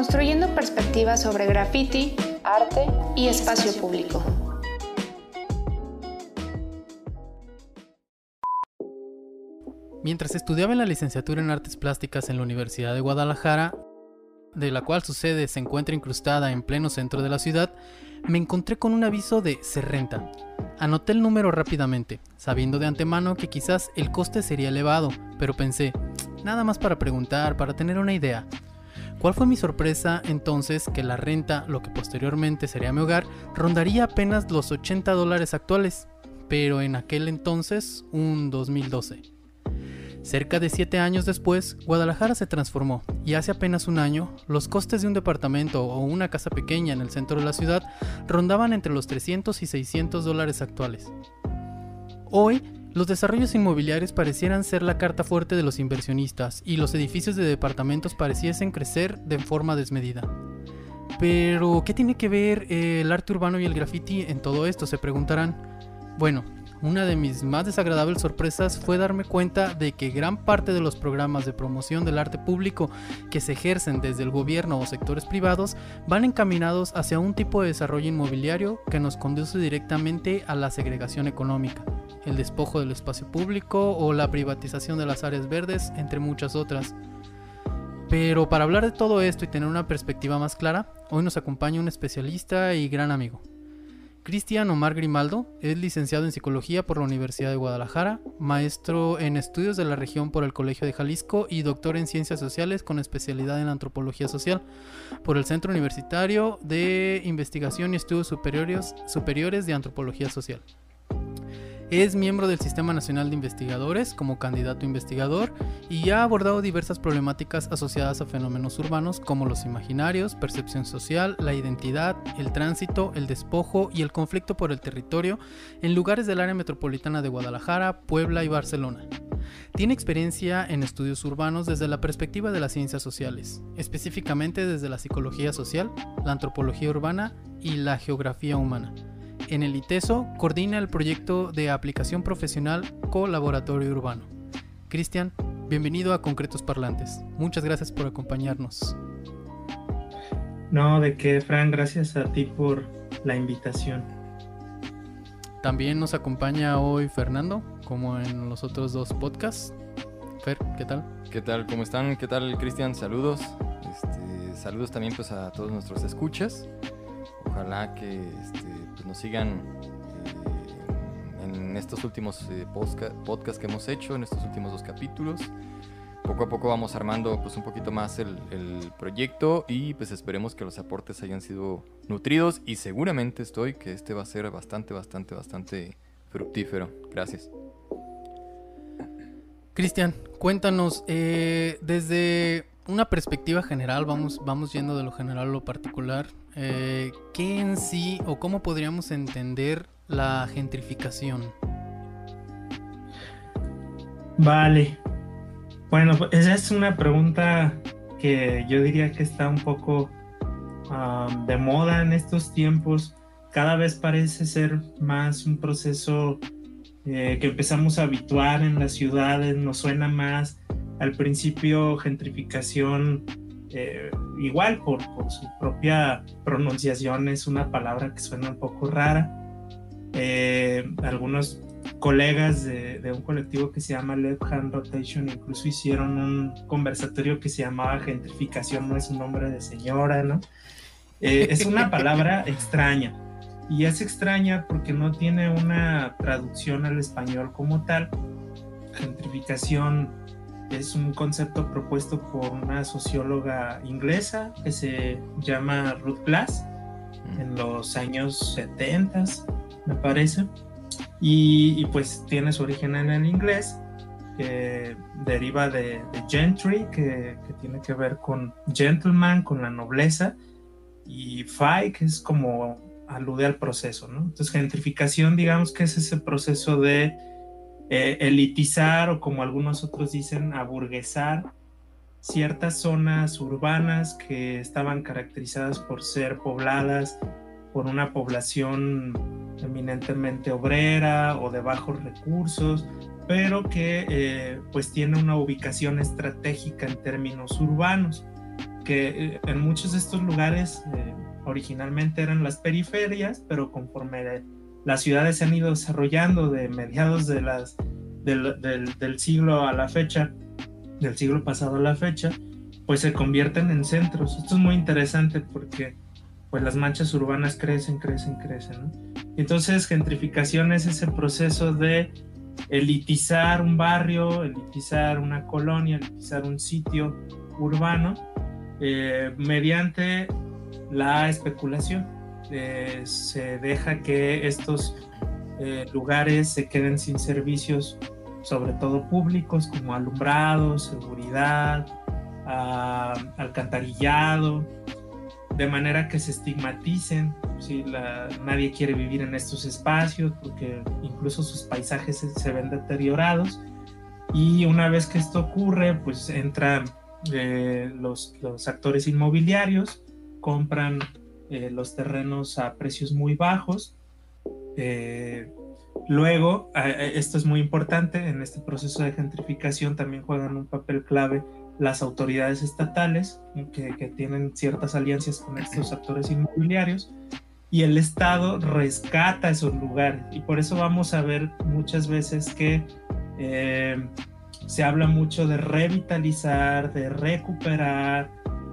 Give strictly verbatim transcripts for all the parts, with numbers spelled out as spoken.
construyendo perspectivas sobre graffiti, arte y espacio público. Mientras estudiaba en la licenciatura en Artes Plásticas en la Universidad de Guadalajara, de la cual su sede se encuentra incrustada en pleno centro de la ciudad, me encontré con un aviso de "se renta". Anoté el número rápidamente, sabiendo de antemano que quizás el coste sería elevado, pero pensé, nada más para preguntar, para tener una idea. ¿Cuál fue mi sorpresa entonces que la renta, lo que posteriormente sería mi hogar, rondaría apenas los ochenta dólares actuales, pero en aquel entonces un dos mil doce? Cerca de siete años después, Guadalajara se transformó y hace apenas un año, los costes de un departamento o una casa pequeña en el centro de la ciudad rondaban entre los trescientos y seiscientos dólares actuales. Hoy, los desarrollos inmobiliarios parecieran ser la carta fuerte de los inversionistas y los edificios de departamentos pareciesen crecer de forma desmedida. Pero, ¿qué tiene que ver eh, el arte urbano y el graffiti en todo esto?, se preguntarán. Bueno, una de mis más desagradables sorpresas fue darme cuenta de que gran parte de los programas de promoción del arte público que se ejercen desde el gobierno o sectores privados van encaminados hacia un tipo de desarrollo inmobiliario que nos conduce directamente a la segregación económica, el despojo del espacio público o la privatización de las áreas verdes, entre muchas otras. Pero para hablar de todo esto y tener una perspectiva más clara, hoy nos acompaña un especialista y gran amigo. Cristian Omar Grimaldo es licenciado en Psicología por la Universidad de Guadalajara, maestro en Estudios de la Región por el Colegio de Jalisco y doctor en Ciencias Sociales con especialidad en Antropología Social por el Centro Universitario de Investigación y Estudios Superiores, Superiores de Antropología Social. Es miembro del Sistema Nacional de Investigadores como candidato investigador y ha abordado diversas problemáticas asociadas a fenómenos urbanos como los imaginarios, percepción social, la identidad, el tránsito, el despojo y el conflicto por el territorio en lugares del área metropolitana de Guadalajara, Puebla y Barcelona. Tiene experiencia en estudios urbanos desde la perspectiva de las ciencias sociales, específicamente desde la psicología social, la antropología urbana y la geografía humana. En el ITESO coordina el proyecto de aplicación profesional Colaboratorio Urbano. Cristian, bienvenido a Concretos Parlantes. Muchas gracias por acompañarnos. No, de qué, Fran, gracias a ti por la invitación. También nos acompaña hoy Fernando, como en los otros dos podcasts. Fer, ¿qué tal? ¿Qué tal? ¿Cómo están? ¿Qué tal, Cristian? Saludos. Este, saludos también pues a todos nuestros escuchas. Ojalá que este, pues nos sigan eh, en estos últimos eh, posca- podcasts que hemos hecho, en estos últimos dos capítulos. Poco a poco vamos armando pues un poquito más el, el proyecto y pues esperemos que los aportes hayan sido nutridos y seguramente estoy que este va a ser bastante, bastante, bastante fructífero. Gracias. Cristian, cuéntanos, eh, desde una perspectiva general, vamos, vamos yendo de lo general a lo particular, eh, ¿qué en sí o cómo podríamos entender la gentrificación? Vale, bueno, esa es una pregunta que yo diría que está un poco um, de moda en estos tiempos. Cada vez parece ser más un proceso eh, que empezamos a habituar en las ciudades, nos suena más. Al principio, gentrificación, eh, igual por, por su propia pronunciación, es una palabra que suena un poco rara. Eh, algunos colegas de, de un colectivo que se llama Left Hand Rotation incluso hicieron un conversatorio que se llamaba Gentrificación no es un nombre de señora, ¿no? Eh, es una palabra extraña. Y es extraña porque no tiene una traducción al español como tal. Gentrificación es un concepto propuesto por una socióloga inglesa que se llama Ruth Glass en los años setenta, me parece, y, y pues tiene su origen en el inglés, que deriva de, de gentry, que, que tiene que ver con gentleman, con la nobleza, y fi, que es como alude al proceso, ¿no? Entonces gentrificación, digamos que es ese proceso de Eh, elitizar, o como algunos otros dicen, aburguesar ciertas zonas urbanas que estaban caracterizadas por ser pobladas por una población eminentemente obrera o de bajos recursos, pero que eh, pues tiene una ubicación estratégica en términos urbanos. porque en muchos de estos lugares eh, originalmente eran las periferias, pero conforme las ciudades se han ido desarrollando de mediados de las, del, del, del siglo a la fecha, del siglo pasado a la fecha, pues se convierten en centros. Esto es muy interesante porque pues las manchas urbanas crecen, crecen, crecen, ¿no? Entonces gentrificación es ese proceso de elitizar un barrio, elitizar una colonia, elitizar un sitio urbano eh, mediante la especulación. Eh, se deja que estos eh, lugares se queden sin servicios, sobre todo públicos, como alumbrado, seguridad, uh, alcantarillado, de manera que se estigmaticen. ¿Sí? La, nadie quiere vivir en estos espacios porque incluso sus paisajes se, se ven deteriorados, y una vez que esto ocurre, pues entran eh, los, los actores inmobiliarios, compran eh, los terrenos a precios muy bajos. Eh, luego, eh, esto es muy importante, en este proceso de gentrificación también juegan un papel clave las autoridades estatales, que, que tienen ciertas alianzas con estos actores inmobiliarios, y el Estado rescata esos lugares, y por eso vamos a ver muchas veces que eh, se habla mucho de revitalizar, de recuperar,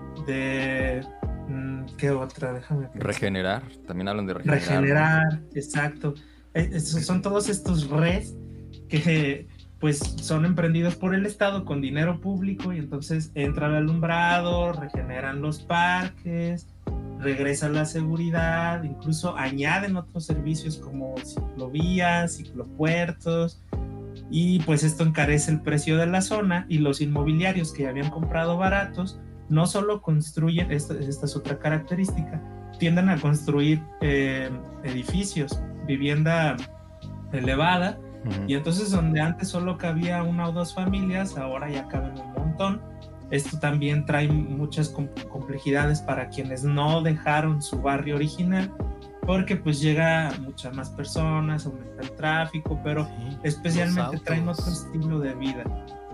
de... ¿qué otra? Déjame pensar. Regenerar, también hablan de regenerar. Regenerar, ¿no? Exacto. Son todos estos res que pues son emprendidos por el Estado con dinero público, y entonces entra el alumbrado, regeneran los parques, regresa la seguridad, incluso añaden otros servicios como ciclovías, ciclopuertos, y pues esto encarece el precio de la zona, y los inmobiliarios que habían comprado baratos no solo construyen, esta, esta es otra característica, tienden a construir eh, edificios, vivienda elevada, uh-huh. Y entonces donde antes solo cabía una o dos familias, ahora ya caben un montón. Esto también trae muchas com- complejidades para quienes no dejaron su barrio original, porque pues llega muchas más personas, aumenta el tráfico, pero sí, especialmente traen otro estilo de vida.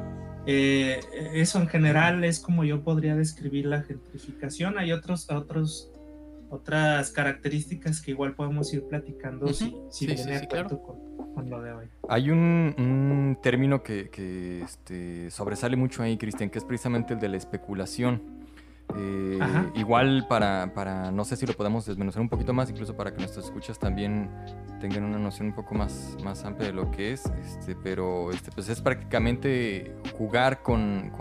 Eh, eso en general es como yo podría describir la gentrificación. Hay otros, otros, otras características que igual podemos ir platicando, uh-huh. si, si sí, viene sí, sí, claro. claro. con, con lo de hoy. Hay un, un término que, que este, sobresale mucho ahí, Cristian, que es precisamente el de la especulación. Eh, igual para, para, no sé si lo podemos desmenuzar un poquito más, incluso para que nuestros escuchas también tengan una noción un poco más, más amplia de lo que es, este, pero este, pues es prácticamente jugar con,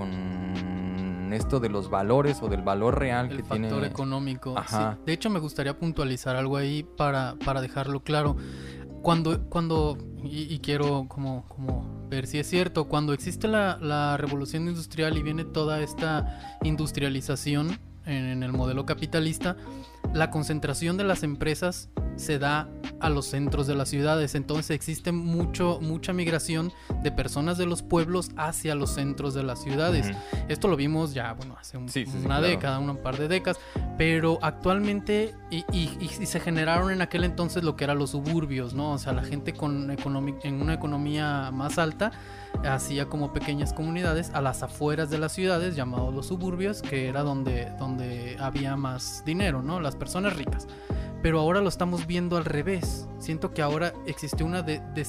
con esto de los valores o del valor real el que factor tiene. Económico. Sí. De hecho, me gustaría puntualizar algo ahí para, para dejarlo claro. Cuando, cuando y, y quiero como, como ver si es cierto, cuando existe la, la revolución industrial y viene toda esta industrialización en, en el modelo capitalista, la concentración de las empresas se da a los centros de las ciudades. Entonces existe mucho, mucha migración de personas de los pueblos hacia los centros de las ciudades. Uh-huh. Esto lo vimos ya, bueno, hace un, sí, sí, una sí, década, claro. un par de décadas, pero actualmente y, y, y se generaron en aquel entonces lo que eran los suburbios, ¿no? O sea, la gente con economi- en una economía más alta hacía como pequeñas comunidades a las afueras de las ciudades, llamados los suburbios, que era donde, donde había más dinero, ¿no? Las personas ricas. Pero ahora lo estamos viendo al revés. Siento que ahora existe una de, de,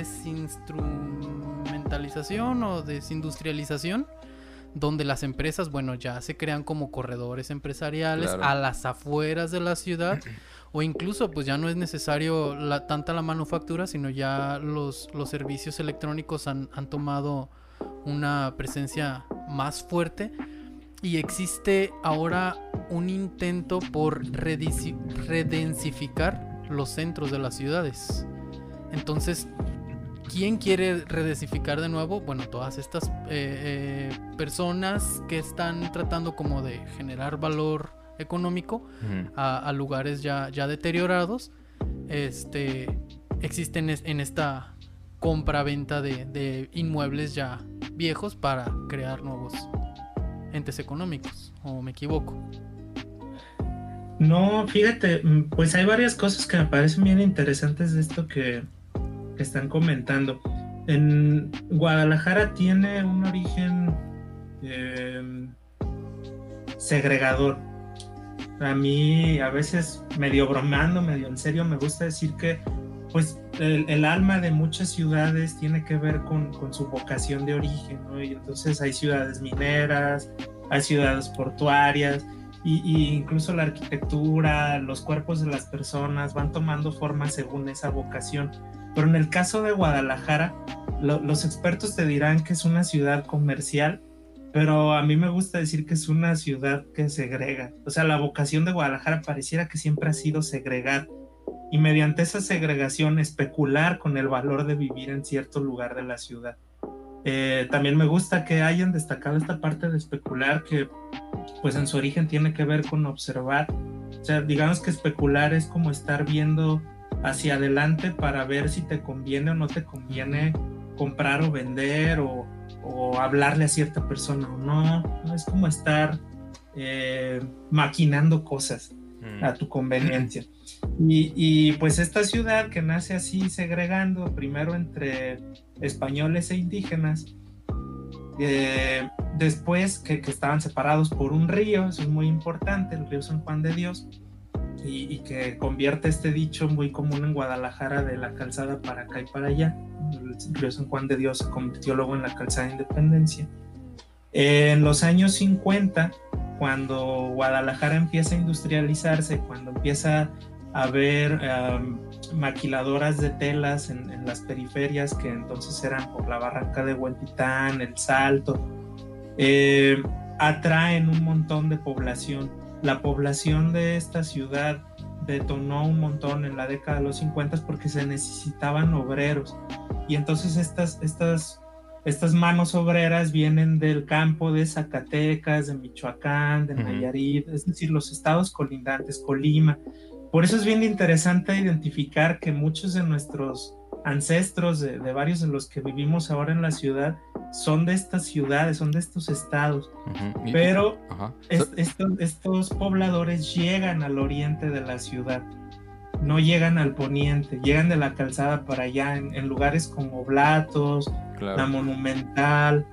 desinstrumentalización o desindustrialización, donde las empresas, bueno, ya se crean como corredores empresariales, claro, a las afueras de la ciudad, o incluso pues ya no es necesario la, tanta la manufactura, sino ya los, los servicios electrónicos han, han tomado una presencia más fuerte. Y existe ahora un intento por redisi- redensificar los centros de las ciudades. Entonces, ¿quién quiere redensificar de nuevo? Bueno, todas estas eh, eh, personas que están tratando como de generar valor económico uh-huh. a, a lugares ya, ya deteriorados. Este, existen es, en esta compra-venta de, de inmuebles ya viejos para crear nuevos entes económicos, ¿o me equivoco? No, fíjate, pues hay varias cosas que me parecen bien interesantes de esto que, que están comentando. En Guadalajara tiene un origen eh, segregador. A mí a veces, medio bromeando, medio en serio, me gusta decir que pues el, el alma de muchas ciudades tiene que ver con, con su vocación de origen, ¿no? Y entonces hay ciudades mineras, hay ciudades portuarias, y, y incluso la arquitectura, los cuerpos de las personas van tomando forma según esa vocación. Pero en el caso de Guadalajara, lo, los expertos te dirán que es una ciudad comercial, pero a mí me gusta decir que es una ciudad que segrega. O sea, la vocación de Guadalajara pareciera que siempre ha sido segregar, y mediante esa segregación especular con el valor de vivir en cierto lugar de la ciudad. Eh, también me gusta que hayan destacado esta parte de especular, que pues en su origen tiene que ver con observar. O sea, digamos que especular es como estar viendo hacia adelante para ver si te conviene o no te conviene comprar o vender, o, o hablarle a cierta persona o no. ¿No? Es como estar eh, maquinando cosas mm. a tu conveniencia. Y, y pues esta ciudad que nace así segregando, primero entre españoles e indígenas, eh, después que, que estaban separados por un río, eso es muy importante, el río San Juan de Dios, y, y que convierte este dicho muy común en Guadalajara de la calzada para acá y para allá. El río San Juan de Dios se convirtió luego en la calzada de Independencia. Eh, en los años cincuenta, cuando Guadalajara empieza a industrializarse, cuando empieza a ver um, maquiladoras de telas en, en las periferias, que entonces eran por la barranca de Huentitán, El Salto, eh, atraen un montón de población. La población de esta ciudad detonó un montón en la década de los cincuenta porque se necesitaban obreros, y entonces estas, estas, estas manos obreras vienen del campo de Zacatecas, de Michoacán, de Nayarit, uh-huh. es decir, los estados colindantes, Colima. Por eso es bien interesante identificar que muchos de nuestros ancestros, de, de varios de los que vivimos ahora en la ciudad, son de estas ciudades, son de estos estados. Uh-huh. Pero uh-huh. es, estos, estos pobladores llegan al oriente de la ciudad, no llegan al poniente, llegan de la calzada para allá, en, en lugares como Oblatos, claro. La Monumental.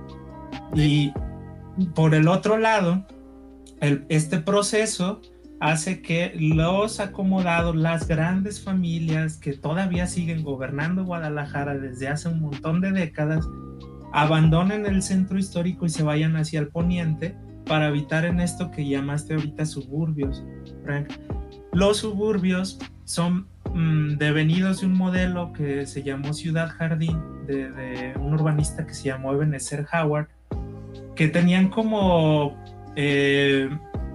Y por el otro lado, el, este proceso hace que los acomodados, las grandes familias que todavía siguen gobernando Guadalajara desde hace un montón de décadas, abandonen el centro histórico y se vayan hacia el poniente para habitar en esto que llamaste ahorita suburbios, Frank. Los suburbios son mmm, devenidos de un modelo que se llamó Ciudad Jardín, de, de un urbanista que se llamó Ebenezer Howard, que tenían como eh,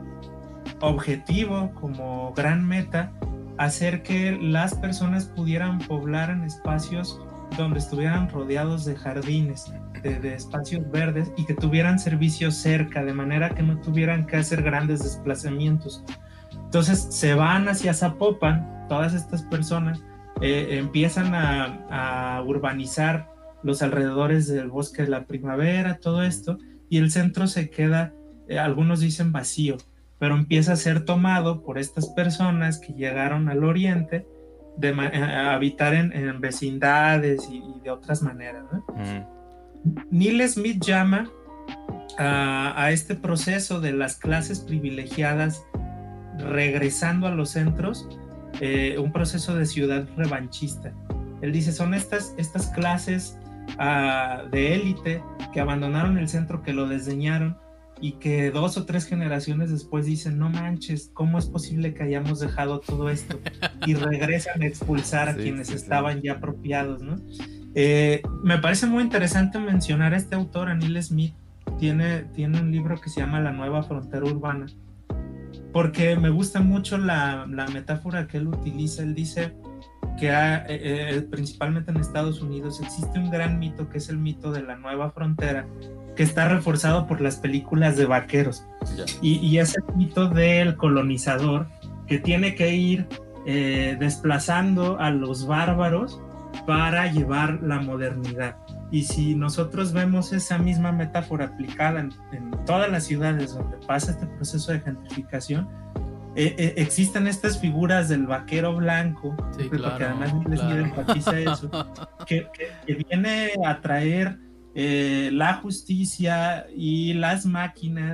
objetivo, como gran meta, hacer que las personas pudieran poblar en espacios donde estuvieran rodeados de jardines, de, de espacios verdes, y que tuvieran servicios cerca, de manera que no tuvieran que hacer grandes desplazamientos. Entonces se van hacia Zapopan, todas estas personas eh, empiezan a, a urbanizar los alrededores del Bosque de la Primavera, todo esto, y el centro se queda, eh, algunos dicen vacío, pero empieza a ser tomado por estas personas que llegaron al oriente de, a habitar en, en vecindades y, y de otras maneras, ¿no? Mm. Neil Smith llama a, a este proceso de las clases privilegiadas regresando a los centros eh, un proceso de ciudad revanchista. Él dice, son estas, estas clases uh, de élite que abandonaron el centro, que lo desdeñaron, y que dos o tres generaciones después dicen, no manches, ¿cómo es posible que hayamos dejado todo esto? Y regresan a expulsar a sí, quienes sí, estaban sí. ya apropiados, ¿no? Eh, me parece muy interesante mencionar a este autor, a Neil Smith. Tiene, tiene un libro que se llama La Nueva Frontera Urbana, porque me gusta mucho la, la metáfora que él utiliza. Él dice que ha, eh, principalmente en Estados Unidos existe un gran mito, que es el mito de la nueva frontera, que está reforzado por las películas de vaqueros, yeah. y, y es el mito del colonizador que tiene que ir eh, desplazando a los bárbaros para llevar la modernidad. Y si nosotros vemos esa misma metáfora aplicada en, en todas las ciudades donde pasa este proceso de gentrificación, eh, eh, existen estas figuras del vaquero blanco, sí, porque claro, además les claro. enfatiza eso, que, que, que viene a traer Eh, la justicia y las máquinas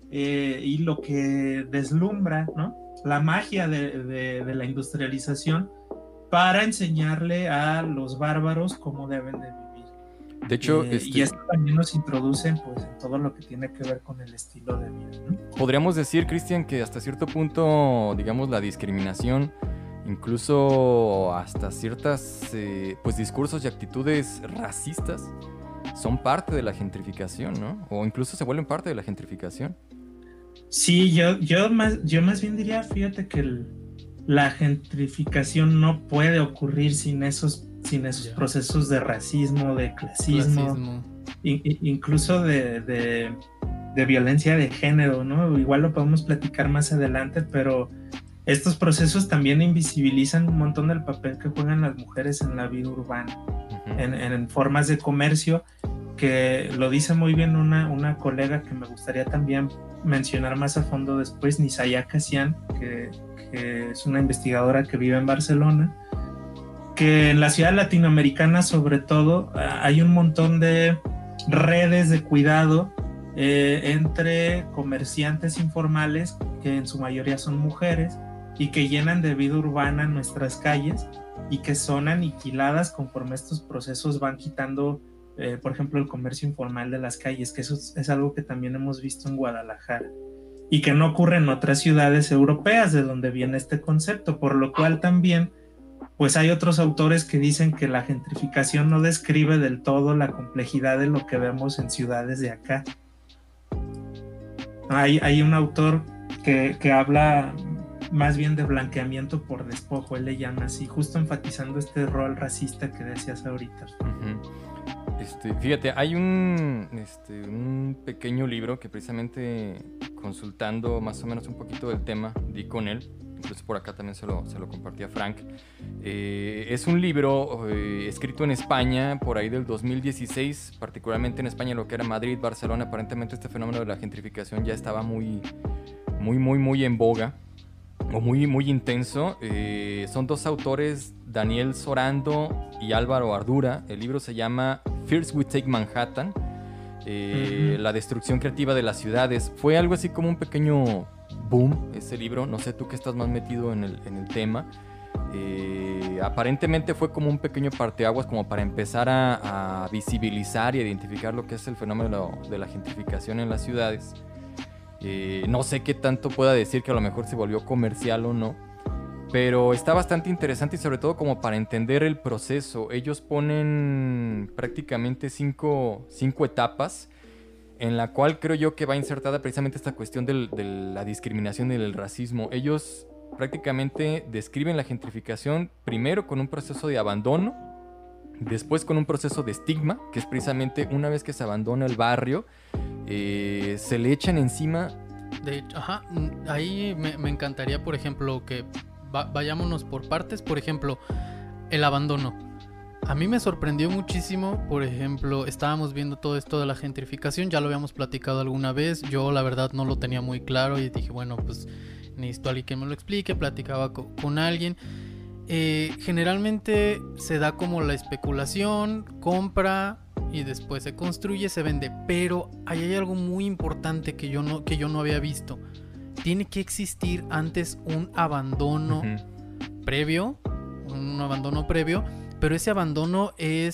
eh, y lo que deslumbra, ¿no? La magia de, de, de la industrialización para enseñarle a los bárbaros cómo deben de vivir. De hecho, eh, este... y esto también nos introduce pues, en todo lo que tiene que ver con el estilo de vida, ¿no? Podríamos decir, Cristian, que hasta cierto punto, digamos, la discriminación, incluso hasta ciertas eh, pues discursos y actitudes racistas, son parte de la gentrificación, ¿no? O incluso se vuelven parte de la gentrificación. Sí, yo, yo, más, yo más bien diría, fíjate que el, la gentrificación no puede ocurrir sin esos, sin esos yeah. procesos de racismo, de clasismo, clasismo. In, incluso de, de, de violencia de género, ¿no? Igual lo podemos platicar más adelante, pero estos procesos también invisibilizan un montón del papel que juegan las mujeres en la vida urbana, uh-huh. en, en formas de comercio, que lo dice muy bien una, una colega que me gustaría también mencionar más a fondo después, Nisaya Kasian, que, que es una investigadora que vive en Barcelona, que en la ciudad latinoamericana sobre todo hay un montón de redes de cuidado eh, entre comerciantes informales, que en su mayoría son mujeres, y que llenan de vida urbana nuestras calles y que son aniquiladas conforme estos procesos van quitando Eh, por ejemplo, el comercio informal de las calles, que eso es, es algo que también hemos visto en Guadalajara y que no ocurre en otras ciudades europeas de donde viene este concepto, por lo cual también pues hay otros autores que dicen que la gentrificación no describe del todo la complejidad de lo que vemos en ciudades de acá. Hay, hay un autor que, que habla más bien de blanqueamiento por despojo, él le llama así, justo enfatizando este rol racista que decías ahorita. Uh-huh. Este, fíjate, hay un, este, un pequeño libro que precisamente consultando más o menos un poquito del tema di con él, incluso por acá también se lo, se lo compartí a Frank. Eh, es un libro eh, escrito en España por ahí del dos mil dieciséis, particularmente en España, lo que era Madrid, Barcelona. Aparentemente este fenómeno de la gentrificación ya estaba muy, muy, muy, muy en boga o muy, muy intenso. Eh, son dos autores, Daniel Sorando y Álvaro Ardura. El libro se llama First We Take Manhattan, eh, uh-huh. La destrucción creativa de las ciudades. Fue algo así como un pequeño boom ese libro, no sé tú que estás más metido en el, en el tema. Eh, aparentemente fue como un pequeño parteaguas como para empezar a, a visibilizar y identificar lo que es el fenómeno de la gentrificación en las ciudades. Eh, no sé qué tanto pueda decir que a lo mejor se volvió comercial o no, pero está bastante interesante y sobre todo como para entender el proceso. Ellos ponen prácticamente cinco, cinco etapas en la cual creo yo que va insertada precisamente esta cuestión del, de la discriminación y del racismo. Ellos prácticamente describen la gentrificación primero con un proceso de abandono, después con un proceso de estigma, que es precisamente una vez que se abandona el barrio, eh, se le echan encima. De hecho, ajá, ahí me, me encantaría, por ejemplo, que va, vayámonos por partes. Por ejemplo, el abandono. A mí me sorprendió muchísimo, por ejemplo, estábamos viendo todo esto de la gentrificación, ya lo habíamos platicado alguna vez, yo la verdad no lo tenía muy claro y dije, bueno, pues necesito a alguien que me lo explique, platicaba con, con alguien. Eh, generalmente se da como la especulación, compra y después se construye, se vende, pero ahí hay algo muy importante que yo no, que yo no había visto. Tiene que existir antes un abandono uh-huh. previo, un abandono previo, pero ese abandono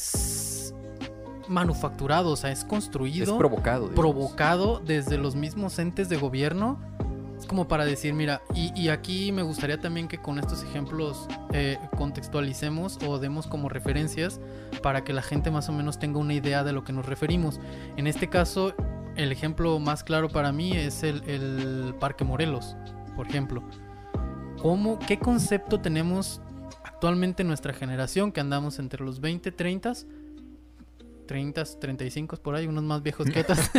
es manufacturado, o sea, es construido, es provocado, digamos. provocado desde los mismos entes de gobierno. Es como para decir, mira, y, y aquí me gustaría también que con estos ejemplos eh, contextualicemos o demos como referencias para que la gente más o menos tenga una idea de lo que nos referimos. En este caso, el ejemplo más claro para mí es el, el Parque Morelos, por ejemplo. ¿Cómo, qué concepto tenemos actualmente en nuestra generación, que andamos entre los veinte, treinta, treinta, treinta y cinco por ahí, unos más viejos que otros?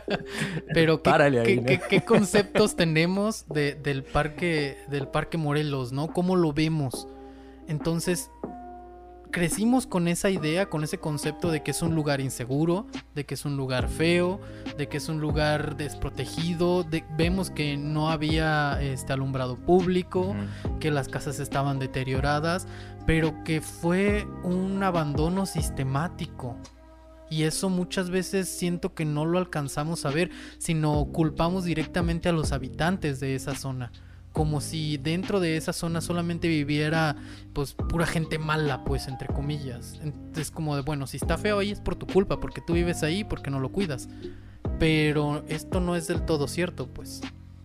Pero ¿qué, Párale ahí, ¿qué, ¿no? qué, qué conceptos tenemos de, del, parque, del Parque Morelos, ¿no? ¿Cómo lo vemos? Entonces, crecimos con esa idea, con ese concepto de que es un lugar inseguro, de que es un lugar feo, de que es un lugar desprotegido, de, vemos que no había este alumbrado público, uh-huh. que las casas estaban deterioradas, pero que fue un abandono sistemático. Y eso muchas veces siento que no lo alcanzamos a ver, sino culpamos directamente a los habitantes de esa zona. Como si dentro de esa zona solamente viviera pues pura gente mala, pues entre comillas. Entonces como de, bueno, si está feo ahí es por tu culpa, porque tú vives ahí, porque no lo cuidas. Pero esto no es del todo cierto, pues.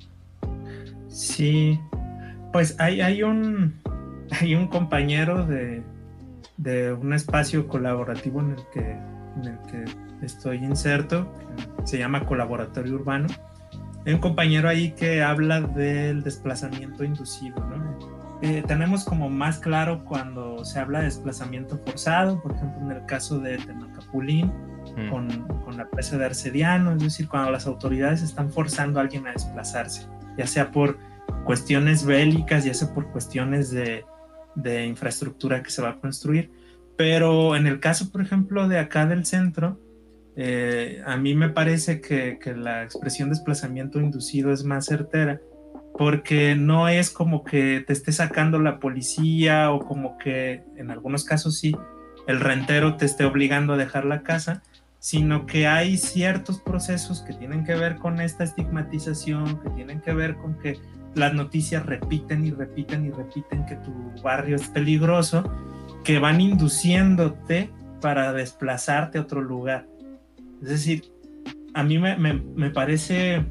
Sí, pues hay, hay un hay un compañero de, de un espacio colaborativo en el que en el que estoy inserto, se llama Colaboratorio Urbano. Hay un compañero ahí que habla del desplazamiento inducido, ¿no? Eh, tenemos como más claro cuando se habla de desplazamiento forzado, por ejemplo en el caso de Temacapulín, mm. con, con la presa de Arcediano, es decir, cuando las autoridades están forzando a alguien a desplazarse, ya sea por cuestiones bélicas, ya sea por cuestiones de, de infraestructura que se va a construir. Pero en el caso, por ejemplo, de acá del centro, Eh, a mí me parece que, que la expresión desplazamiento inducido es más certera, porque no es como que te esté sacando la policía o como que en algunos casos sí el rentero te esté obligando a dejar la casa, sino que hay ciertos procesos que tienen que ver con esta estigmatización, que tienen que ver con que las noticias repiten y repiten y repiten que tu barrio es peligroso, que van induciéndote para desplazarte a otro lugar. Es decir, a mí me, me, me parece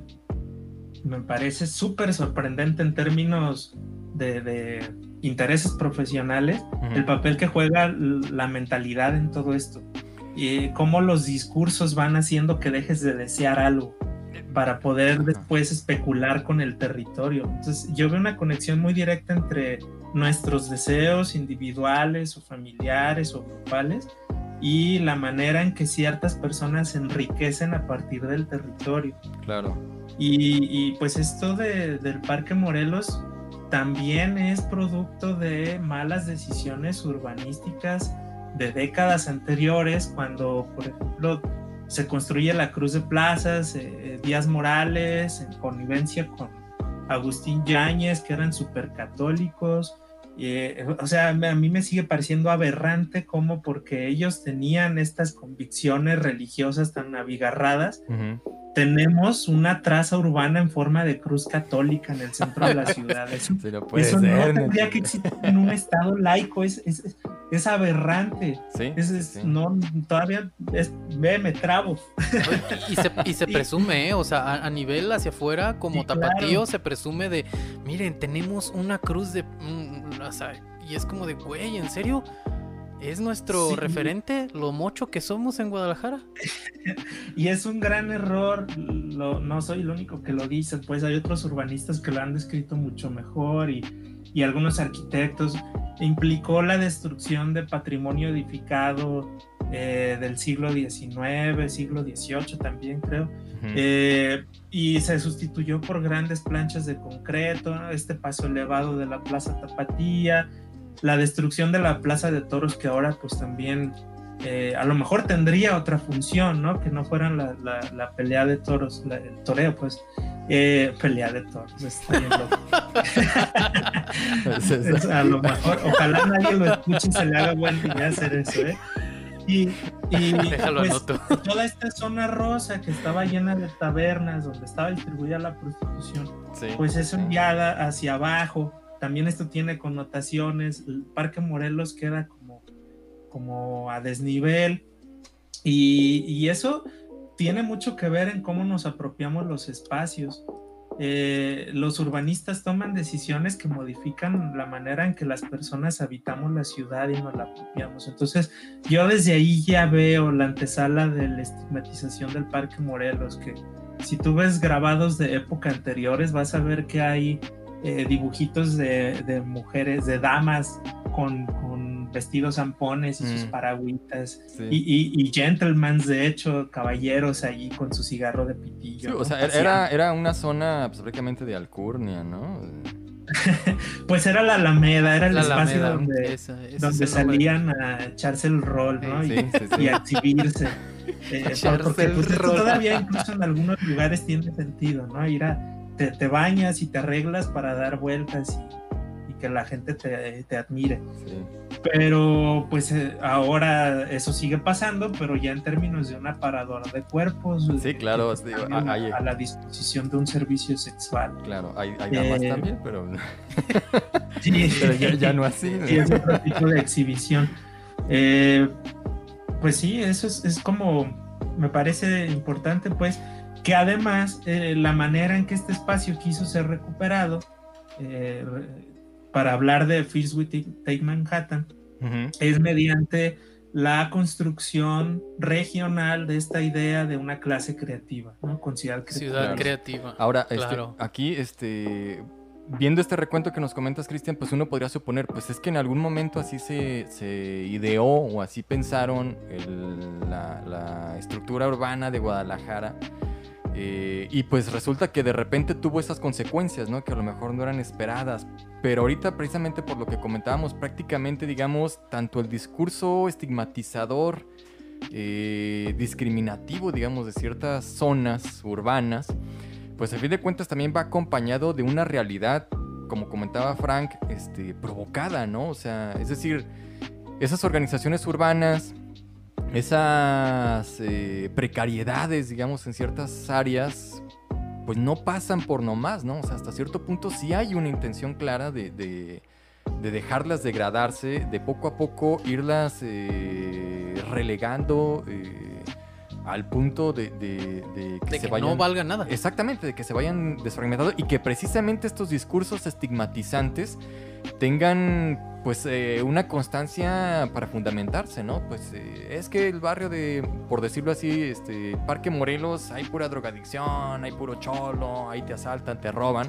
me parece súper sorprendente en términos de, de intereses profesionales, uh-huh. el papel que juega la mentalidad en todo esto y cómo los discursos van haciendo que dejes de desear algo para poder uh-huh. después especular con el territorio. Entonces yo veo una conexión muy directa entre nuestros deseos individuales o familiares o grupales y la manera en que ciertas personas se enriquecen a partir del territorio. Claro. Y, y pues esto de, del Parque Morelos también es producto de malas decisiones urbanísticas de décadas anteriores, cuando, por ejemplo, se construye la Cruz de Plazas, eh, Díaz Morales, en connivencia con Agustín Yáñez, que eran supercatólicos. Eh, o sea, a mí me sigue pareciendo aberrante cómo, porque ellos tenían estas convicciones religiosas tan abigarradas, uh-huh. tenemos una traza urbana en forma de cruz católica en el centro de la ciudad. Eso, eso no tendría que existir en un estado laico, es, es, es, es aberrante. Sí, es, es, sí. No, todavía es, ve, me trabo. Y se, y se presume, ¿eh? O sea, a, a nivel hacia afuera, como sí, tapatío, claro. se presume de, miren, tenemos una cruz de... Mm, o sea, y es como de, güey, ¿en serio? ¿Es nuestro sí. referente lo mocho que somos en Guadalajara? Y es un gran error, lo, no soy el único que lo dice, pues hay otros urbanistas que lo han descrito mucho mejor y, y algunos arquitectos. Implicó la destrucción de patrimonio edificado eh, del siglo diecinueve, siglo dieciocho también creo, uh-huh. eh, y se sustituyó por grandes planchas de concreto, ¿no? Este paso elevado de la Plaza Tapatía, la destrucción de la Plaza de Toros, que ahora pues también eh, a lo mejor tendría otra función, ¿no? Que no fueran la, la, la pelea de toros, la, el toreo, pues, eh, pelea de toros, está bien loco. es es, a lo mejor, ojalá nadie lo escuche y se le haga buena idea hacer eso, ¿eh? Y, y pues, toda esta zona rosa que estaba llena de tabernas, donde estaba distribuida la prostitución, sí, pues es enviada hacia abajo. También esto tiene connotaciones, el Parque Morelos queda como, como a desnivel y, y eso tiene mucho que ver en cómo nos apropiamos los espacios. Eh, los urbanistas toman decisiones que modifican la manera en que las personas habitamos la ciudad y nos la apropiamos. Entonces yo desde ahí ya veo la antesala de la estigmatización del Parque Morelos, que si tú ves grabados de época anteriores vas a ver que hay Eh, dibujitos de, de mujeres, de damas con, con vestidos zampones y mm. sus paragüitas, sí. y, y, y gentlemans, de hecho, caballeros allí con su cigarro de pitillo. Sí, ¿no? O sea, era, era una zona pues, prácticamente de alcurnia, ¿no? Pues era la Alameda, era el la espacio Alameda, donde, esa, ese donde salían a echarse el rol, ¿no? Sí, y, sí, sí. y a exhibirse. Eh, porque pues, esto todavía incluso en algunos lugares tiene sentido, ¿no? Ir a Te, te bañas y te arreglas para dar vueltas y, y que la gente te, te admire. Sí. Pero pues eh, ahora eso sigue pasando, pero ya en términos de un aparador de cuerpos. Sí, claro. Que Digo, están hay, a la disposición de un servicio sexual. Claro, hay, hay damas Eh, también, pero, Sí, pero ya, ya no así. sí, es otro tipo de exhibición. Eh, pues sí, eso es, es como, me parece importante, pues, que además eh, la manera en que este espacio quiso ser recuperado, eh, para hablar de First We Take, Take Manhattan, uh-huh. es mediante la construcción regional de esta idea de una clase creativa, ¿no? Con ciudad creativa. Ciudad claro. creativa. Ahora, claro. este, aquí, este, viendo este recuento que nos comentas, Cristian, pues uno podría suponer, pues es que en algún momento así se, se ideó o así pensaron el, la, la estructura urbana de Guadalajara. Eh, y pues resulta que de repente tuvo esas consecuencias, ¿no? Que a lo mejor no eran esperadas. Pero ahorita, precisamente por lo que comentábamos, prácticamente, digamos, tanto el discurso estigmatizador, eh, discriminativo, digamos, de ciertas zonas urbanas, pues a fin de cuentas también va acompañado de una realidad, como comentaba Frank, este, provocada, ¿no? O sea, es decir, esas organizaciones urbanas, esas eh, precariedades, digamos, en ciertas áreas, pues no pasan por nomás, ¿no? O sea, hasta cierto punto sí hay una intención clara de, de, de dejarlas degradarse, de poco a poco irlas eh, relegando eh, al punto de, de, de que, de se que vayan... no valga nada. Exactamente, de que se vayan desfragmentando y que precisamente estos discursos estigmatizantes tengan pues eh, una constancia para fundamentarse, ¿no? Pues eh, es que el barrio de, por decirlo así, este Parque Morelos, hay pura drogadicción, hay puro cholo, ahí te asaltan, te roban.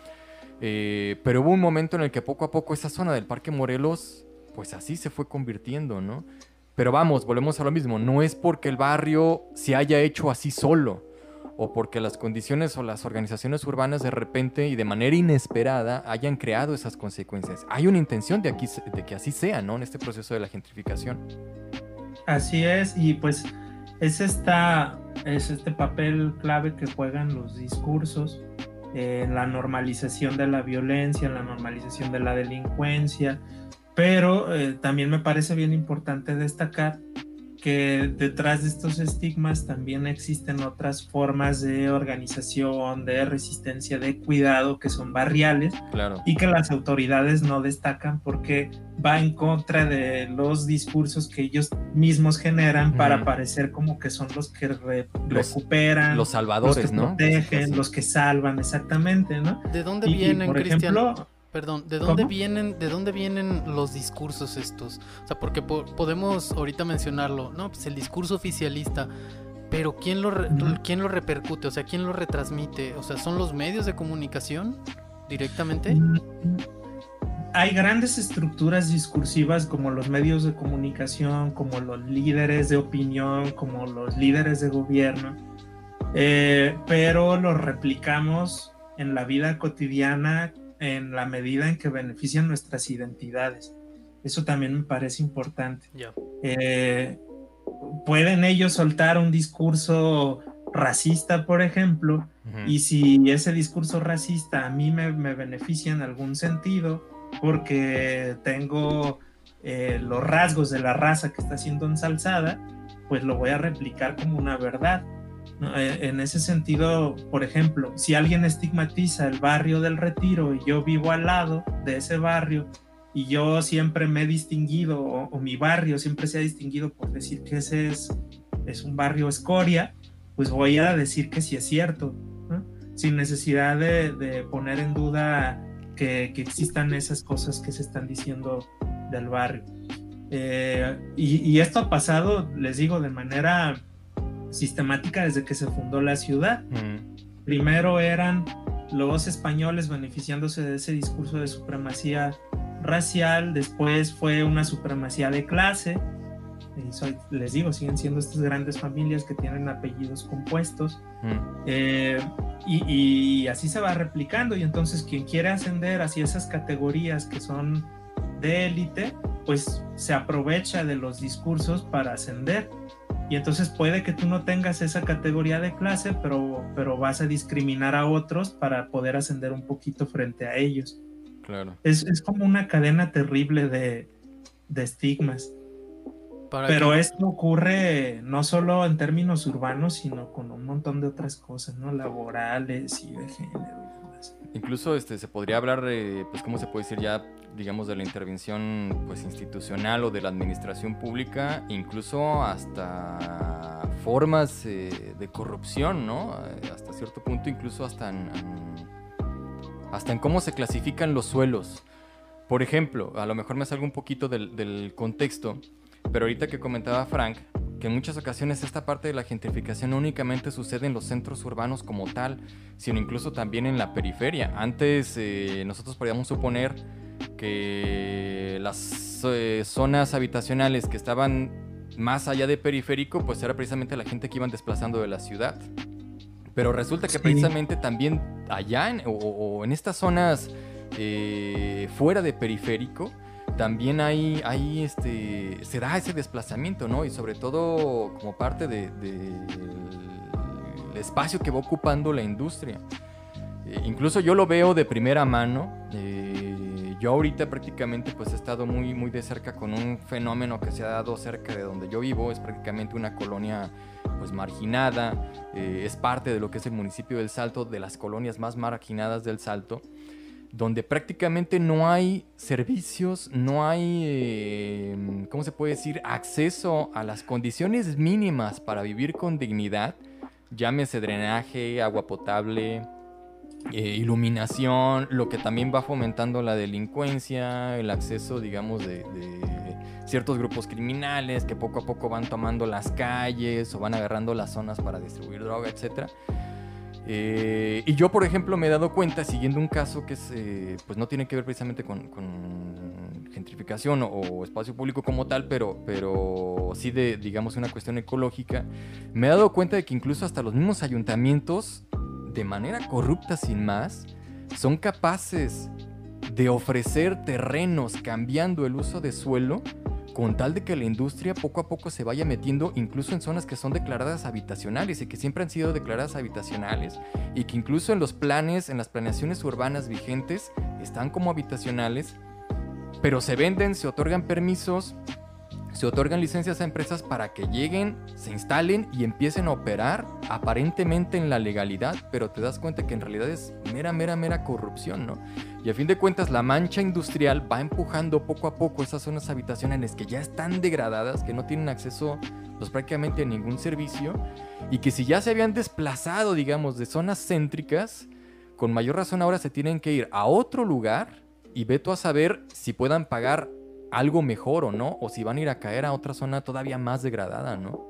Eh, pero hubo un momento en el que poco a poco esa zona del Parque Morelos, pues así se fue convirtiendo, ¿no? Pero vamos, volvemos a lo mismo, no es porque el barrio se haya hecho así solo, o porque las condiciones o las organizaciones urbanas de repente y de manera inesperada hayan creado esas consecuencias. Hay una intención de, aquí, de que así sea, ¿no? En este proceso de la gentrificación. Así es, y pues es, esta, es este papel clave que juegan los discursos eh, en la normalización de la violencia, en la normalización de la delincuencia, pero eh, también me parece bien importante destacar que detrás de estos estigmas también existen otras formas de organización, de resistencia, de cuidado que son barriales, claro. Y que las autoridades no destacan porque va en contra de los discursos que ellos mismos generan uh-huh. para parecer como que son los que re- los, recuperan, los salvadores, los que ¿no? protegen, sí. los que salvan, exactamente, ¿no? ¿De dónde y, vienen, y por Cristian? ejemplo, Perdón, ¿de dónde ¿Cómo? vienen, de dónde vienen los discursos estos? O sea, porque po- podemos ahorita mencionarlo, no, pues el discurso oficialista, pero ¿quién lo, re- uh-huh. ¿quién lo repercute? O sea, ¿quién lo retransmite? O sea, ¿son los medios de comunicación directamente? Hay grandes estructuras discursivas como los medios de comunicación, como los líderes de opinión, como los líderes de gobierno, eh, pero los replicamos en la vida cotidiana en la medida en que benefician nuestras identidades. Eso también me parece importante. Yeah. Eh, pueden ellos soltar un discurso racista, por ejemplo, uh-huh. y si ese discurso racista a mí me, me beneficia en algún sentido, porque tengo eh, los rasgos de la raza que está siendo ensalzada, pues lo voy a replicar como una verdad. ¿No? En ese sentido, por ejemplo, si alguien estigmatiza el barrio del Retiro y yo vivo al lado de ese barrio y yo siempre me he distinguido o, o mi barrio siempre se ha distinguido por decir que ese es, es un barrio escoria, pues voy a decir que sí es cierto, ¿no? Sin necesidad de, de poner en duda que, que existan esas cosas que se están diciendo del barrio. Eh, y, y esto ha pasado, les digo, de manera sistemática desde que se fundó la ciudad. Mm. Primero eran los españoles beneficiándose de ese discurso de supremacía racial, después fue una supremacía de clase, y soy, les digo, siguen siendo estas grandes familias que tienen apellidos compuestos, mm. eh, y, y así se va replicando, y entonces quien quiere ascender hacia esas categorías que son de élite, pues se aprovecha de los discursos para ascender. Y entonces puede que tú no tengas esa categoría de clase, pero, pero vas a discriminar a otros para poder ascender un poquito frente a ellos. Claro. Es, es como una cadena terrible de, de estigmas. Para Pero que- esto ocurre no solo en términos urbanos, sino con un montón de otras cosas, ¿no? Laborales y de género y demás. Incluso este, se podría hablar, eh, pues, ¿cómo se puede decir ya, digamos, de la intervención pues, institucional o de la administración pública, incluso hasta formas eh, de corrupción, ¿no? Eh, Hasta cierto punto, incluso hasta en, en- hasta en cómo se clasifican los suelos. Por ejemplo, a lo mejor me salgo un poquito del, del contexto, pero ahorita que comentaba Frank, que en muchas ocasiones esta parte de la gentrificación no únicamente sucede en los centros urbanos como tal, sino incluso también en la periferia. Antes eh, nosotros podríamos suponer que las eh, zonas habitacionales que estaban más allá de periférico, pues era precisamente la gente que iban desplazando de la ciudad. Pero resulta que Sí. precisamente también allá en- o, o en estas zonas eh, fuera de periférico, también hay, hay este, se da ese desplazamiento, ¿no? Y sobre todo como parte de, de el espacio que va ocupando la industria. Eh, incluso yo lo veo de primera mano. Eh, yo ahorita prácticamente pues he estado muy, muy de cerca con un fenómeno que se ha dado cerca de donde yo vivo. Es prácticamente una colonia pues marginada. Eh, es parte de lo que es el municipio del Salto, de las colonias más marginadas del Salto, donde prácticamente no hay servicios, no hay, eh, ¿cómo se puede decir?, acceso a las condiciones mínimas para vivir con dignidad, llámese drenaje, agua potable, eh, iluminación, lo que también va fomentando la delincuencia, el acceso, digamos, de, de ciertos grupos criminales que poco a poco van tomando las calles o van agarrando las zonas para distribuir droga, etcétera. Eh, y yo, por ejemplo, me he dado cuenta, siguiendo un caso que es, eh, pues no tiene que ver precisamente con, con gentrificación o, o espacio público como tal, pero, pero sí de, digamos, una cuestión ecológica, me he dado cuenta de que incluso hasta los mismos ayuntamientos, de manera corrupta sin más, son capaces de ofrecer terrenos cambiando el uso de suelo con tal de que la industria poco a poco se vaya metiendo incluso en zonas que son declaradas habitacionales y que siempre han sido declaradas habitacionales y que incluso en los planes, en las planeaciones urbanas vigentes están como habitacionales, pero se venden, se otorgan permisos, se otorgan licencias a empresas para que lleguen, se instalen y empiecen a operar aparentemente en la legalidad, pero te das cuenta que en realidad es mera, mera, mera corrupción, ¿no? Y a fin de cuentas la mancha industrial va empujando poco a poco esas zonas habitacionales que ya están degradadas, que no tienen acceso pues prácticamente a ningún servicio y que si ya se habían desplazado, digamos, de zonas céntricas, con mayor razón ahora se tienen que ir a otro lugar y ve tú a saber si puedan pagar algo mejor o no, o si van a ir a caer a otra zona todavía más degradada, ¿no?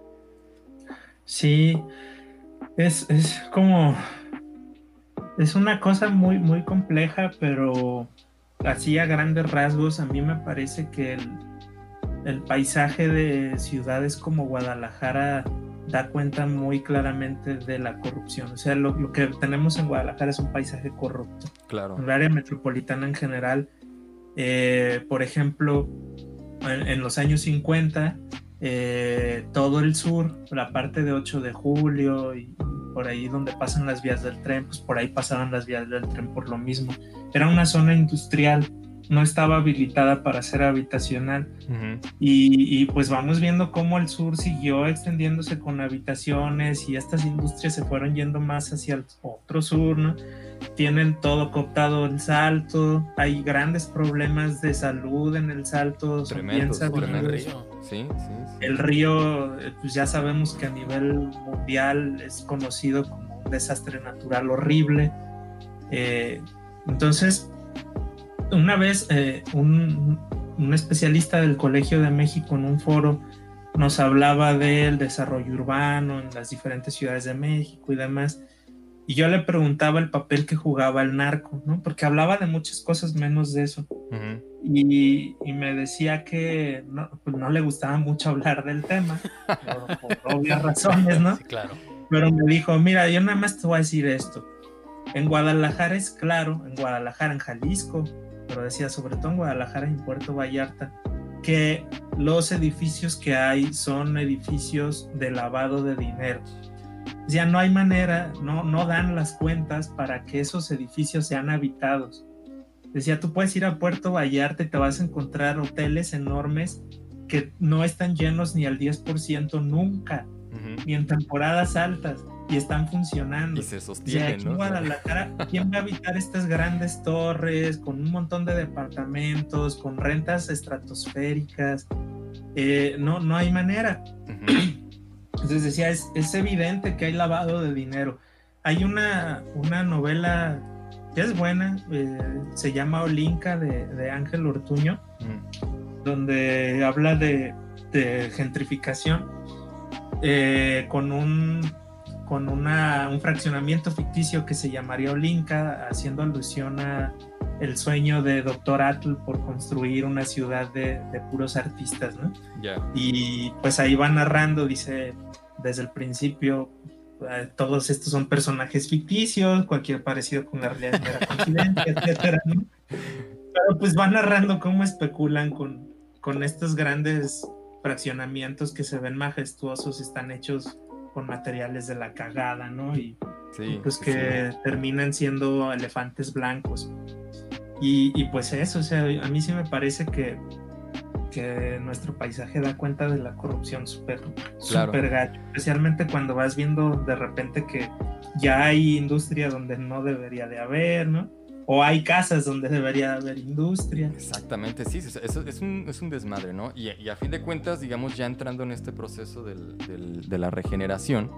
Sí, es, es como... Es una cosa muy, muy compleja, pero así a grandes rasgos a mí me parece que el, el paisaje de ciudades como Guadalajara da cuenta muy claramente de la corrupción. O sea, lo, lo que tenemos en Guadalajara es un paisaje corrupto. Claro. En el área metropolitana en general, eh, por ejemplo, en, en los años cincuenta, eh, todo el sur, la parte de ocho de julio y por ahí donde pasan las vías del tren, pues por ahí pasaban las vías del tren por lo mismo. Era una zona industrial, no estaba habilitada para ser habitacional. Uh-huh. y, y pues vamos viendo cómo el sur siguió extendiéndose con habitaciones y estas industrias se fueron yendo más hacia el otro sur, ¿no? Tienen todo cooptado el Salto, hay grandes problemas de salud en el Salto. Tremendo, tremendo río. Sí, sí, sí. El río, pues ya sabemos que a nivel mundial es conocido como un desastre natural horrible. Eh, entonces, una vez eh, un, un especialista del Colegio de México en un foro nos hablaba del desarrollo urbano en las diferentes ciudades de México y demás. Y yo le preguntaba el papel que jugaba el narco, ¿no? Porque hablaba de muchas cosas menos de eso. Uh-huh. Y, y me decía que no, pues no le gustaba mucho hablar del tema, por, por obvias razones, ¿no? Sí, claro. Pero me dijo, mira, yo nada más te voy a decir esto. En Guadalajara es claro, en Guadalajara, en Jalisco, pero decía sobre todo en Guadalajara y en Puerto Vallarta, que los edificios que hay son edificios de lavado de dinero. O sea, no hay manera, no, no dan las cuentas para que esos edificios sean habitados. Decía, tú puedes ir a Puerto Vallarta y te vas a encontrar hoteles enormes que no están llenos ni al diez por ciento nunca, uh-huh. ni en temporadas altas, y están funcionando. Y se sostienen, o sea, aquí ¿no? en Guadalajara, ¿quién va a habitar estas grandes torres con un montón de departamentos, con rentas estratosféricas? Eh, no, no hay manera. Uh-huh. Entonces decía, es, es evidente que hay lavado de dinero. Hay una, una novela que es buena, eh, se llama Olinka, de, de Ángel Ortuño, uh-huh. donde habla de, de gentrificación eh, con un con una, un fraccionamiento ficticio que se llamaría Olinka, haciendo alusión a el sueño de Doctor Atl por construir una ciudad de, de puros artistas, ¿no? Yeah. Y pues ahí va narrando, dice, desde el principio, eh, todos estos son personajes ficticios, cualquier parecido con la realidad era coincidencia, etcétera, ¿no? Pero pues va narrando cómo especulan con, con estos grandes fraccionamientos que se ven majestuosos, están hechos con materiales de la cagada, ¿no? Y, sí, y pues sí, que sí. terminan siendo elefantes blancos. Y, y pues eso, o sea, a mí sí me parece que, que nuestro paisaje da cuenta de la corrupción súper claro. súper gacho, especialmente cuando vas viendo de repente que ya hay industria donde no debería de haber, ¿no? O hay casas donde debería haber industria. Exactamente, sí, eso es un, es un desmadre, ¿no? Y, y a fin de cuentas, digamos, ya entrando en este proceso del, del, de la regeneración,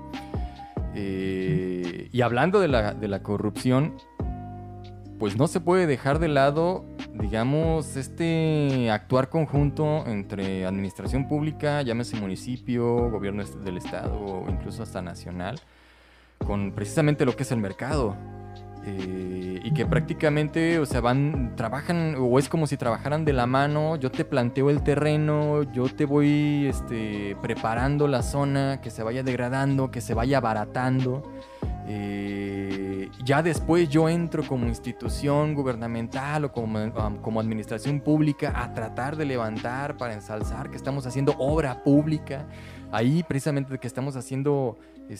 eh, y hablando de la, de la corrupción, pues no se puede dejar de lado, digamos, este actuar conjunto entre administración pública, llámese municipio, gobierno del estado o incluso hasta nacional, con precisamente lo que es el mercado. Eh, y que prácticamente, o sea, van, trabajan, o es como si trabajaran de la mano. Yo te planteo el terreno, yo te voy este, preparando la zona, que se vaya degradando, que se vaya abaratando. Eh, ya después yo entro como institución gubernamental o como, um, como administración pública a tratar de levantar para ensalzar que estamos haciendo obra pública. Ahí precisamente que estamos haciendo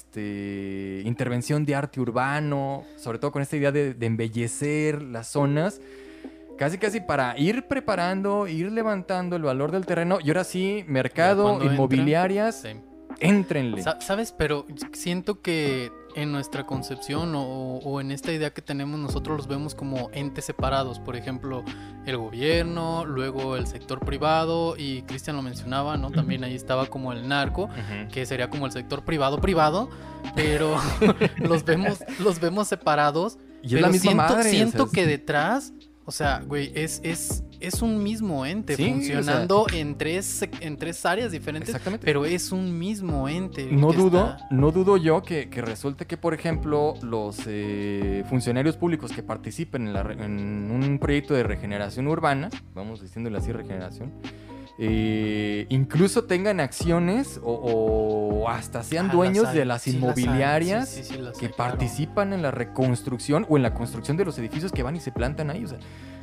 este, intervención de arte urbano, sobre todo con esta idea de, de embellecer las zonas, casi casi para ir preparando, ir levantando el valor del terreno. Y ahora sí, mercado, inmobiliarias, entra, sí. Éntrenle. ¿Sabes? Pero siento que en nuestra concepción o, o en esta idea que tenemos nosotros los vemos como entes separados. Por ejemplo, el gobierno, luego el sector privado, y Cristian lo mencionaba, ¿no? También ahí estaba como el narco, uh-huh. que sería como el sector privado privado, pero los vemos los vemos separados. Y pero es la misma siento, madre, siento o sea, que es... detrás, o sea, güey, es, es, es un mismo ente, sí, funcionando, o sea, en tres en tres áreas diferentes. Exactamente. Pero es un mismo ente. No dudo, está... no dudo yo que, que resulte que, por ejemplo, los eh, funcionarios públicos que participen en, la, en un proyecto de regeneración urbana, vamos diciéndole así, regeneración, eh, incluso tengan acciones o, o hasta sean ah, dueños las de las sí, inmobiliarias las sí, sí, sí, las que hay, participan claro. en la reconstrucción o en la construcción de los edificios que van y se plantan ahí, o sea,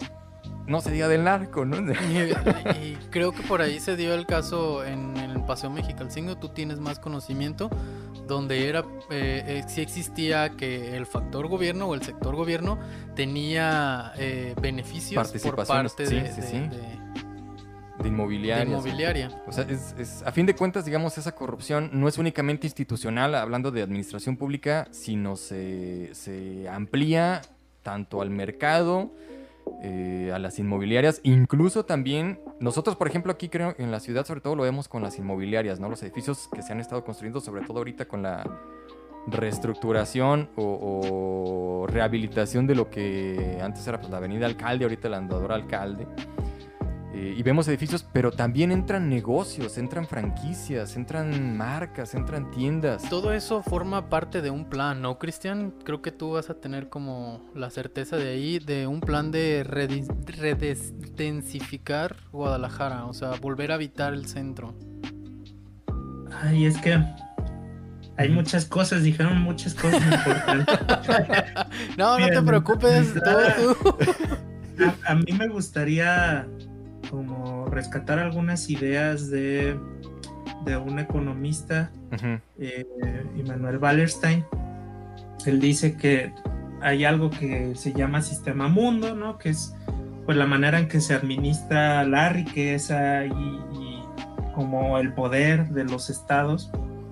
no se diga del narco, ¿no? Y, y creo que por ahí se dio el caso en, en el Paseo Mexicalcingo, tú tienes más conocimiento, donde era eh, eh, sí existía que el factor gobierno o el sector gobierno tenía eh, beneficios por parte sí, de, sí, de, sí. de, de inmobiliaria. De inmobiliaria. O sea, es, es, a fin de cuentas, digamos, esa corrupción no es únicamente institucional, hablando de administración pública, sino se, se amplía tanto al mercado, Eh, a las inmobiliarias, incluso también nosotros, por ejemplo, aquí creo en la ciudad sobre todo lo vemos con las inmobiliarias, ¿no? Los edificios que se han estado construyendo, sobre todo ahorita con la reestructuración o, o rehabilitación de lo que antes era pues, la avenida Alcalde, ahorita la andadora Alcalde, eh, y vemos edificios, pero también entran negocios, entran franquicias, entran marcas, entran tiendas. Todo eso forma parte de un plan, ¿no, Cristian? Creo que tú vas a tener como la certeza de ahí, de un plan de redensificar Guadalajara, o sea, volver a habitar el centro. Ay, es que hay muchas cosas, dijeron muchas cosas importantes. No, Bien, no te preocupes, tú, tú. A, a mí me gustaría como rescatar algunas ideas de, de un economista, uh-huh. eh, Immanuel Wallerstein. Él dice que hay algo que se llama sistema mundo, ¿no? Que es pues la manera en que se administra la riqueza y, y como el poder de los estados,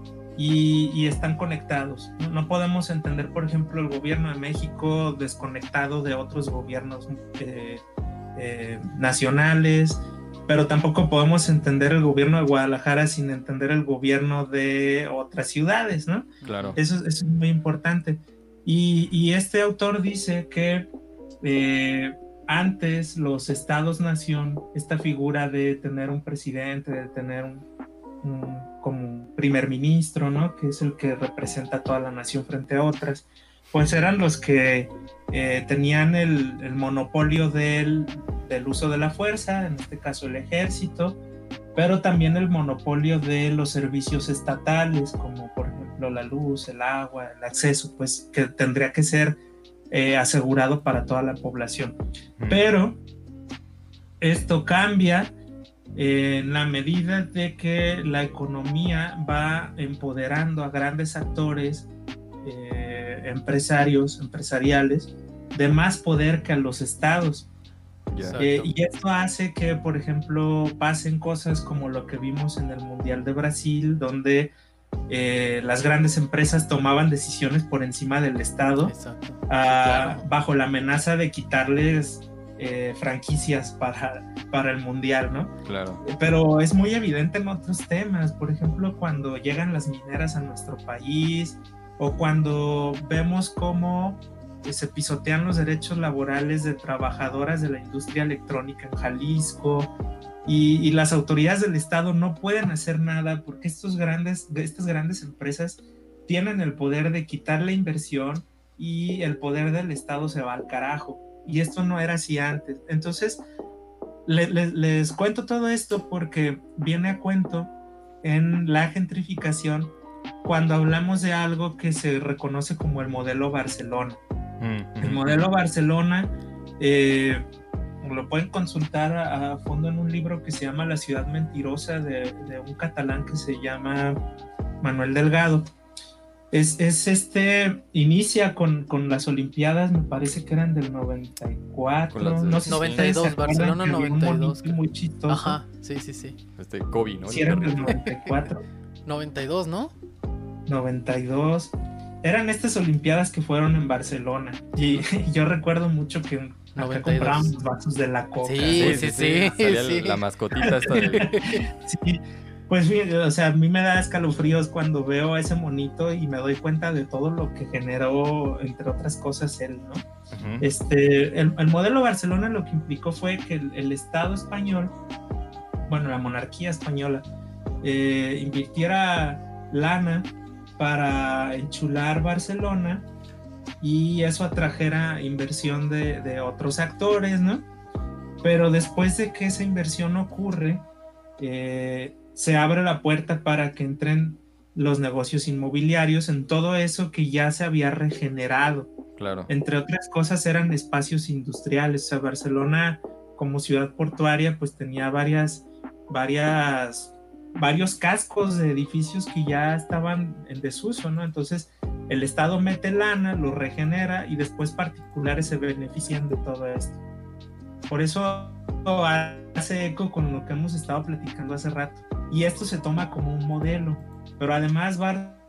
y, y están conectados. No, no podemos entender, por ejemplo, el gobierno de México desconectado de otros gobiernos eh, eh, nacionales, pero tampoco podemos entender el gobierno de Guadalajara sin entender el gobierno de otras ciudades, ¿no? Claro. Eso, eso es muy importante. Y, y este autor dice que eh, antes los estados-nación, esta figura de tener un presidente, de tener un, un, como un primer ministro, ¿no? Que es el que representa a toda la nación frente a otras, pues eran los que eh, tenían el, el monopolio del, del uso de la fuerza, en este caso el ejército, pero también el monopolio de los servicios estatales, como por ejemplo la luz, el agua, el acceso, pues que tendría que ser eh, asegurado para toda la población. Mm. Pero esto cambia eh, en la medida de que la economía va empoderando a grandes actores, eh, empresarios, empresariales, de más poder que a los estados. Eh, y esto hace que, por ejemplo, pasen cosas como lo que vimos en el Mundial de Brasil, donde eh, las grandes empresas tomaban decisiones por encima del Estado, uh, claro. bajo la amenaza de quitarles eh, franquicias para, para el Mundial, ¿no? Claro. Pero es muy evidente en otros temas, por ejemplo, cuando llegan las mineras a nuestro país, o cuando vemos cómo se pisotean los derechos laborales de trabajadoras de la industria electrónica en Jalisco, y, y las autoridades del estado no pueden hacer nada porque estos grandes, estas grandes empresas tienen el poder de quitar la inversión y el poder del estado se va al carajo, y esto no era así antes. Entonces le, le, les cuento todo esto porque viene a cuento en la gentrificación cuando hablamos de algo que se reconoce como el modelo Barcelona. Mm-hmm. El modelo Barcelona eh, lo pueden consultar a, a fondo en un libro que se llama La ciudad mentirosa, de, de un catalán que se llama Manuel Delgado. Es, es este, inicia con, con las Olimpiadas, me parece que eran del noventa y cuatro, de, no sé noventa y dos, si Barcelona noventa y dos. Muy chistoso. Ajá, sí, sí, sí. Este Kobe, ¿no? Sí, eran del noventa y cuatro. noventa y dos, ¿no? noventa y dos. Eran estas Olimpiadas que fueron en Barcelona. Y yo recuerdo mucho que acá comprábamos vasos de la Coca. Sí, sí, sí. sí, Salía sí. La mascotita esta de... Sí. Pues, o sea, a mí me da escalofríos cuando veo a ese monito y me doy cuenta de todo lo que generó, entre otras cosas, él, ¿no? Uh-huh. Este, el, el modelo Barcelona lo que implicó fue que el, el Estado español, bueno, la monarquía española, eh, invirtiera lana para enchular Barcelona, y eso atrajera inversión de, de otros actores, ¿no? Pero después de que esa inversión ocurre, eh, se abre la puerta para que entren los negocios inmobiliarios en todo eso que ya se había regenerado. Claro. Entre otras cosas eran espacios industriales. O sea, Barcelona como ciudad portuaria pues tenía varias, varias, varios cascos de edificios que ya estaban en desuso, ¿no? Entonces el Estado mete lana, lo regenera y después particulares se benefician de todo esto. Por eso hace eco con lo que hemos estado platicando hace rato. Y esto se toma como un modelo. Pero además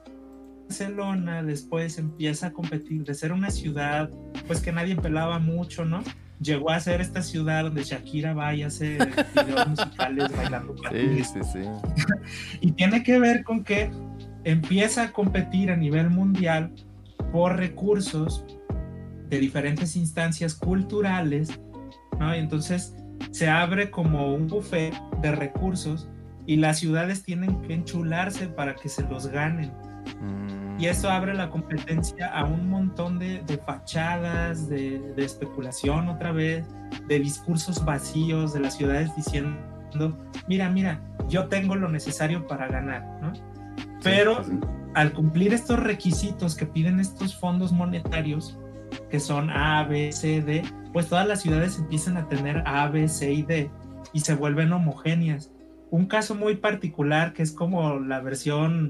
Barcelona después empieza a competir de ser una ciudad pues que nadie pelaba mucho, ¿no? Llegó a ser esta ciudad donde Shakira va y hace videos musicales bailando patines. Sí, sí, sí. Y tiene que ver con que empieza a competir a nivel mundial por recursos de diferentes instancias culturales, ¿no? Y entonces se abre como un buffet de recursos y las ciudades tienen que enchularse para que se los ganen. Mm. Y eso abre la competencia a un montón de, de fachadas, de, de especulación otra vez, de discursos vacíos de las ciudades diciendo, mira, mira, yo tengo lo necesario para ganar, ¿no? Pero sí, sí. Al cumplir estos requisitos que piden estos fondos monetarios, que son A, B, C, D, pues todas las ciudades empiezan a tener A, B, C y D y se vuelven homogéneas. Un caso muy particular que es como la versión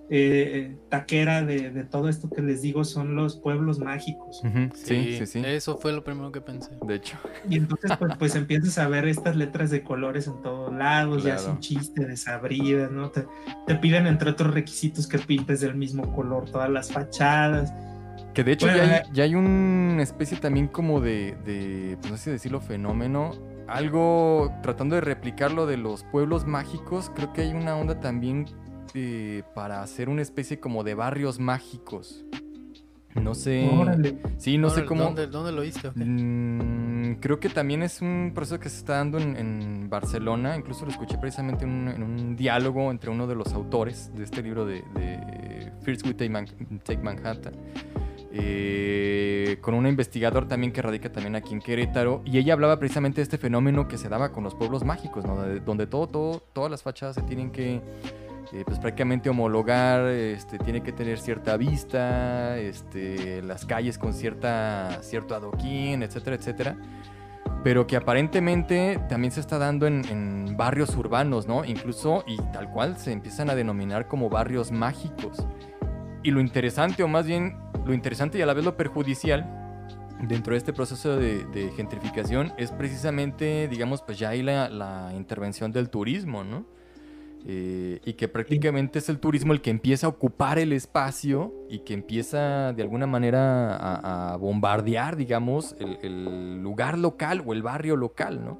eh, taquera de, de todo esto que les digo son los pueblos mágicos. Uh-huh. Sí, sí, sí. Eso fue lo primero que pensé. De hecho. Y entonces pues, pues empiezas a ver estas letras de colores en todos lados, claro. Ya sin chiste, desabridas, ¿no? Te, te piden entre otros requisitos que pintes del mismo color todas las fachadas. Que de hecho bueno, ya, hay, ya hay una especie también como de, de, pues no sé si decirlo, fenómeno, algo tratando de replicar lo de los pueblos mágicos. Creo que hay una onda también eh, para hacer una especie como de barrios mágicos. No sé. Órale. Sí, no Órale, sé cómo. ¿Dónde, dónde lo viste? Okay. Mm, creo que también es un proceso que se está dando en, en Barcelona. Incluso lo escuché precisamente en un, en un diálogo entre uno de los autores de este libro de, de First We Take, Man- Take Manhattan. Eh, con una investigadora también que radica también aquí en Querétaro, y ella hablaba precisamente de este fenómeno que se daba con los pueblos mágicos, ¿no? De, donde todo, todo, todas las fachadas se tienen que eh, pues prácticamente homologar, este, tiene que tener cierta vista, este, las calles con cierta, cierto adoquín, etcétera, etcétera, pero que aparentemente también se está dando en, en barrios urbanos, ¿no? Incluso, y tal cual, se empiezan a denominar como barrios mágicos. Y lo interesante, o más bien lo interesante y a la vez lo perjudicial dentro de este proceso de, de gentrificación es precisamente, digamos, pues ya hay la, la intervención del turismo, ¿no? Eh, y que prácticamente es el turismo el que empieza a ocupar el espacio y que empieza de alguna manera a, a bombardear, digamos, el, el lugar local o el barrio local, ¿no?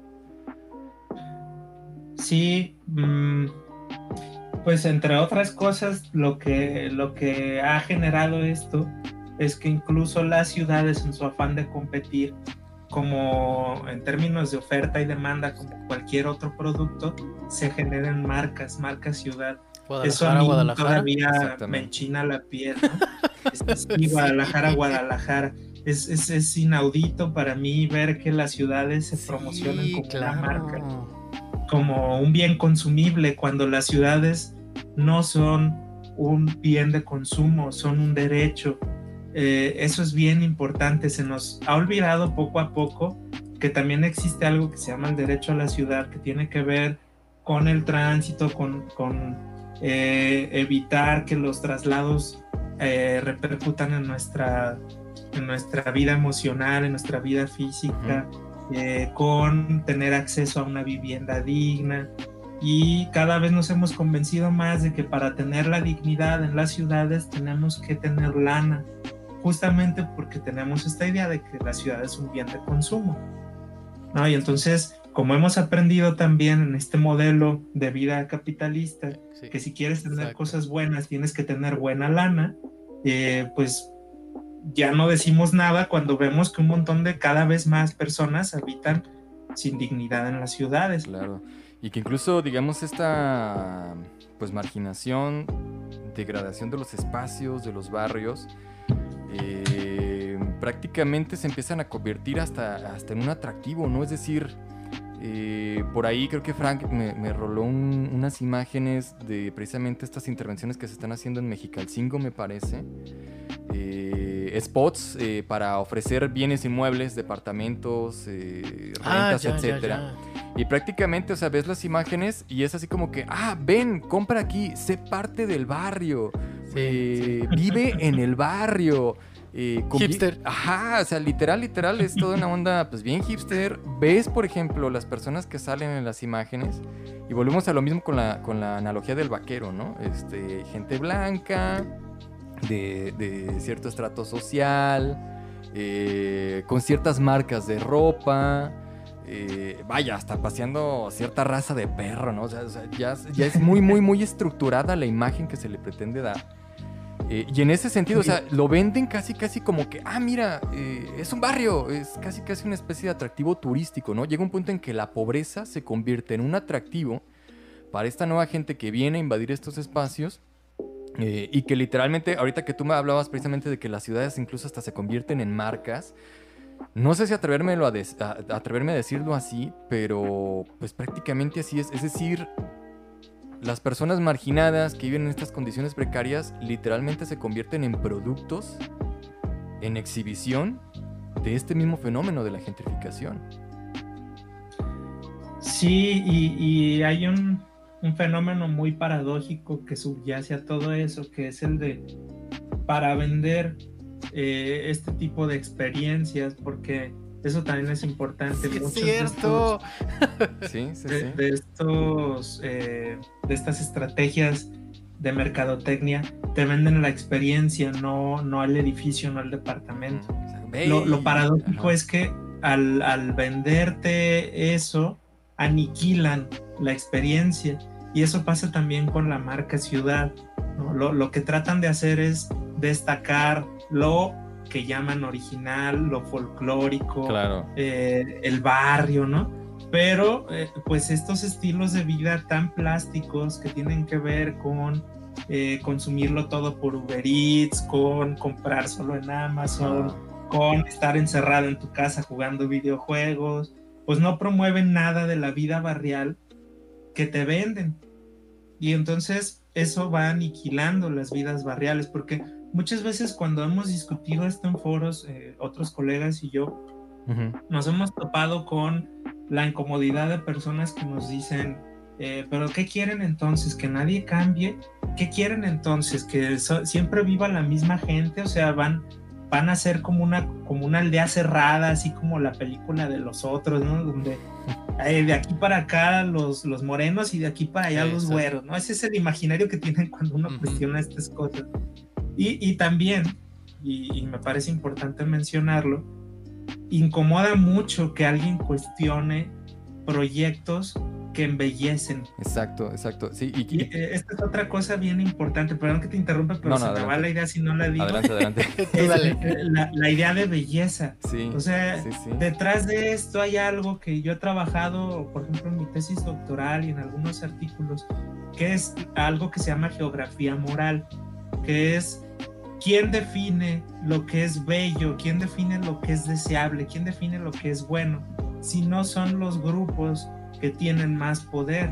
Sí, mmm... pues entre otras cosas, lo que, lo que ha generado esto es que incluso las ciudades, en su afán de competir, como en términos de oferta y demanda, como cualquier otro producto, se generan marcas, marcas ciudad. Eso a mí Guadalajara. Todavía me enchina la piel, ¿no? Es así, Guadalajara, Guadalajara. Es, es, es inaudito para mí ver que las ciudades se sí, promocionan como claro. una marca, como un bien consumible, cuando las ciudades no son un bien de consumo, son un derecho. Eh, eso es bien importante. Se nos ha olvidado poco a poco que también existe algo que se llama el derecho a la ciudad, que tiene que ver con el tránsito, con, con eh, evitar que los traslados eh, repercutan en nuestra, en nuestra vida emocional, en nuestra vida física, uh-huh. eh, con tener acceso a una vivienda digna. Y cada vez nos hemos convencido más de que para tener la dignidad en las ciudades tenemos que tener lana, justamente porque tenemos esta idea de que la ciudad es un bien de consumo, ¿no? Y entonces, como hemos aprendido también en este modelo de vida capitalista, sí, que si quieres tener exacto. cosas buenas tienes que tener buena lana, eh, pues ya no decimos nada cuando vemos que un montón de cada vez más personas habitan sin dignidad en las ciudades. Claro. Y que incluso, digamos, esta pues marginación, degradación de los espacios, de los barrios, eh, prácticamente se empiezan a convertir hasta, hasta en un atractivo, ¿no? Es decir, eh, por ahí creo que Frank me, me roló un, unas imágenes de precisamente estas intervenciones que se están haciendo en Mexicalcingo, me parece. Eh, spots eh, para ofrecer bienes inmuebles, departamentos, eh, rentas, ah, ya, etcétera. Ya, ya. Y prácticamente, o sea, ves las imágenes y es así como que, ah, ven, compra aquí, sé parte del barrio, sí, eh, sí. vive en el barrio. Eh, hipster. Ajá, o sea, literal, literal, es toda una onda, pues bien hipster. Ves, por ejemplo, las personas que salen en las imágenes y volvemos a lo mismo con la, con la analogía del vaquero, ¿no? Este, gente blanca, de, de cierto estrato social, eh, con ciertas marcas de ropa. Eh, vaya, hasta paseando cierta raza de perro, ¿no? O sea, o sea ya, ya es muy, muy, muy estructurada la imagen que se le pretende dar. Eh, y en ese sentido, o sea, lo venden casi, casi como que, ah, mira, eh, es un barrio, es casi, casi una especie de atractivo turístico, ¿no? Llega un punto en que la pobreza se convierte en un atractivo para esta nueva gente que viene a invadir estos espacios. Eh, y que literalmente, ahorita que tú me hablabas precisamente de que las ciudades incluso hasta se convierten en marcas. No sé si atreverme a, de- a, a atreverme a decirlo así, pero pues prácticamente así es. Es decir, las personas marginadas que viven en estas condiciones precarias literalmente se convierten en productos, en exhibición de este mismo fenómeno de la gentrificación. Sí, y, y hay un, un fenómeno muy paradójico que subyace a todo eso, que es el de, para vender eh, este tipo de experiencias, porque eso también es importante. Sí, Muchos es cierto. De estos, Sí, sí, de, sí. de estos eh, de estas estrategias de mercadotecnia te venden la experiencia, no, no al edificio, no al departamento. Mm, o sea, ve Lo, lo y- paradójico ajá. es que al, al venderte eso, aniquilan la experiencia. Y eso pasa también con la marca ciudad, ¿no? Lo, lo que tratan de hacer es destacar lo que llaman original, lo folclórico, Claro. eh, el barrio, ¿no? Pero eh, pues estos estilos de vida tan plásticos que tienen que ver con eh, consumirlo todo por Uber Eats, con comprar solo en Amazon, Ah, con estar encerrado en tu casa jugando videojuegos, pues no promueven nada de la vida barrial que te venden. Y entonces eso va aniquilando las vidas barriales, porque muchas veces cuando hemos discutido esto en foros, eh, otros colegas y yo, ujú. nos hemos topado con la incomodidad de personas que nos dicen, eh, pero ¿qué quieren entonces? ¿Que nadie cambie? ¿Qué quieren entonces? ¿Que so- siempre viva la misma gente? O sea, van, van a ser como una, como una aldea cerrada, así como la película de Los Otros, ¿no? Donde eh, de aquí para acá los, los morenos y de aquí para allá los Exacto. güeros, ¿no? Ese es el imaginario que tienen cuando uno Ujú. cuestiona estas cosas. Y, y también, y, y me parece importante mencionarlo, incomoda mucho que alguien cuestione proyectos que embellecen. Exacto, exacto. Sí, y, Y y- eh, esta es otra cosa bien importante, perdón que te interrumpa, pero No, no, se me adelante. va la idea si no la digo. adelante, adelante. Tú Es, dale. eh, la, la idea de belleza. Sí, O sea, sí, sí. detrás de esto hay algo que yo he trabajado, por ejemplo, en mi tesis doctoral y en algunos artículos, que es algo que se llama geografía moral, que es quién define lo que es bello, quién define lo que es deseable, quién define lo que es bueno, si no son los grupos que tienen más poder.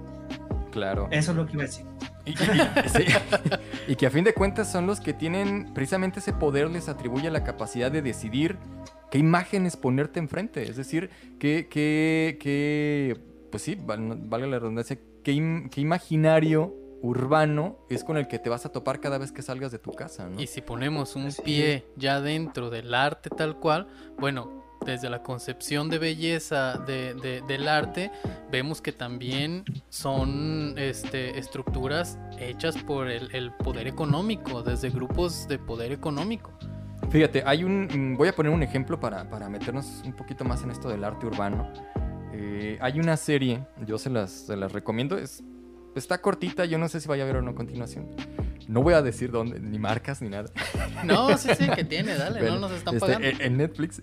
Claro. Eso es lo que iba a decir. Y, y- y- sí. Y que a fin de cuentas son los que tienen precisamente ese poder, les atribuye la capacidad de decidir qué imágenes ponerte enfrente. Es decir, qué, qué, qué pues sí, val- valga la redundancia, qué, im- qué imaginario urbano es con el que te vas a topar cada vez que salgas de tu casa, ¿no? Y si ponemos un Así pie ya dentro del arte tal cual, bueno, desde la concepción de belleza de, de- del arte, vemos que también son este, estructuras hechas por el, el poder económico, desde grupos de poder económico. Fíjate, hay un. mm, Voy a poner un ejemplo para, para meternos un poquito más en esto del arte urbano. Eh, hay una serie, yo se las, se las recomiendo. Es, está cortita, yo no sé si vaya a ver o no a continuación. No voy a decir dónde, ni marcas, ni nada. No, sí, sí, que tiene, dale, Bueno, no nos están este, pagando. en, en Netflix.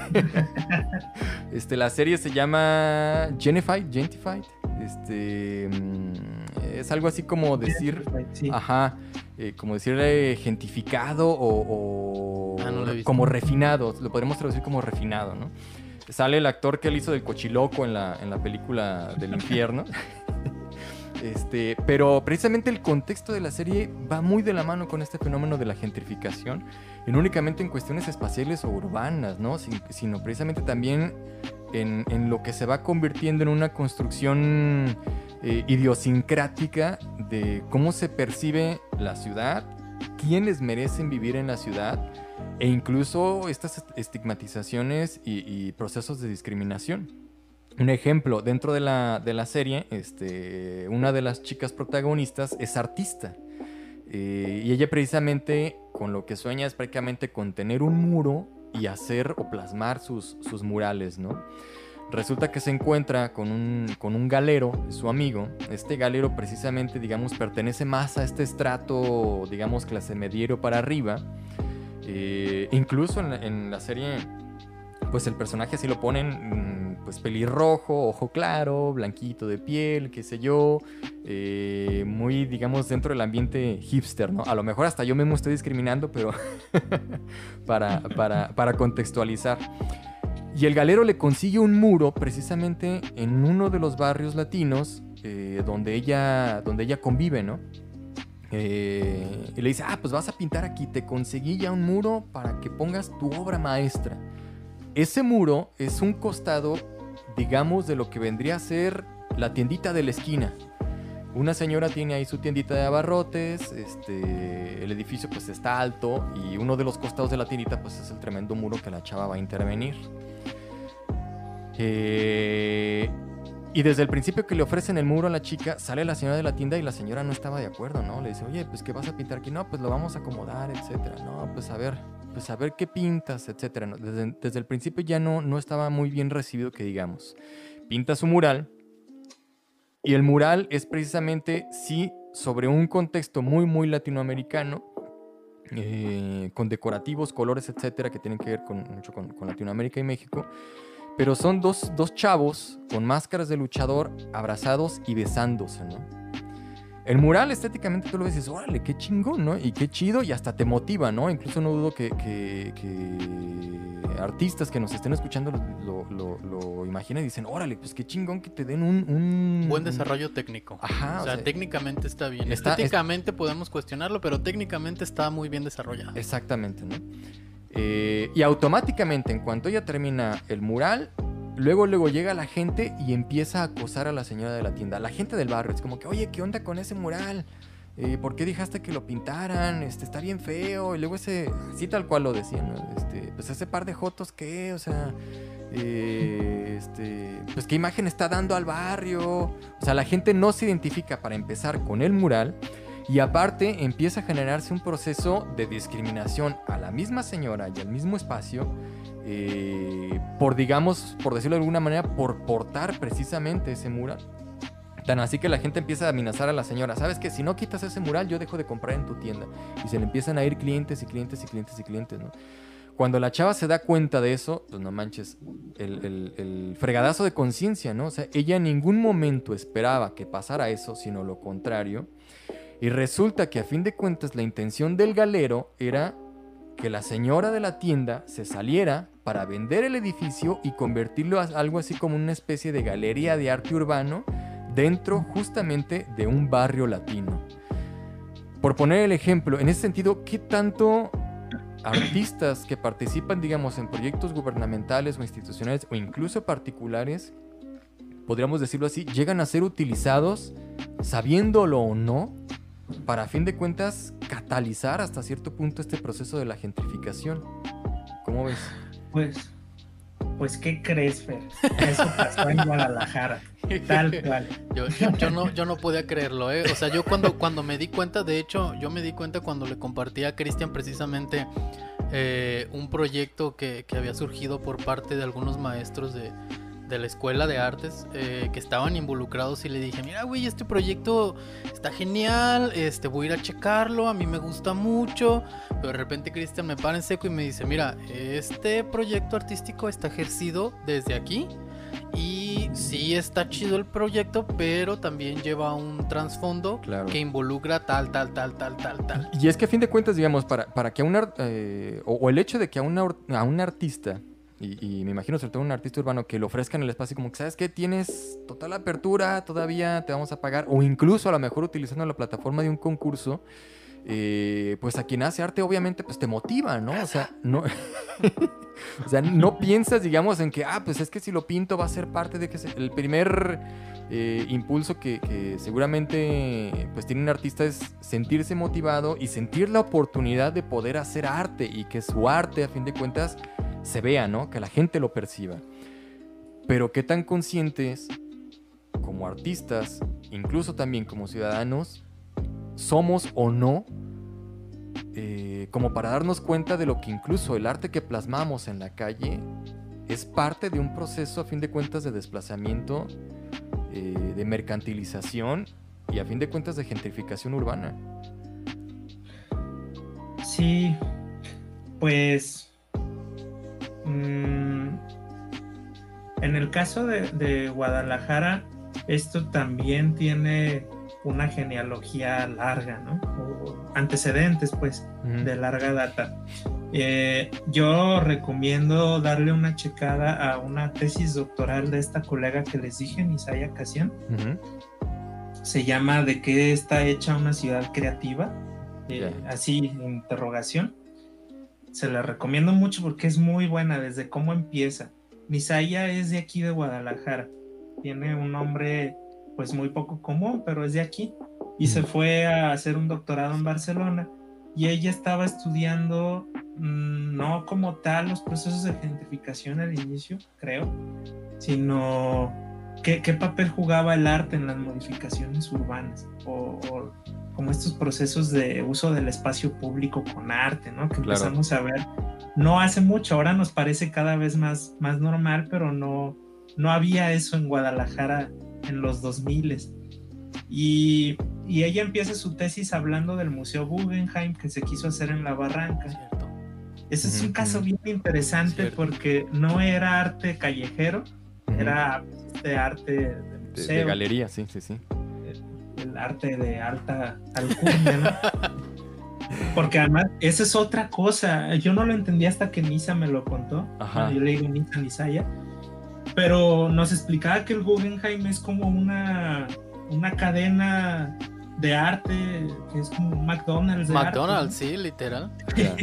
este, la serie se llama Genified, Gentified. Este, mm, es algo así como decir. Sí. Ajá, eh, como decir eh, gentificado o, o Ah, no lo he visto. como refinado, lo podemos traducir como refinado, ¿no? Sale el actor que él hizo del cochiloco en la, en la película del infierno. Este, pero precisamente el contexto de la serie va muy de la mano con este fenómeno de la gentrificación, y no únicamente en cuestiones espaciales o urbanas, ¿no? Sin- sino precisamente también en, en lo que se va convirtiendo en una construcción eh, idiosincrática de cómo se percibe la ciudad, quiénes merecen vivir en la ciudad, e incluso estas est- estigmatizaciones y, y procesos de discriminación. Un ejemplo, dentro de la, de la serie, este, una de las chicas protagonistas es artista. Eh, y ella precisamente con lo que sueña es prácticamente con tener un muro y hacer o plasmar sus, sus murales, ¿no? Resulta que se encuentra con un, con un galero, su amigo. Este galero precisamente, digamos, pertenece más a este estrato, digamos, clase mediero para arriba. Eh, incluso en la, en la serie, pues el personaje así lo ponen, pues pelirrojo, ojo claro, blanquito de piel, qué sé yo, eh, muy, digamos, dentro del ambiente hipster, ¿no? A lo mejor hasta yo mismo estoy discriminando, pero para, para, para contextualizar. Y el galero le consigue un muro precisamente en uno de los barrios latinos eh, donde, ella, donde ella convive, ¿no? Eh, y le dice, ah, pues vas a pintar aquí, te conseguí ya un muro para que pongas tu obra maestra. Ese muro es un costado, digamos, de lo que vendría a ser la tiendita de la esquina. Una señora tiene ahí su tiendita de abarrotes, este, el edificio pues está alto y uno de los costados de la tiendita pues es el tremendo muro que la chava va a intervenir. Eh, y desde el principio que le ofrecen el muro a la chica, sale la señora de la tienda y la señora no estaba de acuerdo, ¿no? Le dice, oye, pues ¿qué vas a pintar aquí? No, pues lo vamos a acomodar, etcétera. No, pues a ver, pues a ver qué pintas, etcétera. ¿no? Desde, desde el principio ya no, no estaba muy bien recibido, que digamos. Pinta su mural. Y el mural es precisamente, sí, sobre un contexto muy, muy latinoamericano, eh, con decorativos, colores, etcétera, que tienen que ver con, mucho con, con Latinoamérica y México. Pero son dos, dos chavos con máscaras de luchador, abrazados y besándose, ¿no? El mural estéticamente tú lo ves y dices, órale, qué chingón, ¿no? Y qué chido, y hasta te motiva, ¿no? Incluso no dudo que, que, que artistas que nos estén escuchando lo, lo, lo imaginen y dicen, órale, pues qué chingón que te den un... un buen desarrollo técnico. Ajá. O sea, o sea técnicamente está bien. Está, Estéticamente es... podemos cuestionarlo, pero técnicamente está muy bien desarrollado. Exactamente, ¿no? Eh, y automáticamente, en cuanto ella termina el mural, luego, luego llega la gente y empieza a acosar a la señora de la tienda. La gente del barrio es como que, oye, ¿qué onda con ese mural? Eh, ¿Por qué dejaste que lo pintaran? Este, está bien feo. Y luego ese, así tal cual lo decían, ¿no? Este, pues ese par de jotos, ¿qué? O sea, eh, este, pues qué imagen está dando al barrio. O sea, la gente no se identifica para empezar con el mural. Y aparte empieza a generarse un proceso de discriminación a la misma señora y al mismo espacio, eh, por, digamos, por decirlo de alguna manera, por portar precisamente ese mural. Tan así que la gente empieza a amenazar a la señora, ¿sabes qué? Si no quitas ese mural, yo dejo de comprar en tu tienda. Y se le empiezan a ir clientes y clientes y clientes y clientes, ¿no? Cuando la chava se da cuenta de eso, pues no manches, el, el, el fregadazo de conciencia, ¿no? O sea, ella en ningún momento esperaba que pasara eso, sino lo contrario. Y resulta que a fin de cuentas la intención del galero era que la señora de la tienda se saliera para vender el edificio y convertirlo a algo así como una especie de galería de arte urbano dentro justamente de un barrio latino. Por poner el ejemplo, en ese sentido, ¿qué tanto artistas que participan, digamos, en proyectos gubernamentales o institucionales o incluso particulares, podríamos decirlo así, llegan a ser utilizados, sabiéndolo o no, para a fin de cuentas catalizar hasta cierto punto este proceso de la gentrificación? ¿Cómo ves? Pues, pues ¿qué crees, Fer? Eso pasó en Guadalajara, tal cual. Yo, yo, yo, no, yo no podía creerlo, ¿eh? O sea, yo cuando, cuando me di cuenta, de hecho, yo me di cuenta cuando le compartí a Cristian precisamente eh, un proyecto que, que había surgido por parte de algunos maestros de... de la escuela de artes eh, que estaban involucrados, y le dije, mira güey, este proyecto está genial, este, voy a ir a checarlo, a mí me gusta mucho. Pero de repente Cristian me para en seco y me dice, mira, este proyecto artístico está ejercido desde aquí y sí está chido el proyecto, pero también lleva un trasfondo, claro, que involucra tal, tal, tal, tal, tal, tal. Y es que a fin de cuentas, digamos, para, para que a un art, eh, o, o el hecho de que a, una, a un artista, Y, y me imagino sobre todo un artista urbano, que le ofrezcan el espacio como que, ¿sabes qué? Tienes total apertura, todavía te vamos a pagar, o incluso a lo mejor utilizando la plataforma de un concurso, eh, pues a quien hace arte obviamente pues te motiva, ¿no? O sea, no, o sea, no piensas, digamos, en que, ah, pues es que si lo pinto va a ser parte de que se, el primer eh, impulso que, que seguramente pues tiene un artista es sentirse motivado y sentir la oportunidad de poder hacer arte y que su arte, a fin de cuentas, se vea, ¿no? Que la gente lo perciba. Pero qué tan conscientes como artistas, incluso también como ciudadanos, somos o no, eh, como para darnos cuenta de lo que incluso el arte que plasmamos en la calle es parte de un proceso, a fin de cuentas, de desplazamiento, eh, de mercantilización y a fin de cuentas de gentrificación urbana. Sí, pues mmm, en el caso de, de Guadalajara, esto también tiene una genealogía larga, ¿no? O antecedentes, pues, uh-huh. de larga data. Eh, yo recomiendo darle una checada a una tesis doctoral de esta colega que les dije, Nisaya Casian. Uh-huh. Se llama ¿De qué está hecha una ciudad creativa? Eh, yeah. Así, interrogación. Se la recomiendo mucho porque es muy buena desde cómo empieza. Nisaya es de aquí de Guadalajara. Tiene un nombre pues muy poco común, pero es de aquí, y se fue a hacer un doctorado en Barcelona, y ella estaba estudiando mmm, no como tal los procesos de gentrificación al inicio, creo, sino qué, qué papel jugaba el arte en las modificaciones urbanas, o, o como estos procesos de uso del espacio público con arte, ¿no? Que empezamos claro. a ver no hace mucho, ahora nos parece cada vez más, más normal, pero no, no había eso en Guadalajara en los dos mil. Y, y ella empieza su tesis hablando del Museo Guggenheim que se quiso hacer en La Barranca. Cierto. Ese es uh-huh. un caso bien interesante Cierto. porque no era arte callejero, uh-huh. era este arte de museo. De, de galería, sí, sí, sí. El, el arte de alta alcurnia, ¿no? Porque además, esa es otra cosa. Yo no lo entendí hasta que Nisa me lo contó. Ajá. Yo le digo Nisa Nisaya. Pero nos explicaba que el Guggenheim es como una, una cadena de arte, que es como un McDonald's de McDonald's, arte, ¿no? Sí, literal.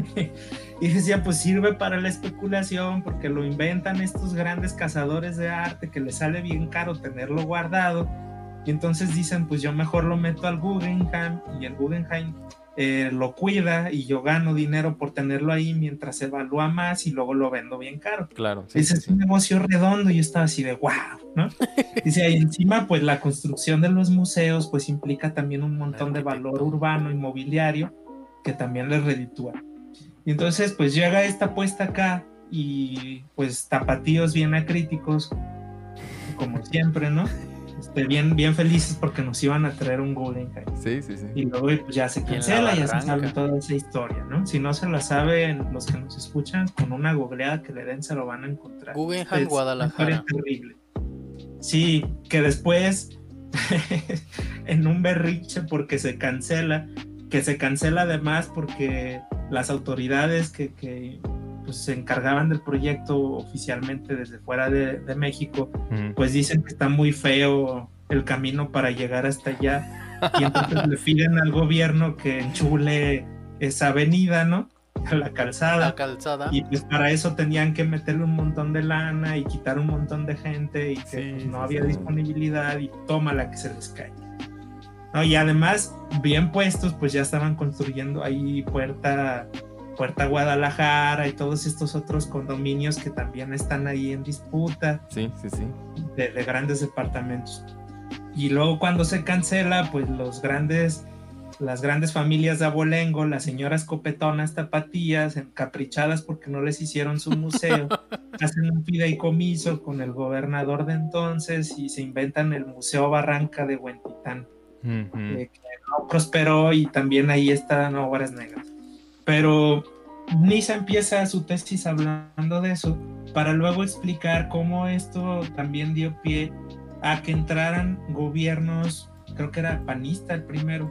Y decía, pues sirve para la especulación, porque lo inventan estos grandes cazadores de arte, que les sale bien caro tenerlo guardado. Y entonces dicen, pues yo mejor lo meto al Guggenheim, y el Guggenheim Eh, lo cuida y yo gano dinero por tenerlo ahí mientras se evalúa más y luego lo vendo bien caro. Claro. Sí, Ese sí, es sí. un negocio redondo y yo estaba así de wow, ¿no? Dice, ahí encima pues la construcción de los museos pues implica también un montón de valor urbano, inmobiliario, que también les reditúa. Y entonces pues llega esta apuesta acá y pues tapatíos bien acríticos, como siempre, ¿no? Este, bien, bien felices porque nos iban a traer un Guggenheim. Sí, sí, sí. Y luego pues, ya se cancela, ya se sabe toda esa historia, ¿no? Si no se la saben los que nos escuchan, con una googleada que le den se lo van a encontrar. Guggenheim, es Guadalajara. Una historia terrible. Sí, que después en un berriche porque se cancela, que se cancela además porque las autoridades que, que pues, se encargaban del proyecto oficialmente desde fuera de, de México, mm. pues dicen que está muy feo el camino para llegar hasta allá, y entonces le piden al gobierno que enchule esa avenida, ¿no? La calzada. La calzada. Y pues para eso tenían que meterle un montón de lana y quitar un montón de gente, y que sí, pues, no sí, había sí. disponibilidad, y tómala que se les cae. No, y además, bien puestos, pues ya estaban construyendo ahí Puerta... Puerta Guadalajara y todos estos otros condominios que también están ahí en disputa. Sí, sí, sí. De, de grandes departamentos. Y luego cuando se cancela, pues los grandes, las grandes familias de abolengo, las señoras copetonas tapatías, encaprichadas porque no les hicieron su museo, hacen un fideicomiso con el gobernador de entonces y se inventan el Museo Barranca de Huentitán, uh-huh. eh, que no prosperó, y también ahí están obras negras. Pero Nisa empieza su tesis hablando de eso para luego explicar cómo esto también dio pie a que entraran gobiernos, creo que era panista el primero,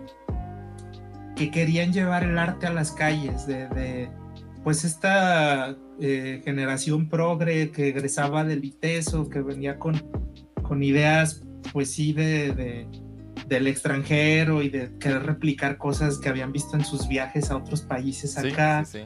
que querían llevar el arte a las calles, de, de pues esta eh, generación progre que egresaba del ITESO, que venía con, con ideas pues sí de... de del extranjero y de querer replicar cosas que habían visto en sus viajes a otros países acá. Sí, sí,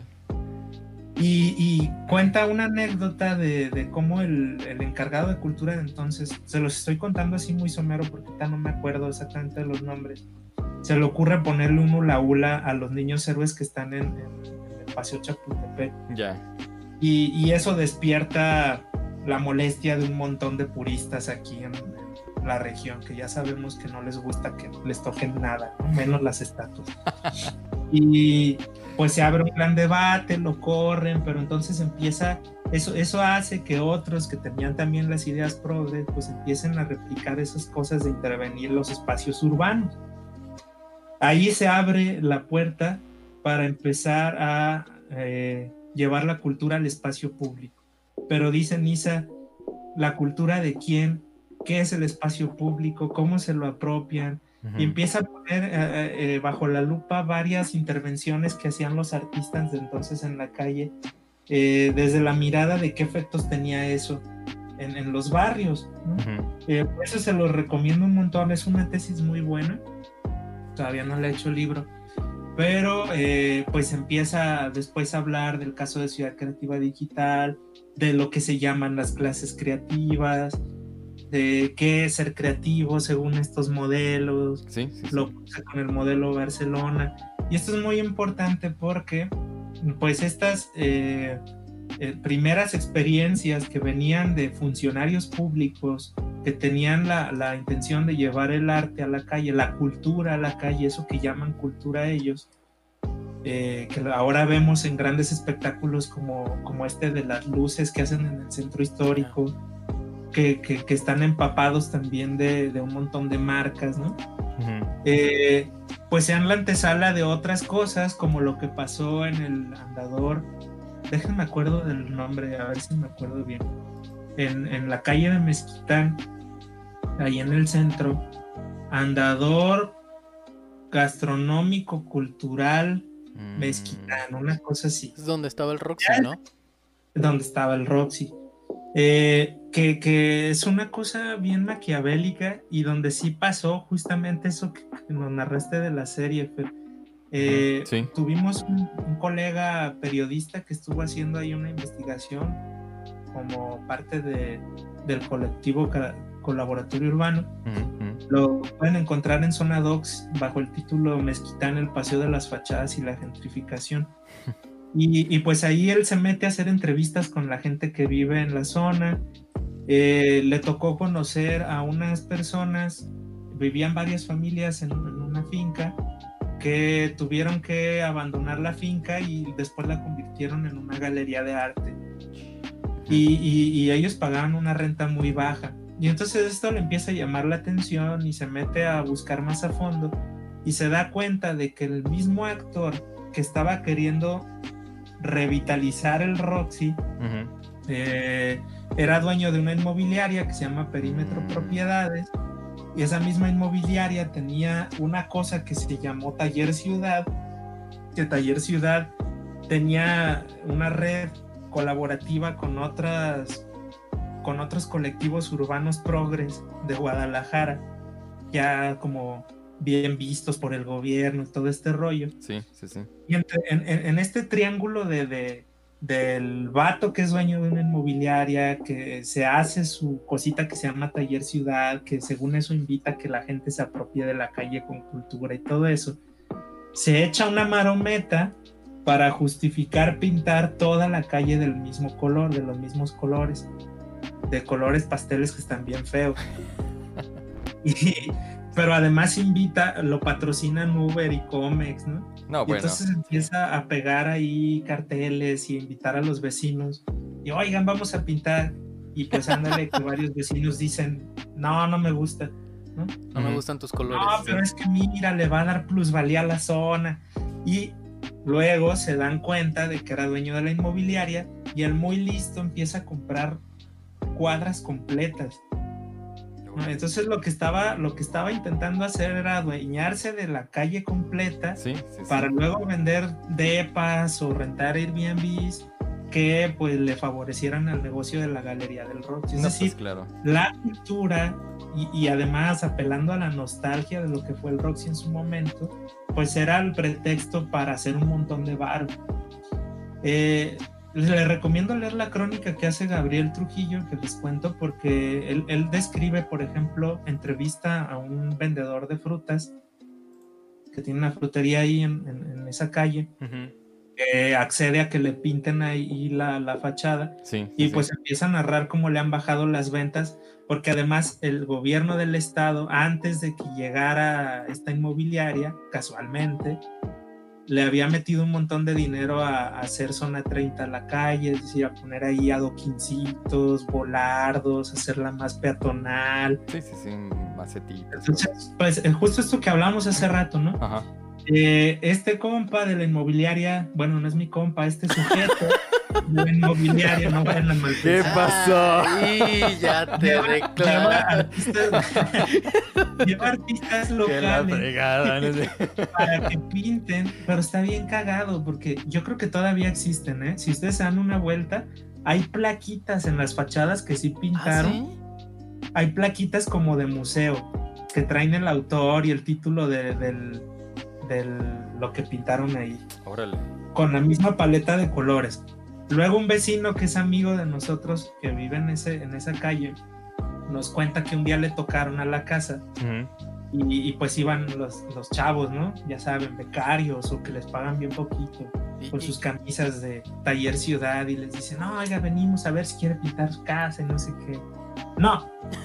sí. Y, y cuenta una anécdota de, de cómo el, el encargado de cultura de entonces, se los estoy contando así muy somero porque ahorita no me acuerdo exactamente de los nombres, se le ocurre ponerle un hula hula a los niños héroes que están en, en, en el Paseo Chapultepec. Ya. Yeah. Y, y eso despierta la molestia de un montón de puristas aquí en, en la región, que ya sabemos que no les gusta que les toquen nada, ¿no? Menos las estatuas. Y pues se abre un gran debate, lo corren, pero entonces empieza, eso, eso hace que otros que tenían también las ideas progres, pues empiecen a replicar esas cosas de intervenir los espacios urbanos. Ahí se abre la puerta para empezar a eh, llevar la cultura al espacio público. Pero dice Nisa, ¿la cultura de quién? ¿Qué es el espacio público? ¿Cómo se lo apropian? Uh-huh. Y empieza a poner eh, eh, bajo la lupa varias intervenciones que hacían los artistas de entonces en la calle, eh, desde la mirada de qué efectos tenía eso en, en los barrios, ¿no? Uh-huh. Eh, por eso se lo recomiendo un montón, es una tesis muy buena, todavía no le he hecho el libro, pero eh, pues empieza después a hablar del caso de Ciudad Creativa Digital, de lo que se llaman las clases creativas, de qué es ser creativo según estos modelos, sí, sí, sí. lo puse con el modelo Barcelona. Y esto es muy importante porque pues estas eh, eh, primeras experiencias que venían de funcionarios públicos que tenían la, la intención de llevar el arte a la calle, la cultura a la calle, eso que llaman cultura ellos, eh, que ahora vemos en grandes espectáculos como, como este de las luces que hacen en el centro histórico, que, que, que están empapados también de, de un montón de marcas, ¿no? Uh-huh. Eh, pues sean la antesala de otras cosas, como lo que pasó en el Andador. Déjenme acuerdo del nombre, a ver si me acuerdo bien. En, en la calle de Mezquitán, ahí en el centro, Andador gastronómico cultural mm. Mezquitán, una cosa así. Es donde estaba el Roxy, ¿no? Donde estaba el Roxy. Eh, que, que es una cosa bien maquiavélica y donde sí pasó justamente eso que, que nos narraste de la serie, Fer. Eh, sí. Tuvimos un, un colega periodista que estuvo haciendo ahí una investigación como parte de, del colectivo Colaboratorio Urbano. Uh-huh. Lo pueden encontrar en Zona Docs bajo el título Mezquitán, el paseo de las fachadas y la gentrificación. Y, y pues ahí él se mete a hacer entrevistas con la gente que vive en la zona. Eh, le tocó conocer a unas personas, vivían varias familias en, en una finca, que tuvieron que abandonar la finca y después la convirtieron en una galería de arte. Y, y, y ellos pagaban una renta muy baja. Y entonces esto le empieza a llamar la atención y se mete a buscar más a fondo y se da cuenta de que el mismo actor que estaba queriendo revitalizar el Roxy uh-huh. eh, era dueño de una inmobiliaria que se llama Perímetro uh-huh. Propiedades, y esa misma inmobiliaria tenía una cosa que se llamó Taller Ciudad, que Taller Ciudad tenía una red colaborativa con otras con otros colectivos urbanos progres de Guadalajara, ya como bien vistos por el gobierno, todo este rollo. Sí, sí, sí. Y en, en, en este triángulo de, de, del vato que es dueño de una inmobiliaria, que se hace su cosita que se llama Taller Ciudad, que según eso invita a que la gente se apropie de la calle con cultura y todo eso, se echa una marometa para justificar pintar toda la calle del mismo color, de los mismos colores, de colores pasteles que están bien feos. Y, pero además invita, lo patrocinan Uber y Comex, ¿no? No, y bueno. Entonces empieza a pegar ahí carteles y invitar a los vecinos. Y oigan, vamos a pintar. Y pues ándale que varios vecinos dicen, no, no me gusta, ¿no? No me gustan tus colores. No, pero es que mira, le va a dar plusvalía a la zona. Y luego se dan cuenta de que era dueño de la inmobiliaria y el muy listo empieza a comprar cuadras completas. Entonces lo que estaba lo que estaba intentando hacer era adueñarse de la calle completa, sí, sí, sí. para luego vender depas o rentar Airbnbs que pues le favorecieran al negocio de la galería del Roxy. Es no, decir, pues, claro. La cultura y, y además apelando a la nostalgia de lo que fue el Roxy en su momento, pues era el pretexto para hacer un montón de varo. Eh, Le recomiendo leer la crónica que hace Gabriel Trujillo, que les cuento, porque él, él describe, por ejemplo, entrevista a un vendedor de frutas que tiene una frutería ahí en, en, en esa calle, uh-huh. que accede a que le pinten ahí la, la fachada, sí, y sí, pues sí. empieza a narrar cómo le han bajado las ventas, porque además el gobierno del estado, antes de que llegara esta inmobiliaria, casualmente, le había metido un montón de dinero a, a hacer zona treinta a la calle, es decir, a poner ahí adoquincitos, volardos, hacerla más peatonal. Sí, sí, sí, macetitas. Entonces, pues justo esto que hablamos hace rato, ¿no? Ajá. Eh, este compa de la inmobiliaria, bueno, no es mi compa, este sujeto de la inmobiliaria, no vayan a malpensar. ¿Qué pasó? Ay, ya te lleva, reclamo. Lleva artistas, lleva artistas locales fregada, no sé. para que pinten, pero está bien cagado porque yo creo que todavía existen, ¿eh? Si ustedes se dan una vuelta, hay plaquitas en las fachadas que sí pintaron. ¿Ah, sí? Hay plaquitas como de museo que traen el autor y el título de, del, del lo que pintaron ahí. Órale. Con la misma paleta de colores. Luego un vecino que es amigo de nosotros, que vive en, ese, en esa calle, nos cuenta que un día le tocaron a la casa uh-huh. y, y pues iban los, los chavos, ¿no? Ya saben, becarios o que les pagan bien poquito con sus camisas de Taller Ciudad y les dicen, no, oiga, venimos a ver si quiere pintar su casa y no sé qué. No.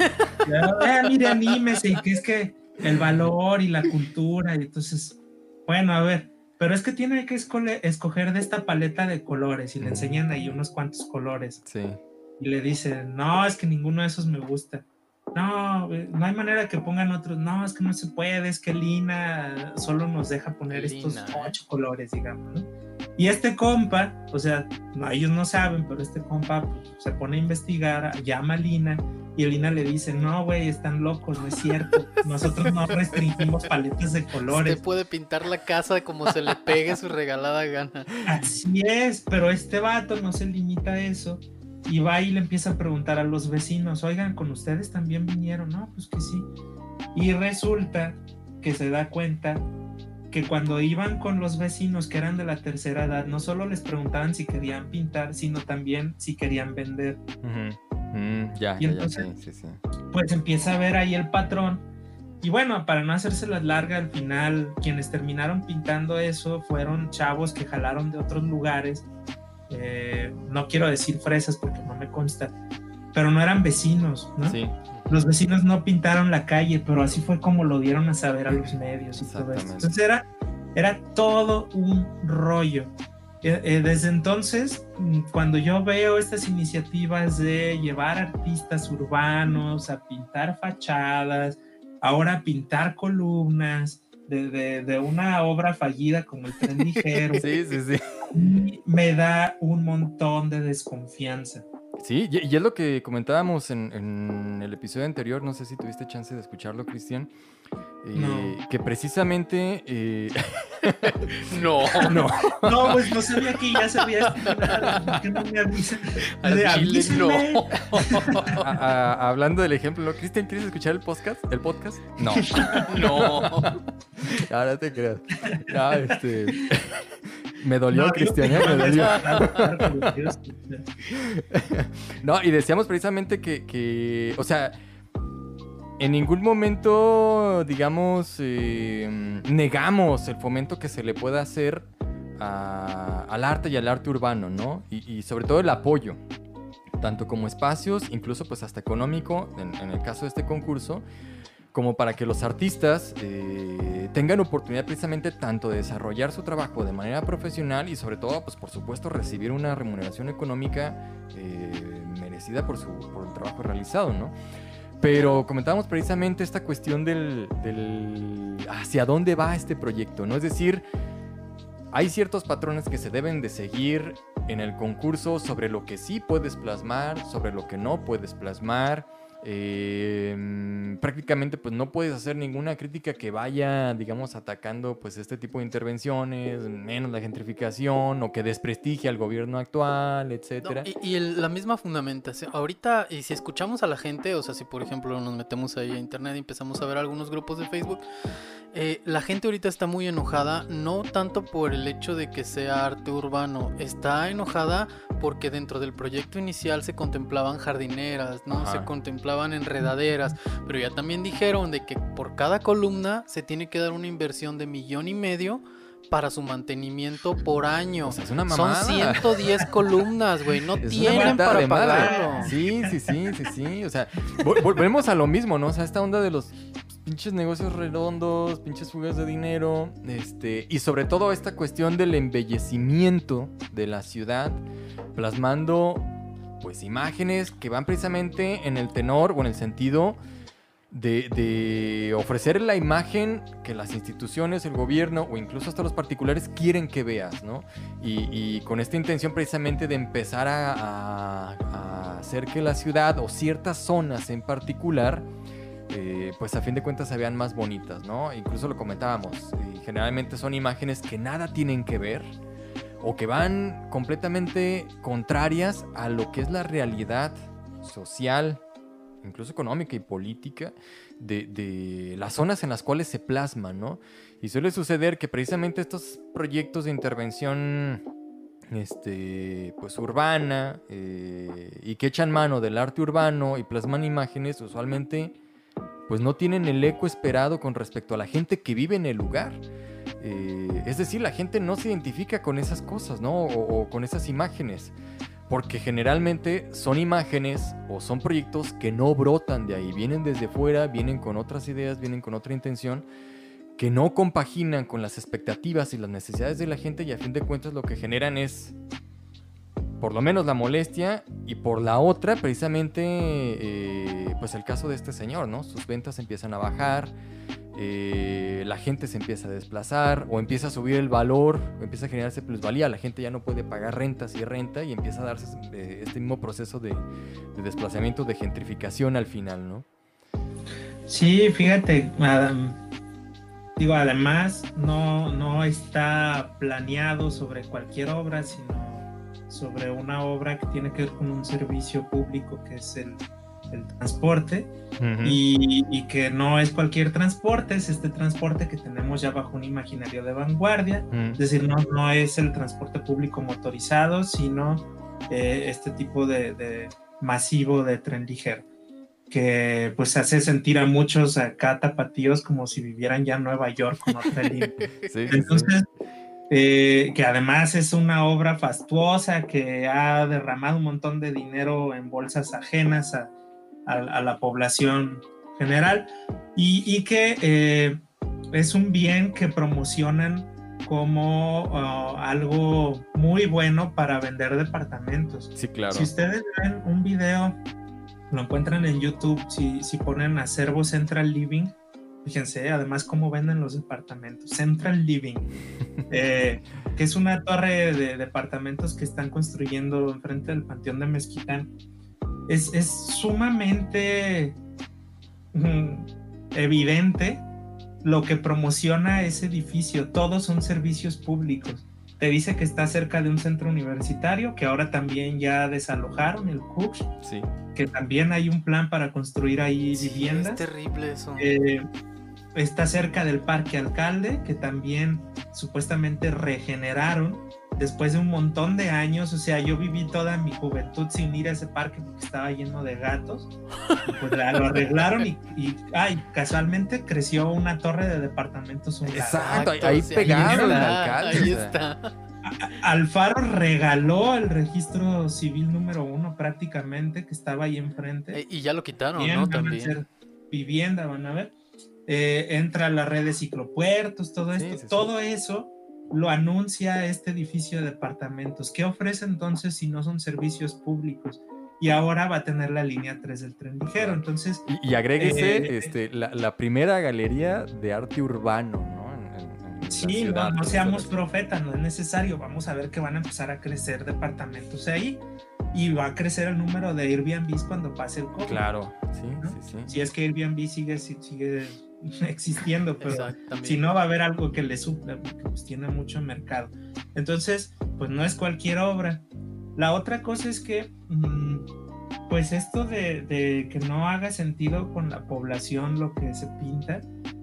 eh, mire, anímese, y que es que el valor y la cultura y entonces, bueno, a ver, pero es que tiene que escole- escoger de esta paleta de colores y le enseñan ahí unos cuantos colores. Sí. Y le dicen, no, es que ninguno de esos me gusta. No, no hay manera que pongan otros. No, es que no se puede, es que Lina solo nos deja poner Lina, estos ocho ¿eh? colores, digamos, ¿no? Y este compa, o sea, no, ellos no saben, pero este compa pues, se pone a investigar, llama a Lina y Lina le dice, no, güey, están locos, no es cierto. Nosotros no restringimos paletas de colores. Usted puede pintar la casa como se le pegue su regalada gana. Así es, pero este vato no se limita a eso. Y va y le empieza a preguntar a los vecinos, oigan, ¿con ustedes también vinieron? No, pues que sí. Y resulta que se da cuenta que cuando iban con los vecinos que eran de la tercera edad, no solo les preguntaban si querían pintar, sino también si querían vender. Uh-huh. Mm, ya, y ya, entonces, ya, sí, sí, sí. pues empieza a ver ahí el patrón. Y bueno, para no hacérselas larga, al final, quienes terminaron pintando eso fueron chavos que jalaron de otros lugares. Eh, no quiero decir fresas porque no me consta, pero no eran vecinos, ¿no? Sí. Los vecinos no pintaron la calle, pero así fue como lo dieron a saber a los medios y todo eso. Entonces era, era todo un rollo. Eh, eh, desde entonces, cuando yo veo estas iniciativas de llevar artistas urbanos a pintar fachadas, ahora a pintar columnas de, de, de una obra fallida como el Tren Ligero, sí, sí, sí. me da un montón de desconfianza. Sí, y, y es lo que comentábamos en, en el episodio anterior, no sé si tuviste chance de escucharlo, Cristian, eh, no. que precisamente... Eh... no. no. No, pues no sabía que ya se había estrenado, ¿por qué no me avisan? No. a, a, hablando del ejemplo, ¿no? Cristian, ¿quieres escuchar el podcast? ¿El podcast? No. No. Ahora te creas. No, este... Me dolió, no, Cristian, ¿eh? Me dolió. No, y decíamos precisamente que, que, o sea, en ningún momento, digamos, eh, negamos el fomento que se le pueda hacer a, al arte y al arte urbano, ¿no? Y, y sobre todo el apoyo, tanto como espacios, incluso pues hasta económico, en, en el caso de este concurso, como para que los artistas eh, tengan oportunidad precisamente tanto de desarrollar su trabajo de manera profesional y sobre todo, pues por supuesto, recibir una remuneración económica eh, merecida por, su, por el trabajo realizado, ¿no? Pero comentábamos precisamente esta cuestión del, del hacia dónde va este proyecto, ¿no? Es decir, hay ciertos patrones que se deben de seguir en el concurso sobre lo que sí puedes plasmar, sobre lo que no puedes plasmar. Eh, prácticamente pues no puedes hacer ninguna crítica que vaya, digamos, atacando pues este tipo de intervenciones, menos la gentrificación o que desprestigie al gobierno actual, etcétera. No, y y el, la misma fundamentación ahorita, y si escuchamos a la gente, o sea, si por ejemplo nos metemos ahí a internet y empezamos a ver algunos grupos de Facebook, eh, la gente ahorita está muy enojada, no tanto por el hecho de que sea arte urbano, está enojada porque dentro del proyecto inicial se contemplaban jardineras, ¿no? Ajá. Se contemplaban enredaderas, pero ya también dijeron de que por cada columna se tiene que dar una inversión de millón y medio para su mantenimiento por año. O sea, es una mamada. Son ciento diez columnas, güey, no es tienen para pagarlo. Sí, sí, sí, sí, sí, o sea, vol- volvemos a lo mismo, ¿no? O sea, esta onda de los pinches negocios redondos, pinches fugas de dinero, este, y sobre todo esta cuestión del embellecimiento de la ciudad, plasmando pues imágenes que van precisamente en el tenor o en el sentido de, de ofrecer la imagen que las instituciones, el gobierno o incluso hasta los particulares quieren que veas, ¿no? Y, y con esta intención precisamente de empezar a, a, a hacer que la ciudad o ciertas zonas en particular Eh, pues a fin de cuentas se vean más bonitas, ¿no? Incluso lo comentábamos, y generalmente son imágenes que nada tienen que ver o que van completamente contrarias a lo que es la realidad social, incluso económica y política de, de las zonas en las cuales se plasman, ¿no? Y suele suceder que precisamente estos proyectos de intervención este, pues urbana, eh, y que echan mano del arte urbano y plasman imágenes, usualmente pues no tienen el eco esperado con respecto a la gente que vive en el lugar. Eh, es decir, la gente no se identifica con esas cosas, ¿no? O, o con esas imágenes, porque generalmente son imágenes o son proyectos que no brotan de ahí, vienen desde fuera, vienen con otras ideas, vienen con otra intención, que no compaginan con las expectativas y las necesidades de la gente, y a fin de cuentas lo que generan es, por lo menos, la molestia, y por la otra, precisamente, eh, pues el caso de este señor, ¿no? Sus ventas empiezan a bajar, eh, la gente se empieza a desplazar, o empieza a subir el valor, o empieza a generarse plusvalía, la gente ya no puede pagar rentas y renta, y empieza a darse eh, este mismo proceso de, de desplazamiento, de gentrificación al final, ¿no? Sí, fíjate, Adam. Digo, además, no, no está planeado sobre cualquier obra, sino sobre una obra que tiene que ver con un servicio público, que es el, el transporte, uh-huh. y, y que no es cualquier transporte, es este transporte que tenemos ya bajo un imaginario de vanguardia, uh-huh. es decir, no, no es el transporte público motorizado, sino eh, este tipo de, de masivo de tren ligero, que pues hace sentir a muchos acá tapatíos como si vivieran ya en Nueva York con otra línea. Sí, entonces, sí. Eh, que además es una obra fastuosa que ha derramado un montón de dinero en bolsas ajenas a, a, a la población general, y, y que eh, es un bien que promocionan como uh, algo muy bueno para vender departamentos. Sí, claro. Si ustedes ven un video, lo encuentran en YouTube, si, si ponen Acervo Central Living, fíjense, además cómo venden los departamentos. Central Living, eh, que es una torre de departamentos que están construyendo enfrente del Panteón de Mezquitán. Es, es sumamente mm, evidente lo que promociona ese edificio. Todos son servicios públicos. Te dice que está cerca de un centro universitario, que ahora también ya desalojaron, el C U C S, sí. que también hay un plan para construir ahí sí, viviendas. Es terrible eso. Eh, está cerca del Parque Alcalde, que también supuestamente regeneraron después de un montón de años. O sea, yo viví toda mi juventud sin ir a ese parque porque estaba lleno de gatos. Y pues lo arreglaron y, y ay, casualmente creció una torre de departamentos. Exacto, ahí, ahí pegado el alcalde. Ahí está. Alfaro regaló el registro civil número uno prácticamente, que estaba ahí enfrente. Eh, y ya lo quitaron, Bien, ¿no? van También. A hacer vivienda, van a ver. Eh, entra la red de ciclopuertos, todo esto, sí, sí, todo sí. Eso lo anuncia este edificio de departamentos. ¿Qué ofrece entonces si no son servicios públicos? Y ahora va a tener la línea tres del tren ligero. Entonces, y, y agréguese eh, este, la, la primera galería de arte urbano, ¿no? En, en sí, ciudad, no, no seamos profetas, no es necesario. Vamos a ver que van a empezar a crecer departamentos ahí, y va a crecer el número de Airbnbs cuando pase el COVID. Claro, sí, ¿no? sí, sí. Si es que Airbnb sigue, sigue existiendo, pero si no va a haber algo que le supla, porque pues tiene mucho mercado. Entonces, pues no es cualquier obra. La otra cosa es que mmm, pues esto de, de que no haga sentido con la población lo que se pinta,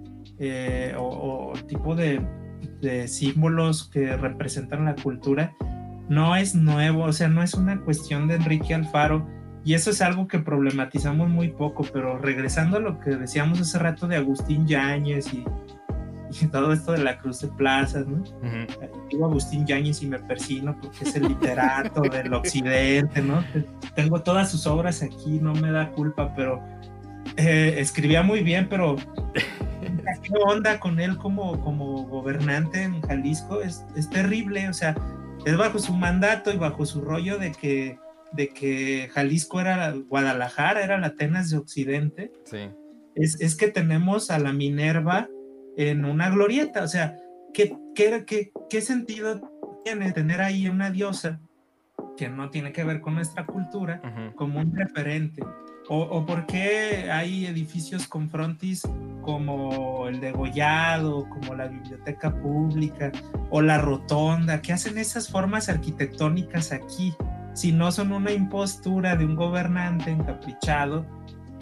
eh, o, o tipo de, de símbolos que representan la cultura, no es nuevo. O sea, no es una cuestión de Enrique Alfaro, y eso es algo que problematizamos muy poco. Pero regresando a lo que decíamos hace rato de Agustín Yáñez y, y todo esto de la Cruz de Plazas, ¿no? Uh-huh. Digo Agustín Yáñez y me persino porque es el literato del occidente, ¿no? Tengo todas sus obras aquí, no me da culpa, pero eh, escribía muy bien, pero ¿qué onda con él como, como gobernante en Jalisco? Es, es terrible. O sea, es bajo su mandato y bajo su rollo de que de que Jalisco era Guadalajara, era la Atenas de Occidente. Sí. Es, es que tenemos a la Minerva en una glorieta. O sea, ¿qué, qué, qué, qué sentido tiene tener ahí una diosa que no tiene que ver con nuestra cultura, uh-huh, como un referente? O, o por qué hay edificios con frontis como el Degollado, como la Biblioteca Pública o la Rotonda. ¿Qué hacen esas formas arquitectónicas aquí si no son una impostura de un gobernante encaprichado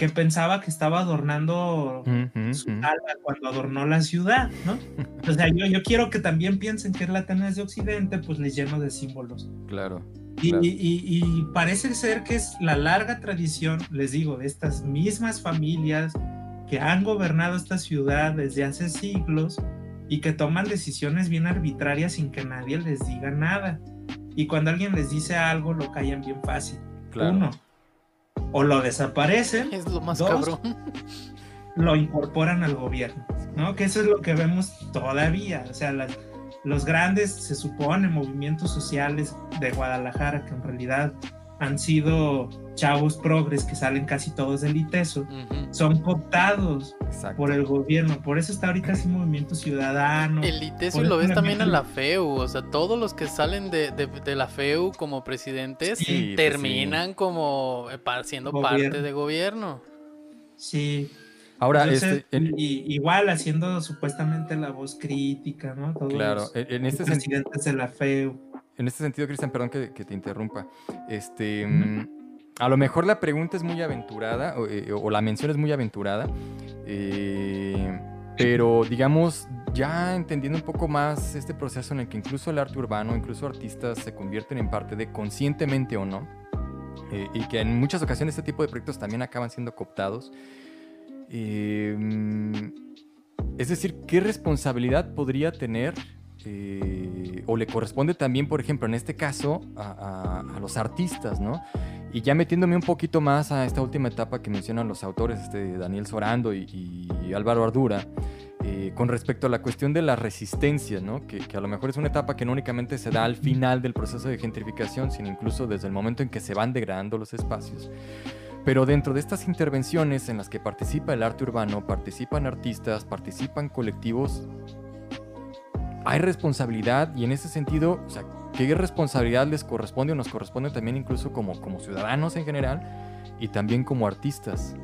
que pensaba que estaba adornando Ujú, su ujú. alma cuando adornó la ciudad, ¿no? O sea, yo, yo quiero que también piensen que es la Atenas de Occidente, pues les lleno de símbolos. Claro, Y, claro. y- y parece ser que es la larga tradición, les digo, de estas mismas familias que han gobernado esta ciudad desde hace siglos y que toman decisiones bien arbitrarias sin que nadie les diga nada. Y cuando alguien les dice algo, lo callan bien fácil. Claro. Uno, o lo desaparecen. Es lo más Dos, cabrón. lo incorporan al gobierno, ¿no? Que eso es lo que vemos todavía. O sea, las, los grandes, se supone, movimientos sociales de Guadalajara, que en realidad han sido chavos progres que salen casi todos del ITESO, Ujú. son cooptados Exacto. por el gobierno. Por eso está ahorita ese movimiento ciudadano. El ITESO Por lo eso ves me también meto- en la FEU, o sea, todos los que salen de, de- de la FEU como presidentes Sí, pues terminan como eh, pa- siendo Gobierno. parte de gobierno. Sí. Ahora, Entonces, este, en- y- igual haciendo supuestamente la voz crítica, ¿no? Todos claro, los, en, en los este sentido. presidentes de la FEU. En este sentido, Cristian, perdón que, que te interrumpa. Este, Ujú. mm, a lo mejor la pregunta es muy aventurada, o, eh, o la mención es muy aventurada, eh, pero digamos, ya entendiendo un poco más este proceso en el que incluso el arte urbano, incluso artistas se convierten en parte de, conscientemente o no, eh, y que en muchas ocasiones este tipo de proyectos también acaban siendo cooptados. Eh, mm, es decir, ¿qué responsabilidad podría tener eh, o le corresponde también, por ejemplo, en este caso, a, a- a los artistas, ¿no? Y ya metiéndome un poquito más a esta última etapa que mencionan los autores, este, Daniel Sorando y, y Álvaro Ardura, eh, con respecto a la cuestión de la resistencia, ¿no? Que, que a lo mejor es una etapa que no únicamente se da al final del proceso de gentrificación, sino incluso desde el momento en que se van degradando los espacios. Pero dentro de estas intervenciones en las que participa el arte urbano, participan artistas, participan colectivos, hay responsabilidad, y en ese sentido, o sea, ¿qué responsabilidad les corresponde o nos corresponde también incluso como, como ciudadanos en general y también como artistas?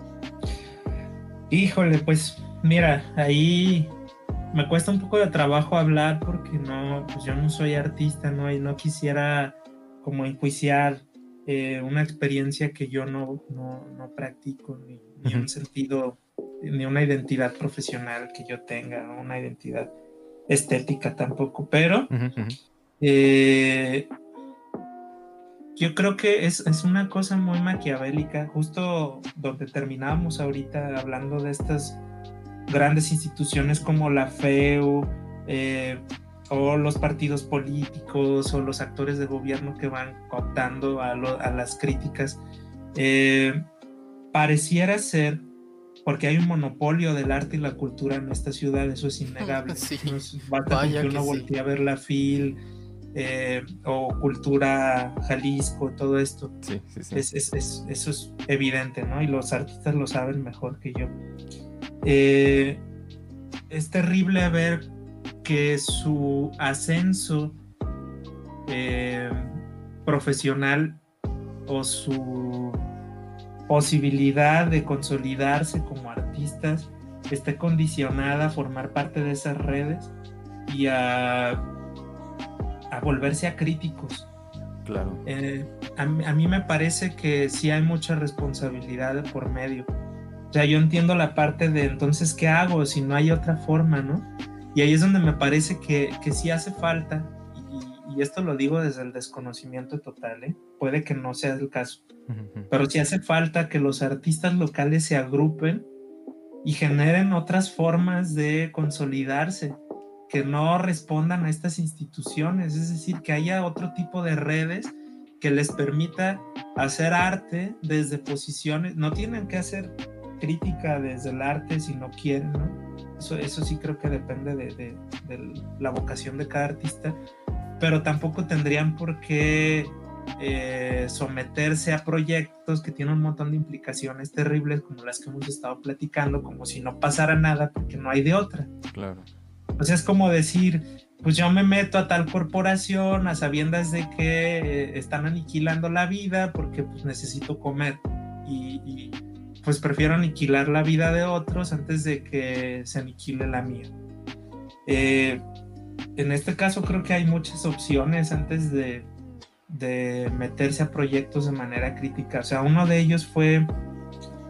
Híjole, pues mira, ahí me cuesta un poco de trabajo hablar porque no, pues yo no soy artista, ¿no? Y no quisiera como enjuiciar eh, una experiencia que yo no, no, no practico, ni, ni Ujú. un sentido, ni una identidad profesional que yo tenga, ¿no? Una identidad estética tampoco, pero Ujú, ujú. eh, yo creo que es, es una cosa muy maquiavélica, justo donde terminábamos ahorita hablando de estas grandes instituciones como la FEU, eh, o los partidos políticos, o los actores de gobierno que van cooptando a, lo, a las críticas. Eh, pareciera ser, porque hay un monopolio del arte y la cultura en esta ciudad, eso es innegable. Sí, Nos basta con vaya que que uno sí. voltee a ver la FIL, eh, o Cultura Jalisco, todo esto. Sí, sí, sí. Es, es, es, eso es evidente, ¿no? Y los artistas lo saben mejor que yo. Eh, es terrible ver que su ascenso eh, profesional o su posibilidad de consolidarse como artistas esté condicionada a formar parte de esas redes y a, a volverse a críticos. Claro. Eh, a, mí, a mí me parece que sí hay mucha responsabilidad de por medio. O sea, yo entiendo la parte de entonces, ¿qué hago si no hay otra forma, no? Y ahí es donde me parece que, que sí hace falta, y, y esto lo digo desde el desconocimiento total, ¿eh? Puede que no sea el caso, Ujú, ujú. pero sí hace falta que los artistas locales se agrupen y generen otras formas de consolidarse, que no respondan a estas instituciones, es decir, que haya otro tipo de redes que les permita hacer arte desde posiciones, no tienen que hacer crítica desde el arte si no quieren, ¿no? Eso, eso sí creo que depende de, de, de la vocación de cada artista, pero tampoco tendrían por qué eh, someterse a proyectos que tienen un montón de implicaciones terribles como las que hemos estado platicando, como si no pasara nada porque no hay de otra. Claro. O sea, es como decir, pues yo me meto a tal corporación a sabiendas de que eh, están aniquilando la vida porque pues necesito comer y, y pues prefiero aniquilar la vida de otros antes de que se aniquile la mía. Eh, en este caso creo que hay muchas opciones antes de, de meterse a proyectos de manera crítica. O sea, uno de ellos fue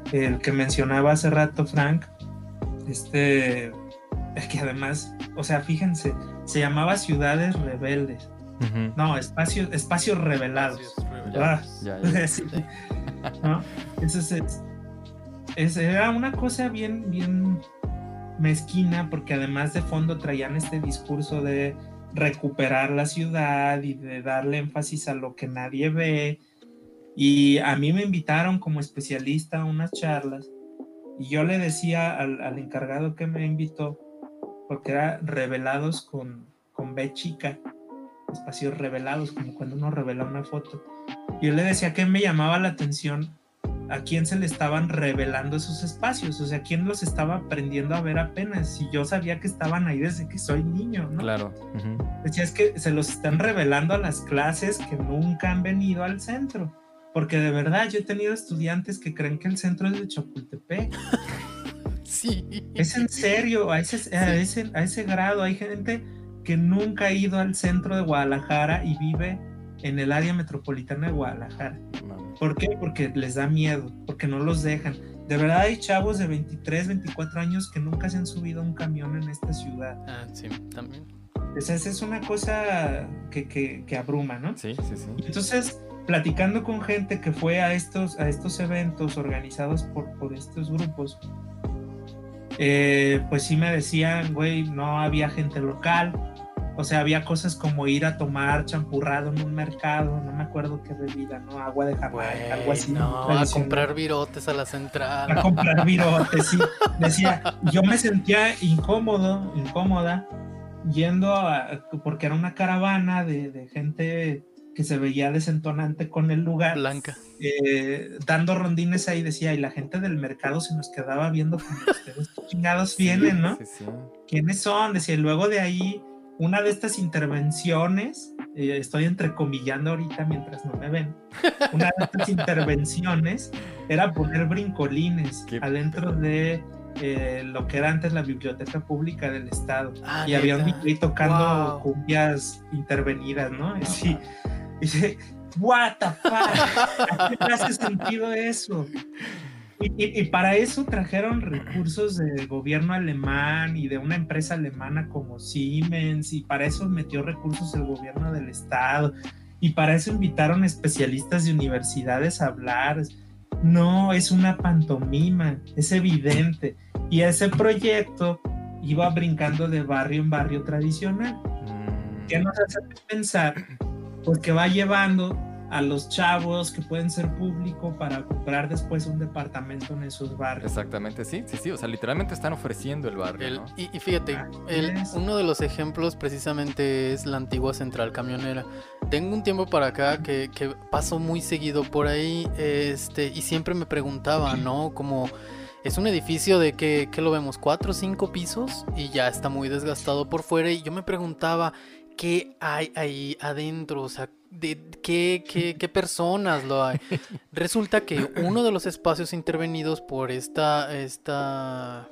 el que mencionaba hace rato Frank, este, que además, o sea, fíjense, se llamaba Ciudades Rebeldes. Uh-huh. No, espacios, espacios revelados. Espacios revelados. Ah, ya, ya. Sí. ¿No? Entonces, es, es, era una cosa bien, bien mezquina, porque además de fondo traían este discurso de recuperar la ciudad y de darle énfasis a lo que nadie ve. Y a mí me invitaron como especialista a unas charlas y yo le decía al, al encargado que me invitó, porque era revelados con, con B chica, espacios revelados, como cuando uno revela una foto. Yo le decía que me llamaba la atención a quién se le estaban revelando esos espacios, o sea, quién los estaba aprendiendo a ver apenas, si yo sabía que estaban ahí desde que soy niño, ¿no? Claro. Uh-huh. Decía, es que se los están revelando a las clases que nunca han venido al centro, porque de verdad yo he tenido estudiantes que creen que el centro es de Chapultepec. Sí. Es en serio, a ese, sí. a, ese, a ese grado. Hay gente que nunca ha ido al centro de Guadalajara y vive en el área metropolitana de Guadalajara. ¿Por qué? Porque les da miedo, porque no los dejan. De verdad hay chavos de veintitrés, veinticuatro años que nunca se han subido a un camión en esta ciudad. Ah, sí, también. Entonces es una cosa que, que, que abruma, ¿no? Sí, sí, sí. Y entonces, platicando con gente que fue a estos, a estos eventos organizados por, por estos grupos, eh, pues sí me decían, güey, no había gente local. O sea, había cosas como ir a tomar champurrado en un mercado, no me acuerdo qué bebida, ¿no? Agua de Jamaica, algo así. No, a comprar virotes a la central. A comprar virotes, sí. Decía, yo me sentía incómodo, incómoda, yendo a, porque era una caravana de, de gente que se veía desentonante con el lugar. Blanca. Eh, dando rondines ahí, decía, y la gente del mercado se nos quedaba viendo como ustedes chingados vienen, ¿no? Sí, sí. ¿Quiénes son? Decía, y luego de ahí, una de estas intervenciones, eh, estoy entrecomillando ahorita mientras no me ven, una de estas intervenciones era poner brincolines Qué adentro pedo. de eh, lo que era antes la biblioteca pública del estado. Ah, y neta. Había un D J tocando wow. cumbias intervenidas, ¿no? Y sí, y dice, what the fuck, ¿qué hace sentido eso? Y, y, y para eso trajeron recursos del gobierno alemán y de una empresa alemana como Siemens, y para eso metió recursos el gobierno del estado, y para eso invitaron especialistas de universidades a hablar. No, es una pantomima, es evidente. Y ese proyecto iba brincando de barrio en barrio tradicional. ¿Qué nos hace pensar? Pues que va llevando a los chavos que pueden ser público para comprar después un departamento en esos barrios. Exactamente, sí, sí, sí, o sea, literalmente están ofreciendo el barrio, el, ¿no? y, y fíjate, el, uno de los ejemplos precisamente es la antigua central camionera. Tengo un tiempo para acá que, que paso muy seguido por ahí, este, y siempre me preguntaba, ¿no? Como es un edificio de que, ¿qué lo vemos? ¿Cuatro o cinco pisos? Y ya está muy desgastado por fuera, y yo me preguntaba, ¿qué hay ahí adentro? O sea, ¿de qué, qué, qué personas lo hay? Resulta que uno de los espacios intervenidos por esta, esta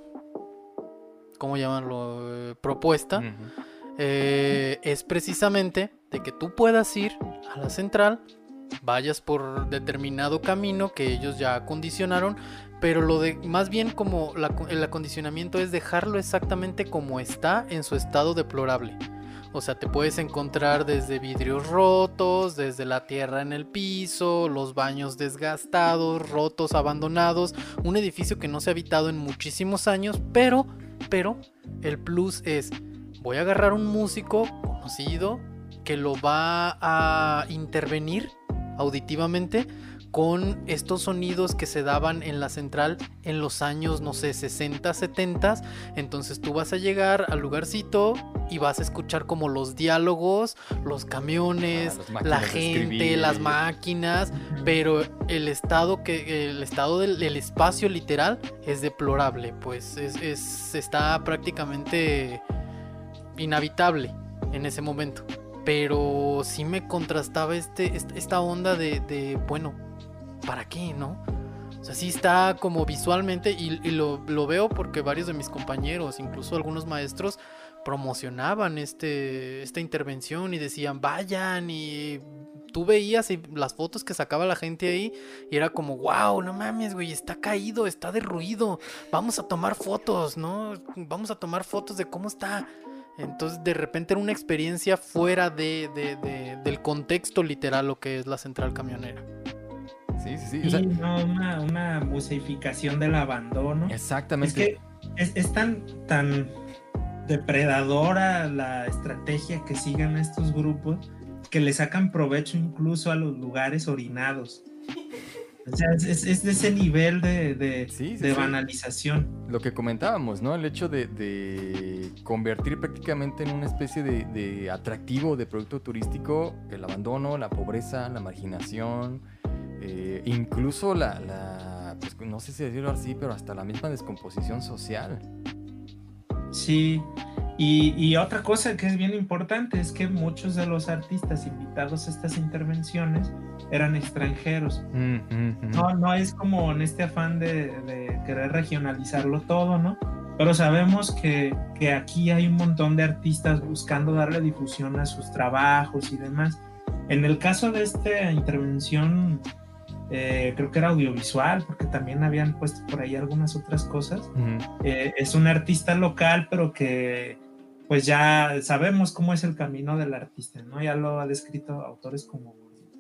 ¿cómo llamarlo? Eh, propuesta, uh-huh. eh, es precisamente de que tú puedas ir a la central, vayas por determinado camino que ellos ya acondicionaron, pero lo de más bien como la, el acondicionamiento es dejarlo exactamente como está en su estado deplorable. O sea, te puedes encontrar desde vidrios rotos, desde la tierra en el piso, los baños desgastados, rotos, abandonados. Un edificio que no se ha habitado en muchísimos años, pero, pero, el plus es, voy a agarrar un músico conocido que lo va a intervenir auditivamente con estos sonidos que se daban en la central en los años, no sé, sesenta, setenta. Entonces tú vas a llegar al lugarcito y vas a escuchar como los diálogos, los camiones, ah, la gente, las máquinas, pero el estado que el estado del, del espacio literal es deplorable, pues es, es está prácticamente inhabitable en ese momento. Pero sí me contrastaba este, esta onda de, de bueno, ¿para qué, no? O sea, sí está como visualmente, y, y lo, lo veo porque varios de mis compañeros, incluso algunos maestros, promocionaban este, esta intervención y decían, vayan y tú veías y las fotos que sacaba la gente ahí y era como, wow, no mames, güey, está caído, está derruido, vamos a tomar fotos, ¿no? Vamos a tomar fotos de cómo está. Entonces de repente era una experiencia fuera de, de, de, del contexto literal lo que es la central camionera. Sí, sí, sí. Y O sea, no, una, una museificación del abandono. exactamente. Es que es, es tan, tan depredadora la estrategia que siguen estos grupos que le sacan provecho incluso a los lugares orinados. O sea, es, es, es de ese nivel de, de, Sí, sí, de sí. banalización. Lo que comentábamos, ¿no? El hecho de, de convertir prácticamente en una especie de, de atractivo de producto turístico el abandono, la pobreza, la marginación, eh, incluso la, la pues, no sé si decirlo así, pero hasta la misma descomposición social. Sí, y, y otra cosa que es bien importante es que muchos de los artistas invitados a estas intervenciones eran extranjeros. Mm, mm, mm. No, no es como en este afán de, de querer regionalizarlo todo, ¿no? Pero sabemos que, que aquí hay un montón de artistas buscando darle difusión a sus trabajos y demás. En el caso de esta intervención, eh, creo que era audiovisual, porque también habían puesto por ahí algunas otras cosas. Mm. Eh, es un artista local, pero que pues ya sabemos cómo es el camino del artista, ¿no? Ya lo ha descrito autores como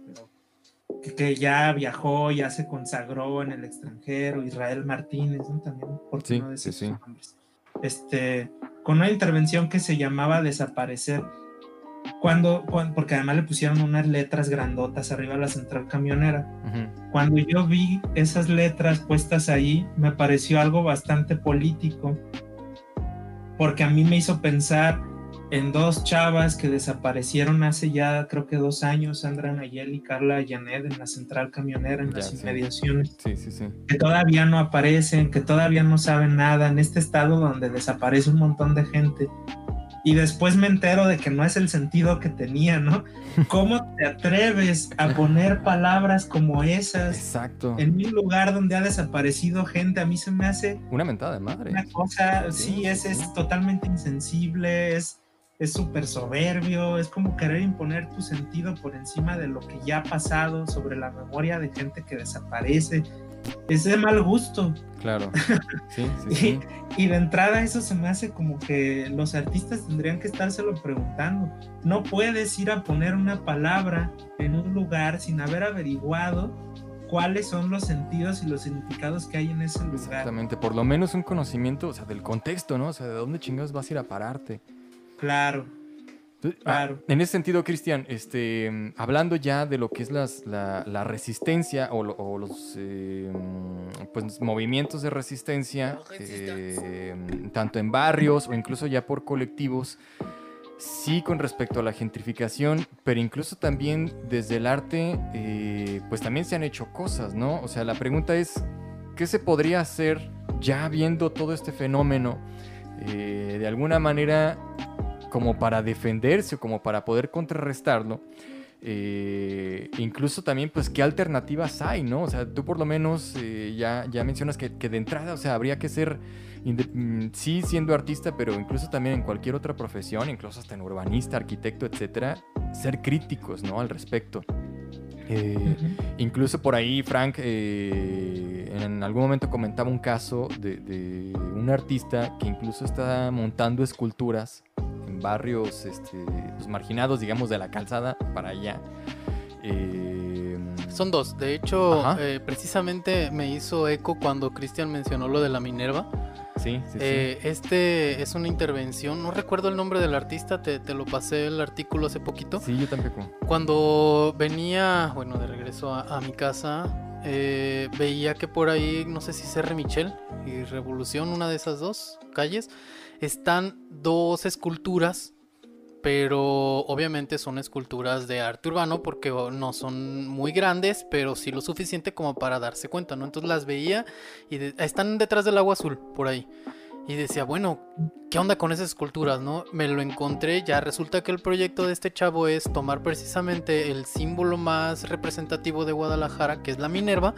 que, que ya viajó, ya se consagró en el extranjero, Israel Martínez, ¿no? También, por qué Sí, no decir sí, sí. sus nombres. Este, con una intervención que se llamaba Desaparecer, cuando, cuando, porque además le pusieron unas letras grandotas arriba de la central camionera. Ujú. Cuando yo vi esas letras puestas ahí, me pareció algo bastante político, porque a mí me hizo pensar en dos chavas que desaparecieron hace ya creo que dos años, Sandra Nayel y Carla Janet, en la central camionera, en Ya, las sí. inmediaciones, Sí, sí, sí. que todavía no aparecen, que todavía no saben nada, en este estado donde desaparece un montón de gente. Y después me entero de que no es el sentido que tenía, ¿no? ¿Cómo te atreves a poner palabras como esas Exacto. en un lugar donde ha desaparecido gente? A mí se me hace Una mentada de madre. una cosa, Sí, sí, es, sí, sí. es totalmente insensible, es es súper soberbio, es como querer imponer tu sentido por encima de lo que ya ha pasado sobre la memoria de gente que desaparece. Es de mal gusto. Claro. Sí, sí, sí. Y, y de entrada eso se me hace como que los artistas tendrían que estárselo preguntando. No puedes ir a poner una palabra en un lugar sin haber averiguado cuáles son los sentidos y los significados que hay en ese lugar. Exactamente. Por lo menos un conocimiento, o sea, del contexto, ¿no? O sea, de dónde chingados vas a ir a pararte. Claro. Entonces, Claro. ah, en ese sentido, Cristian, este, hablando ya de lo que es las, la, la resistencia o, lo, o los eh, pues, movimientos de resistencia, eh, tanto en barrios o incluso ya por colectivos, sí con respecto a la gentrificación, pero incluso también desde el arte, eh, pues también se han hecho cosas, ¿no? O sea, la pregunta es, ¿qué se podría hacer ya viendo todo este fenómeno eh, de alguna manera como para defenderse o como para poder contrarrestarlo? Eh, incluso también, pues, ¿qué alternativas hay, no? O sea, tú por lo menos eh, ya, ya mencionas que, que de entrada, o sea, habría que ser, inde- sí siendo artista, pero incluso también en cualquier otra profesión, incluso hasta en urbanista, arquitecto, etcétera, ser críticos, ¿no? Al respecto. Eh, Uh-huh. Incluso por ahí Frank eh, en algún momento comentaba un caso de, de un artista que incluso está montando esculturas en barrios este, pues, marginados, digamos, de la calzada para allá. Eh, Son dos. De hecho, Ajá. eh, precisamente me hizo eco cuando Cristian mencionó lo de la Minerva. sí, sí, sí. Eh, este es una intervención, no recuerdo el nombre del artista, te, te lo pasé el artículo hace poquito. Sí, yo tampoco. Cuando venía, bueno, de regreso a, a mi casa, eh, veía que por ahí, no sé si Cerre Michel y Revolución, una de esas dos calles, están dos esculturas, pero obviamente son esculturas de arte urbano porque no son muy grandes, pero sí lo suficiente como para darse cuenta, ¿no? Entonces las veía y de- están detrás del agua azul, por ahí. Y decía, bueno, ¿qué onda con esas esculturas, no? Me lo encontré, ya resulta que el proyecto de este chavo es tomar precisamente el símbolo más representativo de Guadalajara, que es la Minerva,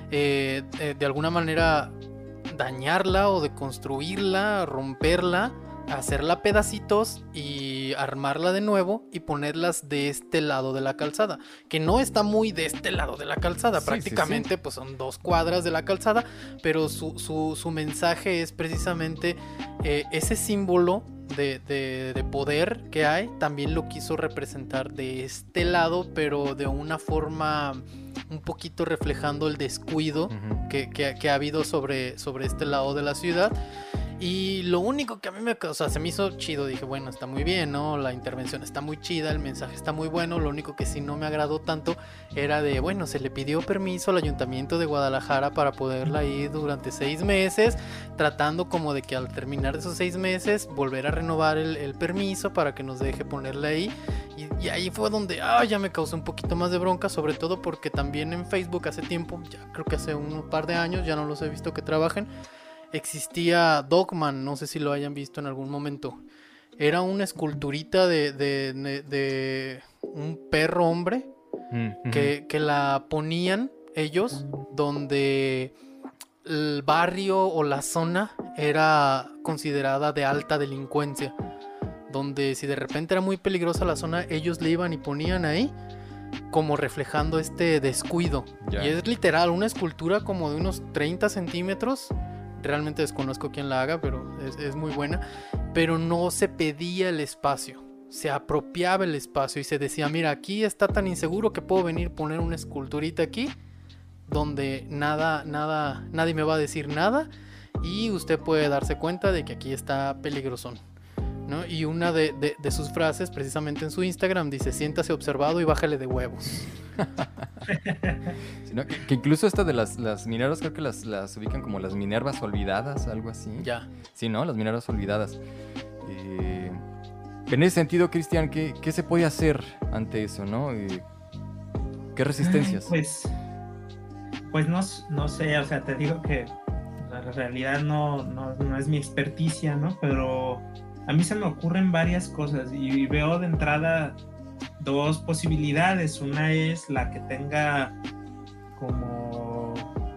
eh, eh, de alguna manera dañarla o deconstruirla, romperla, hacerla pedacitos y armarla de nuevo y ponerlas de este lado de la calzada, que no está muy de este lado de la calzada, Sí, prácticamente sí, sí. pues son dos cuadras de la calzada, pero su, su, su mensaje es precisamente eh, ese símbolo de, de, de poder que hay, también lo quiso representar de este lado, pero de una forma un poquito reflejando el descuido Ujú. que, que, que ha habido sobre, sobre este lado de la ciudad. Y lo único que a mí me, o sea, se me hizo chido, dije, bueno, está muy bien, ¿no? La intervención está muy chida, el mensaje está muy bueno. Lo único que sí no me agradó tanto era de, bueno, se le pidió permiso al Ayuntamiento de Guadalajara para poderla ir durante seis meses, tratando como de que al terminar esos seis meses volver a renovar el, el permiso para que nos deje ponerla ahí. Y, y ahí fue donde, ah, ya me causó un poquito más de bronca, sobre todo porque también en Facebook hace tiempo, ya creo que hace un par de años, ya no los he visto que trabajen, existía Dogman, no sé si lo hayan visto en algún momento. Era una esculturita de, de, de, de un perro hombre Ujú. que, que la ponían ellos donde el barrio o la zona era considerada de alta delincuencia, donde si de repente era muy peligrosa la zona, ellos le iban y ponían ahí como reflejando este descuido. Ya. Y es literal una escultura como de unos treinta centímetros. Realmente desconozco quién la haga, pero es, es muy buena. Pero no se pedía el espacio, se apropiaba el espacio y se decía, mira, aquí está tan inseguro que puedo venir a poner una esculturita aquí donde nada, nada, nadie me va a decir nada y usted puede darse cuenta de que aquí está peligrosón, ¿no? Y una de, de, de sus frases, precisamente en su Instagram, dice, siéntase observado y bájale de huevos. Sí, ¿no? que, que incluso esta de las, las Minervas, creo que las, las ubican como las Minervas olvidadas, algo así. Ya. Sí, ¿no? Las Minervas olvidadas. Eh, en ese sentido, Cristian, ¿qué, ¿qué se puede hacer ante eso, no? Eh, ¿Qué resistencias? Ay, pues, pues no, no sé, o sea, te digo que la realidad no, no, no es mi experticia, ¿no? Pero a mí se me ocurren varias cosas y veo de entrada dos posibilidades. Una es la que tenga como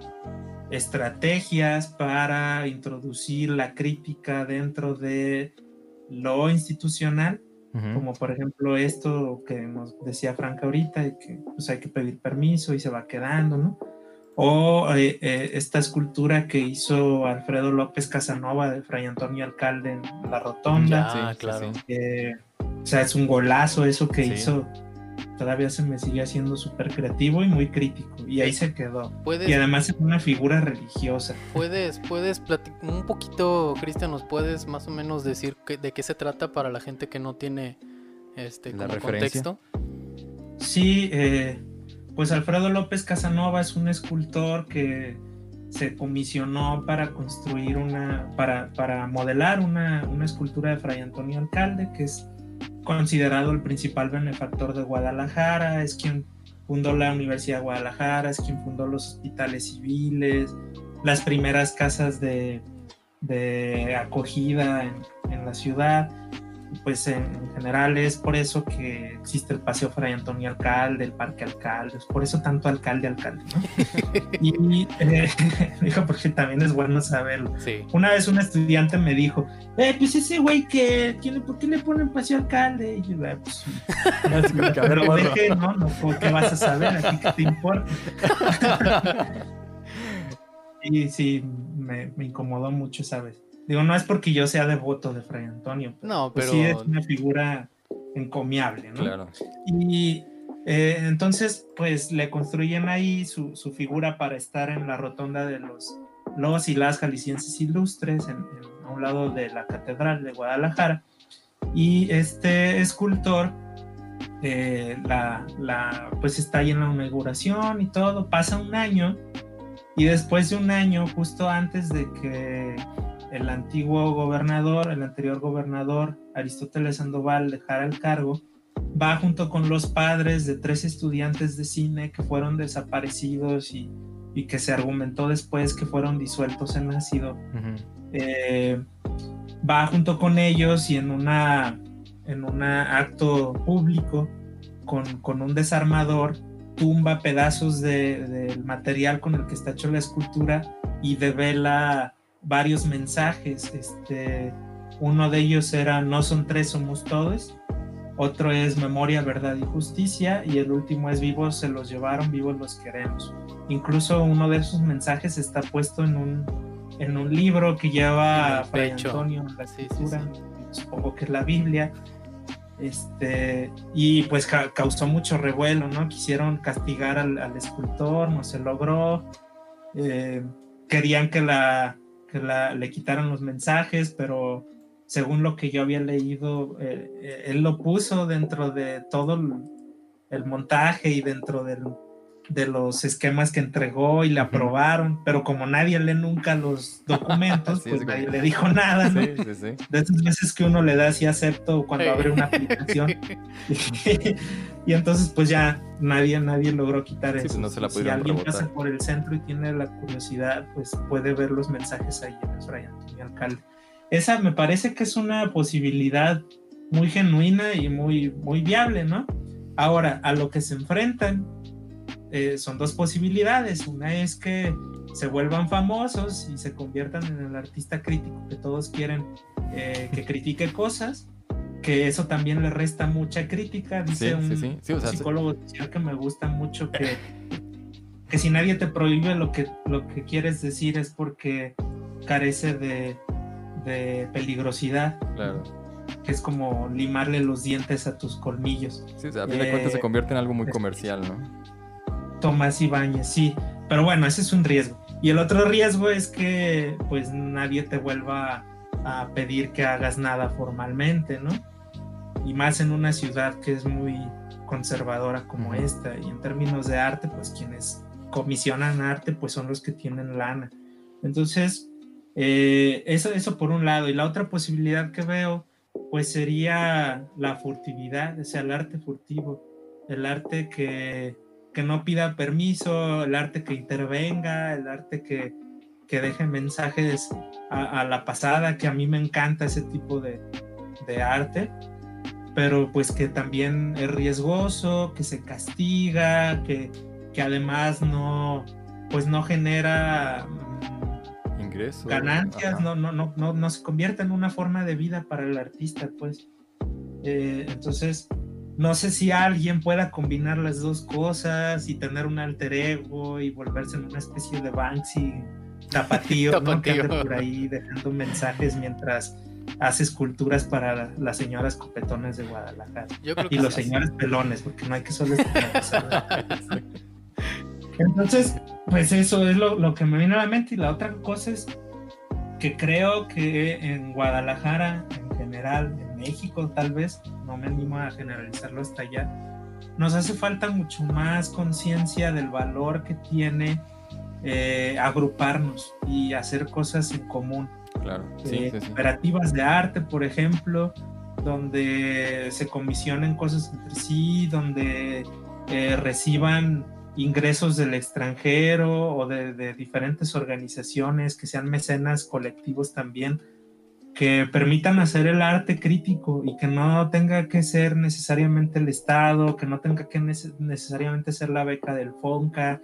estrategias para introducir la crítica dentro de lo institucional, Ujú. como por ejemplo esto que nos decía Frank ahorita, de que pues hay que pedir permiso y se va quedando, ¿no? O eh, eh, esta escultura que hizo Alfredo López Casanova de Fray Antonio Alcalde en la Rotonda. Ya, Sí, sí, claro. sí. Eh, o sea, es un golazo eso que Sí. hizo. Todavía se me sigue haciendo súper creativo y muy crítico. Y ahí se quedó. Puedes, Y además es una figura religiosa. puedes, puedes platicar un poquito, Cristian, ¿nos puedes más o menos decir que, de qué se trata para la gente que no tiene este La como referencia. contexto? Sí, eh, pues Alfredo López Casanova es un escultor que se comisionó para construir una, para, para modelar una, una escultura de Fray Antonio Alcalde, que es considerado el principal benefactor de Guadalajara, es quien fundó la Universidad de Guadalajara, es quien fundó los hospitales civiles, las primeras casas de, de acogida en, en la ciudad. Pues en, en general es por eso que existe el Paseo Fray Antonio Alcalde, el Parque Alcalde, es por eso tanto alcalde, alcalde, ¿no? Y eh, digo, porque también es bueno saberlo. Sí. Una vez un estudiante me dijo, eh, pues ese güey que tiene, ¿por qué le ponen Paseo Alcalde? Y yo, eh, pues, Es como que, a ver, pero morro. deje, ¿no? no ¿cómo ¿qué vas a saber? ¿A ti qué te importa? Y sí, me, me incomodó mucho esa vez. Digo, no es porque yo sea devoto de Fray Antonio, pero, No, pues pero- sí es una figura encomiable, ¿no? Claro. Y eh, entonces, pues le construyen ahí su, su figura para estar en la rotonda de los, los y las jaliscienses ilustres, en, en, a un lado de la Catedral de Guadalajara. Y este escultor, eh, la, la, pues está ahí en la inauguración y todo, pasa un año, y después de un año, justo antes de que el antiguo gobernador, el anterior gobernador, Aristóteles Sandoval, dejara el cargo, va junto con los padres de tres estudiantes de cine que fueron desaparecidos y, y que se argumentó después que fueron disueltos en ácido. Ujú. Eh, va junto con ellos y en una en un acto público con, con un desarmador tumba pedazos de, del material con el que está hecho la escultura y devela varios mensajes, este, Uno de ellos era No son tres, somos todos. Otro es Memoria, Verdad y Justicia. Y el último es Vivos se los llevaron, vivos los queremos. Incluso uno de esos mensajes está puesto en un, en un libro que lleva Fray Antonio en la escritura. Sí, sí, sí. Supongo que es la Biblia. Este, y pues ca- causó mucho revuelo, ¿no? Quisieron castigar al, al escultor, no se logró. Eh, querían que, la, que la, le quitaran los mensajes, pero según lo que yo había leído, eh, eh, él lo puso dentro de todo el, el montaje y dentro del, de los esquemas que entregó y le aprobaron, pero como nadie lee nunca los documentos, sí, pues nadie como... le dijo nada, ¿no? Sí, sí, sí. De esas veces que uno le da así acepto cuando abre una aplicación. y, y entonces pues ya nadie, nadie logró quitar sí, eso. Pues no se la si alguien rebotar. Pasa por el centro y tiene la curiosidad, pues puede ver los mensajes ahí en el Fray Antonio Alcalde. Esa me parece que es una posibilidad muy genuina y muy, muy viable, ¿no? Ahora, a lo que se enfrentan eh, son dos posibilidades. Una es que se vuelvan famosos y se conviertan en el artista crítico que todos quieren eh, que critique cosas, que eso también le resta mucha crítica. Dice sí, un sí, sí. Sí, o sea, psicólogo sí. que me gusta mucho que, que si nadie te prohíbe lo que, lo que quieres decir es porque carece de de peligrosidad, claro. Que es como limarle los dientes a tus colmillos. Sí, o sea, a fin de eh, cuentas se convierte en algo muy comercial, ¿no? Tomás Ibáñez, sí, pero bueno, ese es un riesgo. Y el otro riesgo es que pues nadie te vuelva a pedir que hagas nada formalmente, ¿no? Y más en una ciudad que es muy conservadora como uh-huh. esta, y en términos de arte, pues quienes comisionan arte pues son los que tienen lana. Entonces Eh, eso, eso por un lado, y la otra posibilidad que veo pues sería la furtividad, o sea, el arte furtivo, el arte que, que no pida permiso, el arte que intervenga, el arte que, que deje mensajes a, a la pasada, que a mí me encanta ese tipo de, de arte, pero pues que también es riesgoso, que se castiga, que, que además no, pues no genera ingresos, ganancias, no, no, no, no, no se convierte en una forma de vida para el artista, pues. Eh, entonces, no sé si alguien pueda combinar las dos cosas y tener un alter ego y volverse en una especie de Banksy tapatío, ¿no? Que ande por ahí dejando mensajes mientras hace esculturas para las señoras copetones de Guadalajara. Y los señores pelones, porque no hay que solo estigmatizar. Entonces, pues eso es lo, lo que me viene a la mente. Y la otra cosa es que creo que en Guadalajara, en general, en México tal vez, no me animo a generalizarlo hasta allá, nos hace falta mucho más conciencia del valor que tiene eh, agruparnos y hacer cosas en común. Claro, sí, eh, sí, sí. Cooperativas de arte, por ejemplo, donde se comisionen cosas entre sí, donde eh, reciban ingresos del extranjero o de, de diferentes organizaciones, que sean mecenas colectivos también, que permitan hacer el arte crítico y que no tenga que ser necesariamente el Estado, que no tenga que neces- necesariamente ser la beca del FONCA,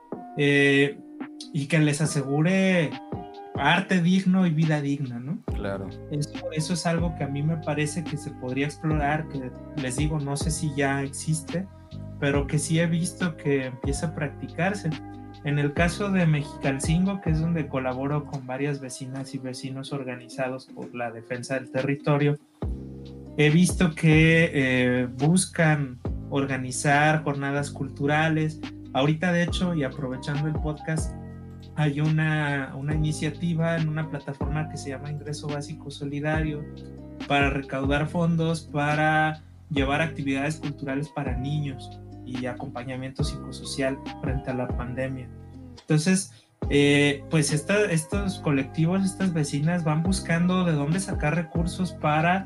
eh, y que les asegure arte digno y vida digna, ¿no? Claro. Eso, eso es algo que a mí me parece que se podría explorar, que les digo, no sé si ya existe, pero que sí he visto que empieza a practicarse. En el caso de Mexicalcingo, que es donde colaboro con varias vecinas y vecinos organizados por la defensa del territorio, he visto que eh, buscan organizar jornadas culturales. Ahorita, de hecho, y aprovechando el podcast, hay una, una iniciativa en una plataforma que se llama Ingreso Básico Solidario para recaudar fondos para llevar actividades culturales para niños y acompañamiento psicosocial frente a la pandemia. Entonces, eh, pues esta, estos colectivos, estas vecinas van buscando de dónde sacar recursos para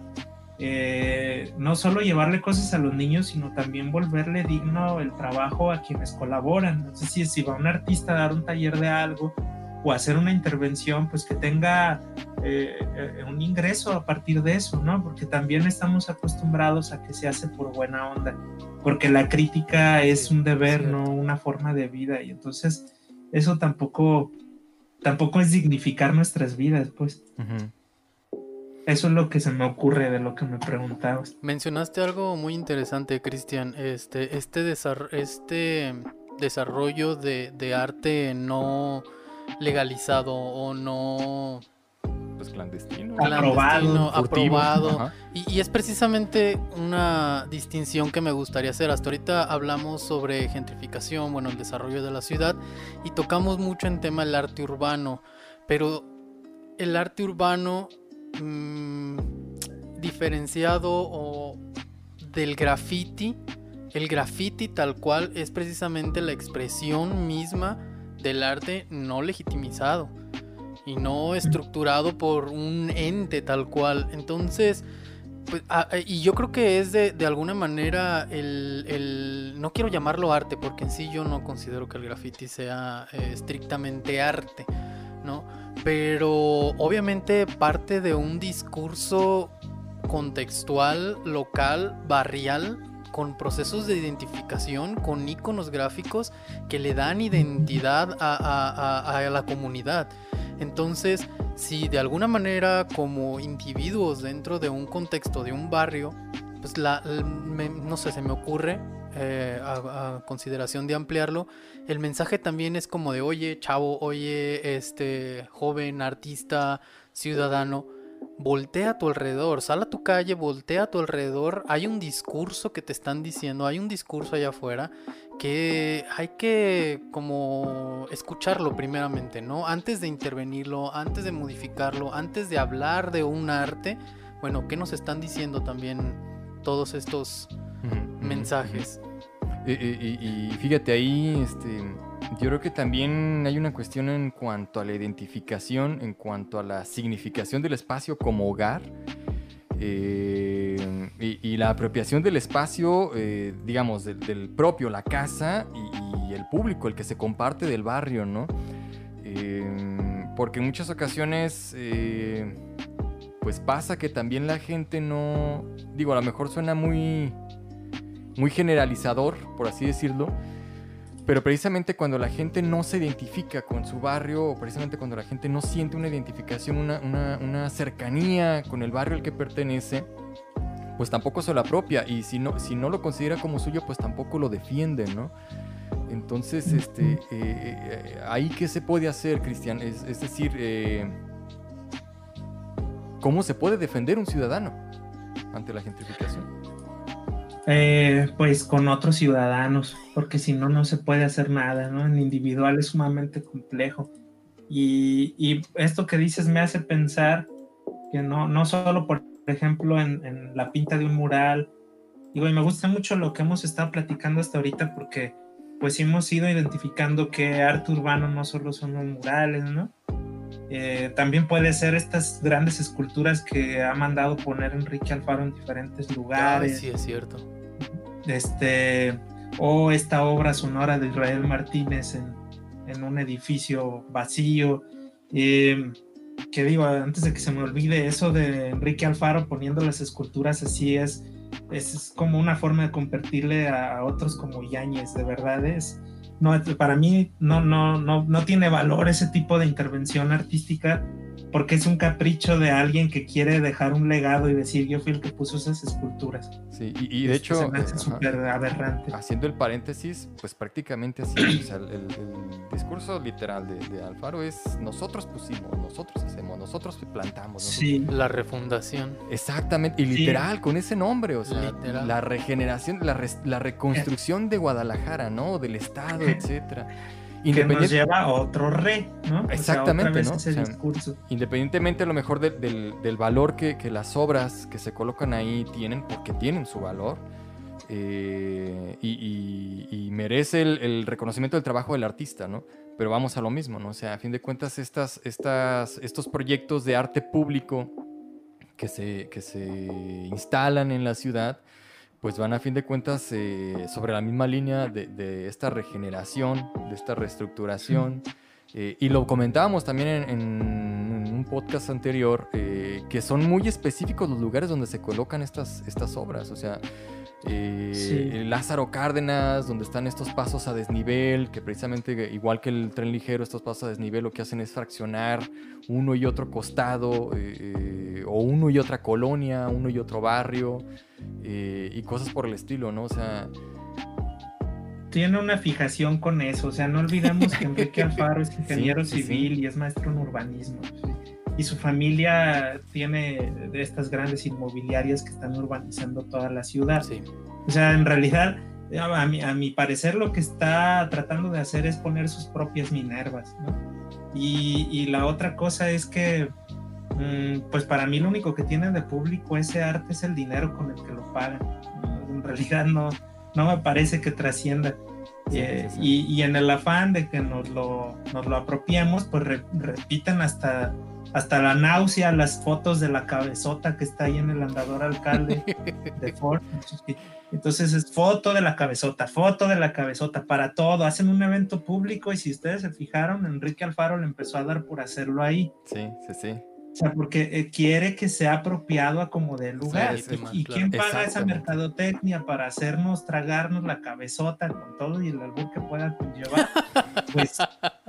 eh, no solo llevarle cosas a los niños, sino también volverle digno el trabajo a quienes colaboran. No sé si, si va un artista a dar un taller de algo o hacer una intervención, pues que tenga eh, un ingreso a partir de eso, ¿no? Porque también estamos acostumbrados a que se hace por buena onda, porque la crítica es un deber, sí, no una forma de vida, y entonces eso tampoco, tampoco es dignificar nuestras vidas, pues. Uh-huh. Eso es lo que se me ocurre de lo que me preguntabas. Mencionaste algo muy interesante, Cristian. Este, este, desar- este desarrollo de, de arte no legalizado o no Pues clandestino. Aprobado, clandestino, furtivo, aprobado. ajá. Y, y es precisamente una distinción que me gustaría hacer. Hasta ahorita hablamos sobre gentrificación, bueno, el desarrollo de la ciudad, y tocamos mucho en tema del arte urbano, pero el arte urbano mmm, diferenciado o del graffiti, el graffiti tal cual es precisamente la expresión misma del arte no legitimizado y no estructurado por un ente tal cual. Entonces, pues, a, y yo creo que es de, de alguna manera el, el... No quiero llamarlo arte, porque en sí yo no considero que el graffiti sea eh, estrictamente arte, ¿no? Pero obviamente parte de un discurso contextual, local, barrial, con procesos de identificación, con iconos gráficos que le dan identidad a, a, a, a la comunidad. Entonces, si de alguna manera como individuos dentro de un contexto de un barrio, pues la, me, no sé, se me ocurre eh, a, a consideración de ampliarlo, el mensaje también es como de, oye, chavo, oye, este joven, artista, ciudadano, voltea a tu alrededor, sal a tu calle, voltea a tu alrededor, hay un discurso que te están diciendo, hay un discurso allá afuera que hay que como escucharlo primeramente, ¿no? Antes de intervenirlo, antes de modificarlo, antes de hablar de un arte, bueno, ¿qué nos están diciendo también todos estos Uh-huh, mensajes? Uh-huh. Y, y, y fíjate ahí, este, yo creo que también hay una cuestión en cuanto a la identificación, en cuanto a la significación del espacio como hogar. Eh, y, y la apropiación del espacio, eh, digamos, del, del propio, la casa y, y el público, el que se comparte del barrio, ¿no? Eh, porque en muchas ocasiones, eh, pues pasa que también la gente no, digo, a lo mejor suena muy, muy generalizador, por así decirlo, pero precisamente cuando la gente no se identifica con su barrio, o precisamente cuando la gente no siente una identificación, una, una, una cercanía con el barrio al que pertenece, pues tampoco se lo apropia. Y si no, si no lo considera como suyo, pues tampoco lo defiende, ¿no? Entonces, este, eh, eh, ¿ahí qué se puede hacer, Cristian? Es, es decir, eh, ¿cómo se puede defender un ciudadano ante la gentrificación? Eh, pues con otros ciudadanos, porque si no, no se puede hacer nada, ¿no? En individual es sumamente complejo. Y, y esto que dices me hace pensar que no, no solo, por ejemplo, en, en la pinta de un mural, digo, y me gusta mucho lo que hemos estado platicando hasta ahorita, porque pues hemos ido identificando que arte urbano no solo son los murales, ¿no? Eh, también puede ser estas grandes esculturas que ha mandado poner Enrique Alfaro en diferentes lugares. Ay, sí, es cierto. Este, o esta obra sonora de Israel Martínez en, en un edificio vacío. Eh, que digo, antes de que se me olvide, eso de Enrique Alfaro poniendo las esculturas así es, es, es como una forma de compartirle a, a otros como Yáñez, de verdad es. No, para mí no, no, no, no tiene valor ese tipo de intervención artística, porque es un capricho de alguien que quiere dejar un legado y decir yo fui el que puso esas esculturas. Sí, y, y de hecho, se me hace eh, súper aberrante. Haciendo el paréntesis, pues prácticamente así, o sea, el, el, el discurso literal de, de Alfaro es nosotros pusimos, nosotros hacemos, nosotros plantamos. Nosotros... Sí. La refundación. Exactamente, y literal, sí. Con ese nombre, o sea, literal. La regeneración, la, re, la reconstrucción de Guadalajara, ¿no? Del estado, etcétera. Que nos lleva a otro re, ¿no? Exactamente, o sea, ¿no? Ese o sea, discurso. Independientemente a lo mejor de, del, del valor que, que las obras que se colocan ahí tienen, porque tienen su valor, eh, y, y, y merece el, el reconocimiento del trabajo del artista, ¿no? Pero vamos a lo mismo, ¿no? O sea, a fin de cuentas, estas, estas, estos proyectos de arte público que se, que se instalan en la ciudad, pues van a fin de cuentas eh, sobre la misma línea de, de esta regeneración, de esta reestructuración, Eh, y lo comentábamos también en, en un podcast anterior, eh, que son muy específicos los lugares donde se colocan estas, estas obras. O sea, eh, Sí. Lázaro Cárdenas, donde están estos pasos a desnivel, que precisamente, igual que el tren ligero, estos pasos a desnivel lo que hacen es fraccionar uno y otro costado, eh, o uno y otra colonia, uno y otro barrio, eh, y cosas por el estilo, ¿no? O sea... Tiene una fijación con eso, o sea, no olvidemos que Enrique Alfaro es ingeniero Sí, sí, civil sí. y es maestro en urbanismo, ¿sí? Y su familia tiene de estas grandes inmobiliarias que están urbanizando toda la ciudad. Sí. O sea, en realidad, a mi, a mi parecer, lo que está tratando de hacer es poner sus propias Minervas, ¿no? Y, y la otra cosa es que, mmm, pues para mí lo único que tiene de público ese arte es el dinero con el que lo pagan. En realidad no, no me parece que trascienda. Sí, eh, sí, sí. Y, y en el afán de que nos lo, nos lo apropiemos, pues re, repiten hasta, hasta la náusea las fotos de la cabezota que está ahí en el andador alcalde de Ford. Entonces es foto de la cabezota, foto de la cabezota, para todo. Hacen un evento público y si ustedes se fijaron, Enrique Alfaro le empezó a dar por hacerlo ahí. Sí, sí, sí. O sea, porque eh, quiere que sea apropiado a como del lugar. Sí, sí, ¿Y, y claro. quién paga esa Exactamente. mercadotecnia para hacernos tragarnos la cabezota con todo y el albur que pueda conllevar? Pues,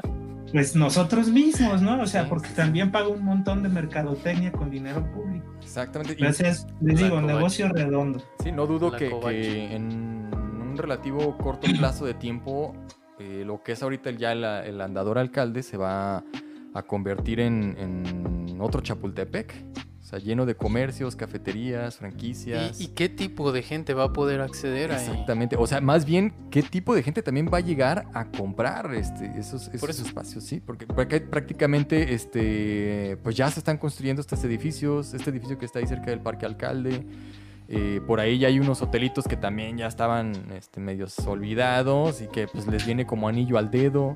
pues nosotros mismos, ¿no? O sea, Sí, porque sí, sí. también paga un montón de mercadotecnia con dinero público. Exactamente. Y- Entonces, les La digo, covacha. negocio redondo. Sí, no dudo La que, covacha. que en un relativo corto plazo de tiempo, eh, lo que es ahorita ya el, el andador alcalde se va a convertir en, en otro Chapultepec. O sea, lleno de comercios, cafeterías, franquicias. ¿Y, y qué tipo de gente va a poder acceder ahí? Exactamente. O sea, más bien, ¿qué tipo de gente también va a llegar a comprar este, esos, esos Por eso. espacios? Sí, porque práct- prácticamente este, pues ya se están construyendo estos edificios. Este edificio que está ahí cerca del Parque Alcalde. Eh, por ahí ya hay unos hotelitos que también ya estaban este, medios olvidados y que pues les viene como anillo al dedo.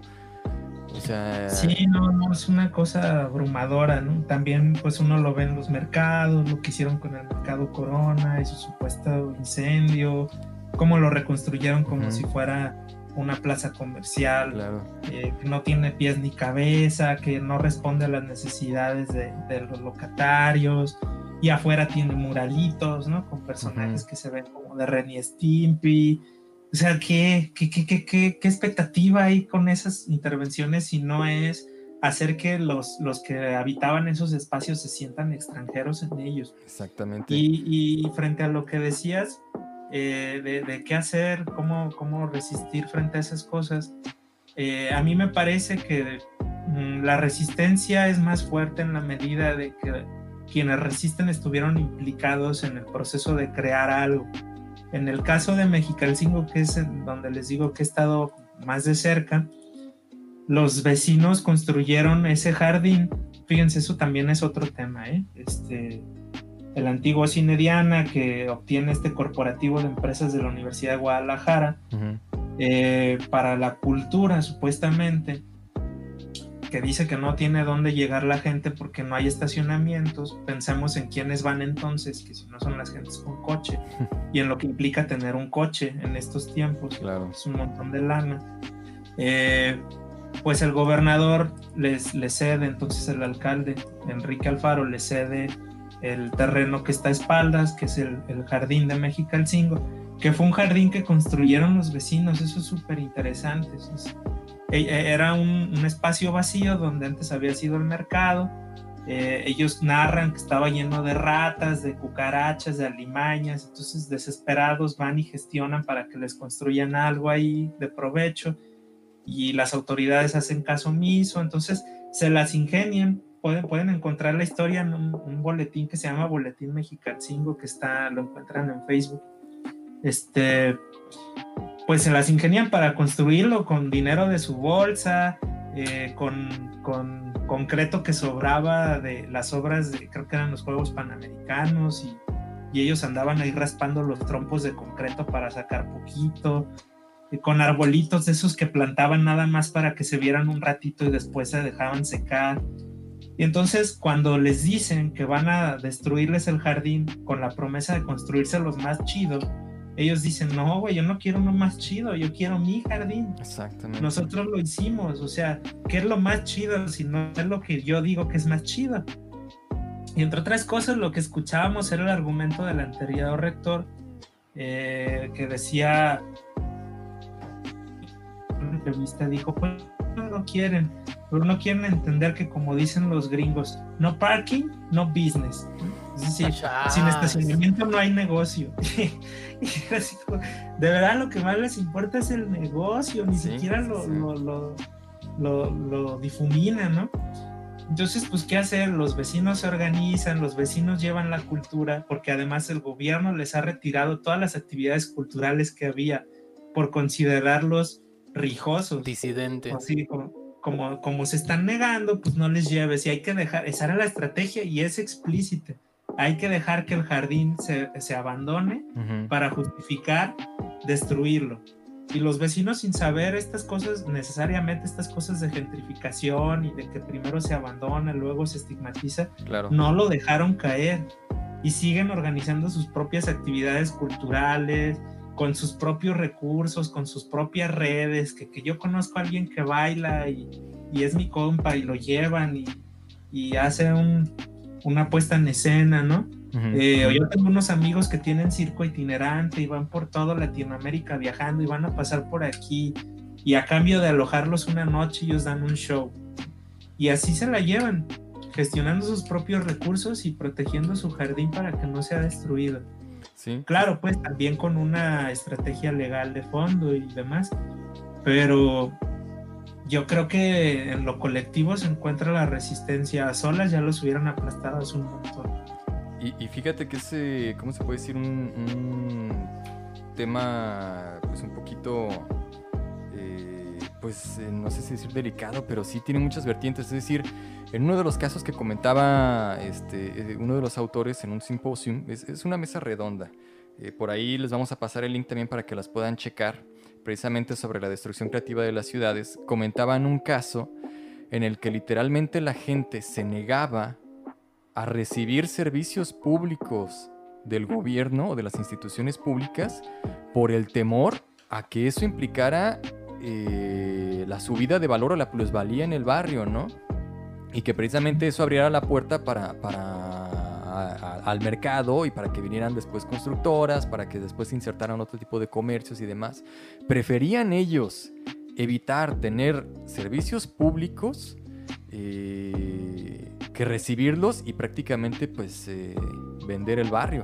O sea... Sí, no, no, es una cosa abrumadora, ¿no? También, pues uno lo ve en los mercados, lo que hicieron con el mercado Corona y su supuesto incendio, cómo lo reconstruyeron como Ujú. si fuera una plaza comercial, Claro. eh, que no tiene pies ni cabeza, que no responde a las necesidades de, de los locatarios, y afuera tiene muralitos, ¿no? Con personajes Ujú. que se ven como de Ren y Stimpy. O sea, ¿qué, qué, qué, qué, qué, qué expectativa hay con esas intervenciones si no es hacer que los, los que habitaban esos espacios se sientan extranjeros en ellos? Exactamente. Y, y frente a lo que decías, eh, de, de qué hacer, cómo, cómo resistir frente a esas cosas, eh, a mí me parece que mm, la resistencia es más fuerte en la medida de que quienes resisten estuvieron implicados en el proceso de crear algo. En el caso de Mexicalcingo, que es en donde les digo que he estado más de cerca, los vecinos construyeron ese jardín. Fíjense, eso también es otro tema, ¿eh? Este, el antiguo Cine Diana, que obtiene este corporativo de empresas de la Universidad de Guadalajara, Ujú. eh, para la cultura, supuestamente, que dice que no tiene dónde llegar la gente porque no hay estacionamientos. Pensemos en quiénes van entonces, que si no son las gentes con coche, y en lo que implica tener un coche en estos tiempos. Claro. Es un montón de lana. Eh, pues el gobernador les, les cede, entonces el alcalde Enrique Alfaro le cede el terreno que está a espaldas, que es el, el jardín de Mexicalcingo, que fue un jardín que construyeron los vecinos. Eso es súper interesante. Eso es, era un, un espacio vacío donde antes había sido el mercado. Eh, ellos narran que estaba lleno de ratas, de cucarachas, de alimañas. Entonces desesperados van y gestionan para que les construyan algo ahí de provecho, y las autoridades hacen caso omiso. Entonces se las ingenian. Pueden, pueden encontrar la historia en un, un boletín que se llama Boletín Mexicalcingo, que está, lo encuentran en Facebook. Este, pues se las ingenian para construirlo con dinero de su bolsa, eh, con, con concreto que sobraba de las obras de, creo que eran los Juegos Panamericanos, y, y ellos andaban ahí raspando los trompos de concreto para sacar poquito, y con arbolitos de esos que plantaban nada más para que se vieran un ratito y después se dejaban secar. Y entonces cuando les dicen que van a destruirles el jardín con la promesa de construirse los más chidos, Ellos dicen, no, güey, yo no quiero uno más chido, yo quiero mi jardín. Exactamente. Nosotros lo hicimos, o sea, ¿qué es lo más chido si no es lo que yo digo que es más chido? Y entre otras cosas, lo que escuchábamos era el argumento del anterior rector, eh, que decía, en una entrevista dijo, pues no quieren, pero no quieren entender que, como dicen los gringos, no parking, no business. Es decir, Ah, sin estacionamiento no hay negocio. Y así, de verdad lo que más les importa es el negocio, ni Sí, siquiera sí, lo, sí. lo, lo, lo, lo difuminan, ¿no? Entonces, pues, ¿qué hacer? Los vecinos se organizan, los vecinos llevan la cultura, porque además el gobierno les ha retirado todas las actividades culturales que había por considerarlos rijosos. Disidentes. Así como, como, como se están negando, pues no les lleves. Y hay que dejar, esa era la estrategia y es explícita. Hay que dejar que el jardín se, se abandone Ujú. para justificar destruirlo. Y los vecinos, sin saber estas cosas, necesariamente estas cosas de gentrificación y de que primero se abandona, luego se estigmatiza, Claro. no lo dejaron caer y siguen organizando sus propias actividades culturales, con sus propios recursos, con sus propias redes, que, que yo conozco a alguien que baila y, y es mi compa y lo llevan y, y hace un, una puesta en escena, ¿no? Ujú. Eh, yo tengo unos amigos que tienen circo itinerante y van por toda Latinoamérica viajando y van a pasar por aquí y a cambio de alojarlos una noche ellos dan un show y así se la llevan, gestionando sus propios recursos y protegiendo su jardín para que no sea destruido. Sí. Claro, pues también con una estrategia legal de fondo y demás, pero yo creo que en lo colectivo se encuentra la resistencia. A solas ya los hubieran aplastado hace un montón. Y, y fíjate que ese, ¿cómo se puede decir? Un, un tema, pues un poquito, eh, pues eh, no sé si decir delicado, pero sí tiene muchas vertientes. Es decir, en uno de los casos que comentaba este, eh, uno de los autores en un simposium, es, es una mesa redonda. Eh, por ahí les vamos a pasar el link también para que las puedan checar, precisamente sobre la destrucción creativa de las ciudades. Comentaban un caso en el que literalmente la gente se negaba a recibir servicios públicos del gobierno o de las instituciones públicas por el temor a que eso implicara eh, la subida de valor o la plusvalía en el barrio, ¿no? Y que precisamente eso abriera la puerta para, para a, a, al mercado y para que vinieran después constructoras, para que después se insertaran otro tipo de comercios y demás. Preferían ellos evitar tener servicios públicos eh, que recibirlos y prácticamente pues eh, vender el barrio.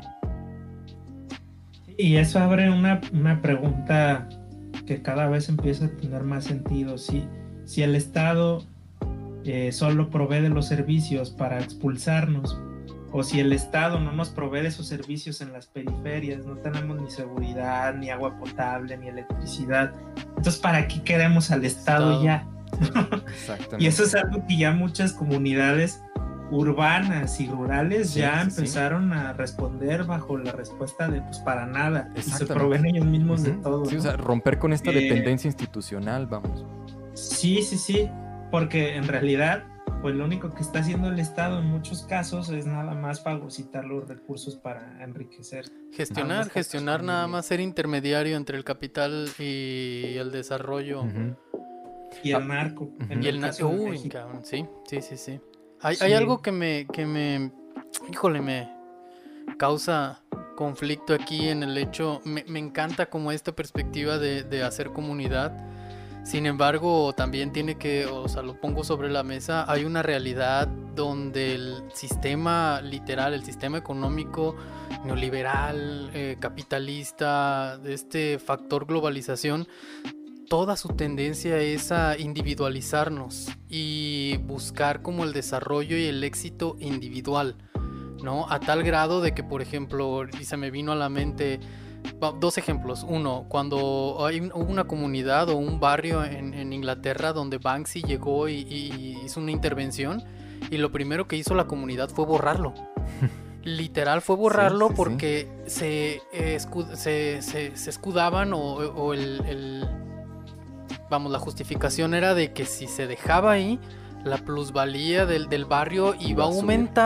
Y eso abre una, una pregunta que cada vez empieza a tener más sentido. Si, si el Estado eh, solo provee de los servicios para expulsarnos, o si el Estado no nos provee de esos servicios en las periferias, no tenemos ni seguridad, ni agua potable, ni electricidad, entonces ¿para qué queremos al Estado, Estado. ya? Exactamente. Y eso es algo que ya muchas comunidades urbanas y rurales sí, ya sí, empezaron sí. a responder bajo la respuesta de pues para nada, y se proveen ellos mismos uh-huh. de todo. Sí, ¿no? O sea, romper con esta eh, dependencia institucional, vamos. Sí, sí, sí, porque en realidad pues lo único que está haciendo el Estado en muchos casos es nada más fagocitar los recursos para enriquecer. Gestionar, gestionar nada más, ser intermediario entre el capital y el desarrollo. Uh-huh. Y el narco. Uh-huh. Y el narco, uy, cabrón, sí, sí, sí, sí. Hay, sí. hay algo que me, que me, híjole, me causa conflicto aquí en el hecho, me, me encanta como esta perspectiva de, de hacer comunidad. Sin embargo, también tiene que, o sea, lo pongo sobre la mesa, hay una realidad donde el sistema literal, el sistema económico neoliberal, eh, capitalista, de este factor globalización, toda su tendencia es a individualizarnos y buscar como el desarrollo y el éxito individual, ¿no? A tal grado de que, por ejemplo, y se me vino a la mente dos ejemplos. Uno, cuando hay una comunidad o un barrio en, en Inglaterra donde Banksy llegó y, y hizo una intervención y lo primero que hizo la comunidad fue borrarlo. Literal fue borrarlo sí, sí, porque sí. Se, eh, escud- se, se, se escudaban o, o el, el... Vamos, la justificación era de que si se dejaba ahí, la plusvalía del, del barrio iba, iba a aumentar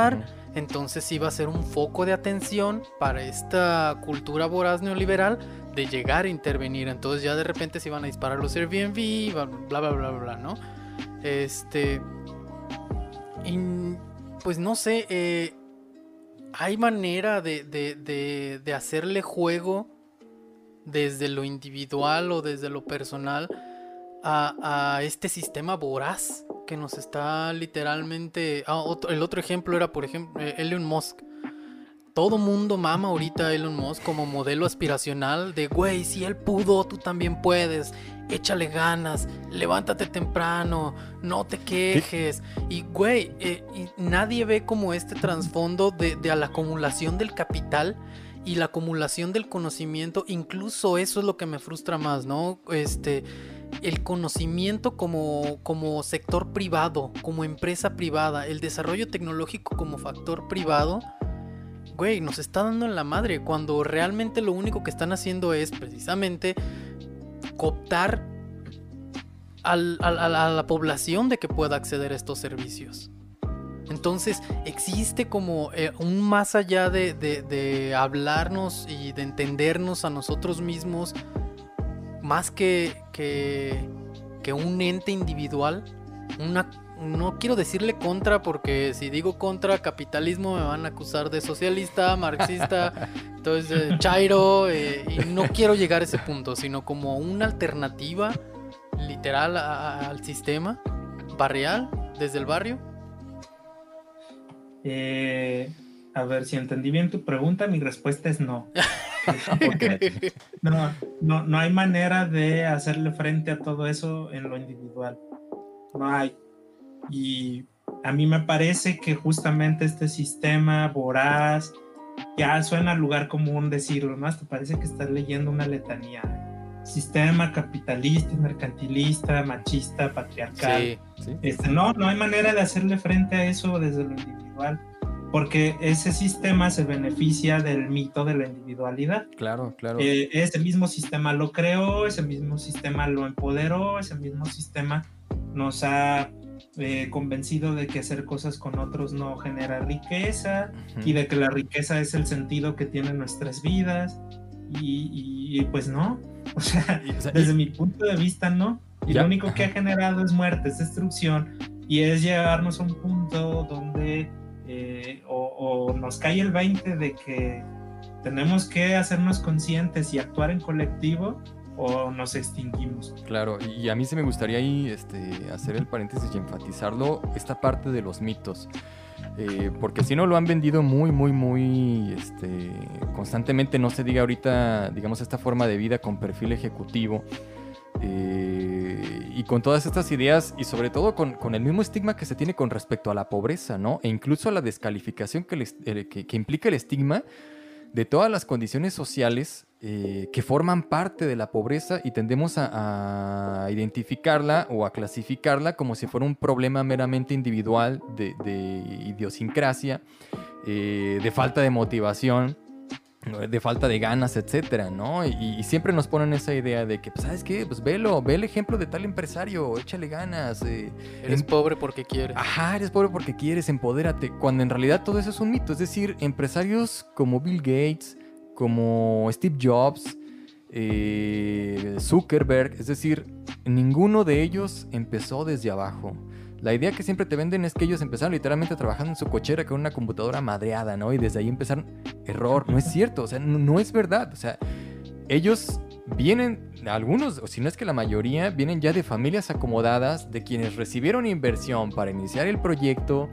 entonces iba a ser un foco de atención para esta cultura voraz neoliberal de llegar a intervenir. Entonces ya de repente se iban a disparar los Airbnb, bla bla bla bla, bla ¿no? Este... Y pues no sé, eh, hay manera de, de, de, de hacerle juego desde lo individual o desde lo personal a, a este sistema voraz que nos está literalmente... Ah, otro, el otro ejemplo era, por ejemplo, Elon Musk. Todo mundo mama ahorita a Elon Musk como modelo aspiracional de, güey, si él pudo, tú también puedes. Échale ganas, levántate temprano, no te quejes. ¿Qué? Y, güey, eh, y nadie ve como este trasfondo de, de a la acumulación del capital y la acumulación del conocimiento. Incluso eso es lo que me frustra más, ¿no? Este... El conocimiento como, como sector privado, como empresa privada, el desarrollo tecnológico como factor privado, güey, nos está dando en la madre cuando realmente lo único que están haciendo es precisamente cooptar al, al, a, la, a la población de que pueda acceder a estos servicios. Entonces existe como eh, un más allá de, de, de hablarnos y de entendernos a nosotros mismos, más que, que, que un ente individual, una, no quiero decirle contra, porque si digo contra capitalismo me van a acusar de socialista, marxista, entonces eh, chairo, eh, y no quiero llegar a ese punto, sino como una alternativa literal a, a, al sistema barrial, desde el barrio. Eh, a ver, si entendí bien tu pregunta, mi respuesta es no. No, no, no hay manera de hacerle frente a todo eso en lo individual. No hay. Y a mí me parece que justamente este sistema voraz, ya suena lugar común decirlo, ¿no? Hasta parece que estás leyendo una letanía. Sistema capitalista, mercantilista, machista, patriarcal. Sí, sí. Este, no, no hay manera de hacerle frente a eso desde lo individual. Porque ese sistema se beneficia del mito de la individualidad. Claro, claro. Eh, ese mismo sistema lo creó, ese mismo sistema lo empoderó, ese mismo sistema nos ha eh, convencido de que hacer cosas con otros no genera riqueza, uh-huh. y de que la riqueza es el sentido que tienen nuestras vidas. Y, y pues no, o sea, y, o sea desde y... mi punto de vista no. Y ya. Lo único que ha generado es muerte, es destrucción, y es llevarnos a un punto donde... Eh, o, o nos cae el veinte de que tenemos que hacernos conscientes y actuar en colectivo, o nos extinguimos. Claro, y a mí sí me gustaría ahí este, hacer el paréntesis y enfatizarlo, esta parte de los mitos, eh, porque si no lo han vendido muy, muy, muy este, constantemente, no se diga ahorita, digamos, esta forma de vida con perfil ejecutivo. Eh, y con todas estas ideas y sobre todo con, con el mismo estigma que se tiene con respecto a la pobreza, ¿no? E incluso a la descalificación que, les, eh, que, que implica el estigma de todas las condiciones sociales eh, que forman parte de la pobreza, y tendemos a, a identificarla o a clasificarla como si fuera un problema meramente individual de, de idiosincrasia, eh, de falta de motivación, de falta de ganas, etcétera, ¿no? Y, y siempre nos ponen esa idea de que, pues, ¿sabes qué? Pues velo, ve el ejemplo de tal empresario, échale ganas. Eh, eres em... pobre porque quieres. Ajá, eres pobre porque quieres, empodérate. Cuando en realidad todo eso es un mito. Es decir, empresarios como Bill Gates, como Steve Jobs, eh, Zuckerberg, es decir, ninguno de ellos empezó desde abajo. La idea que siempre te venden es que ellos empezaron literalmente trabajando en su cochera con una computadora madreada, ¿no? Y desde ahí empezaron. Error, no es cierto, o sea, no, no es verdad. O sea, ellos vienen, algunos, o si no es que la mayoría, vienen ya de familias acomodadas, de quienes recibieron inversión para iniciar el proyecto,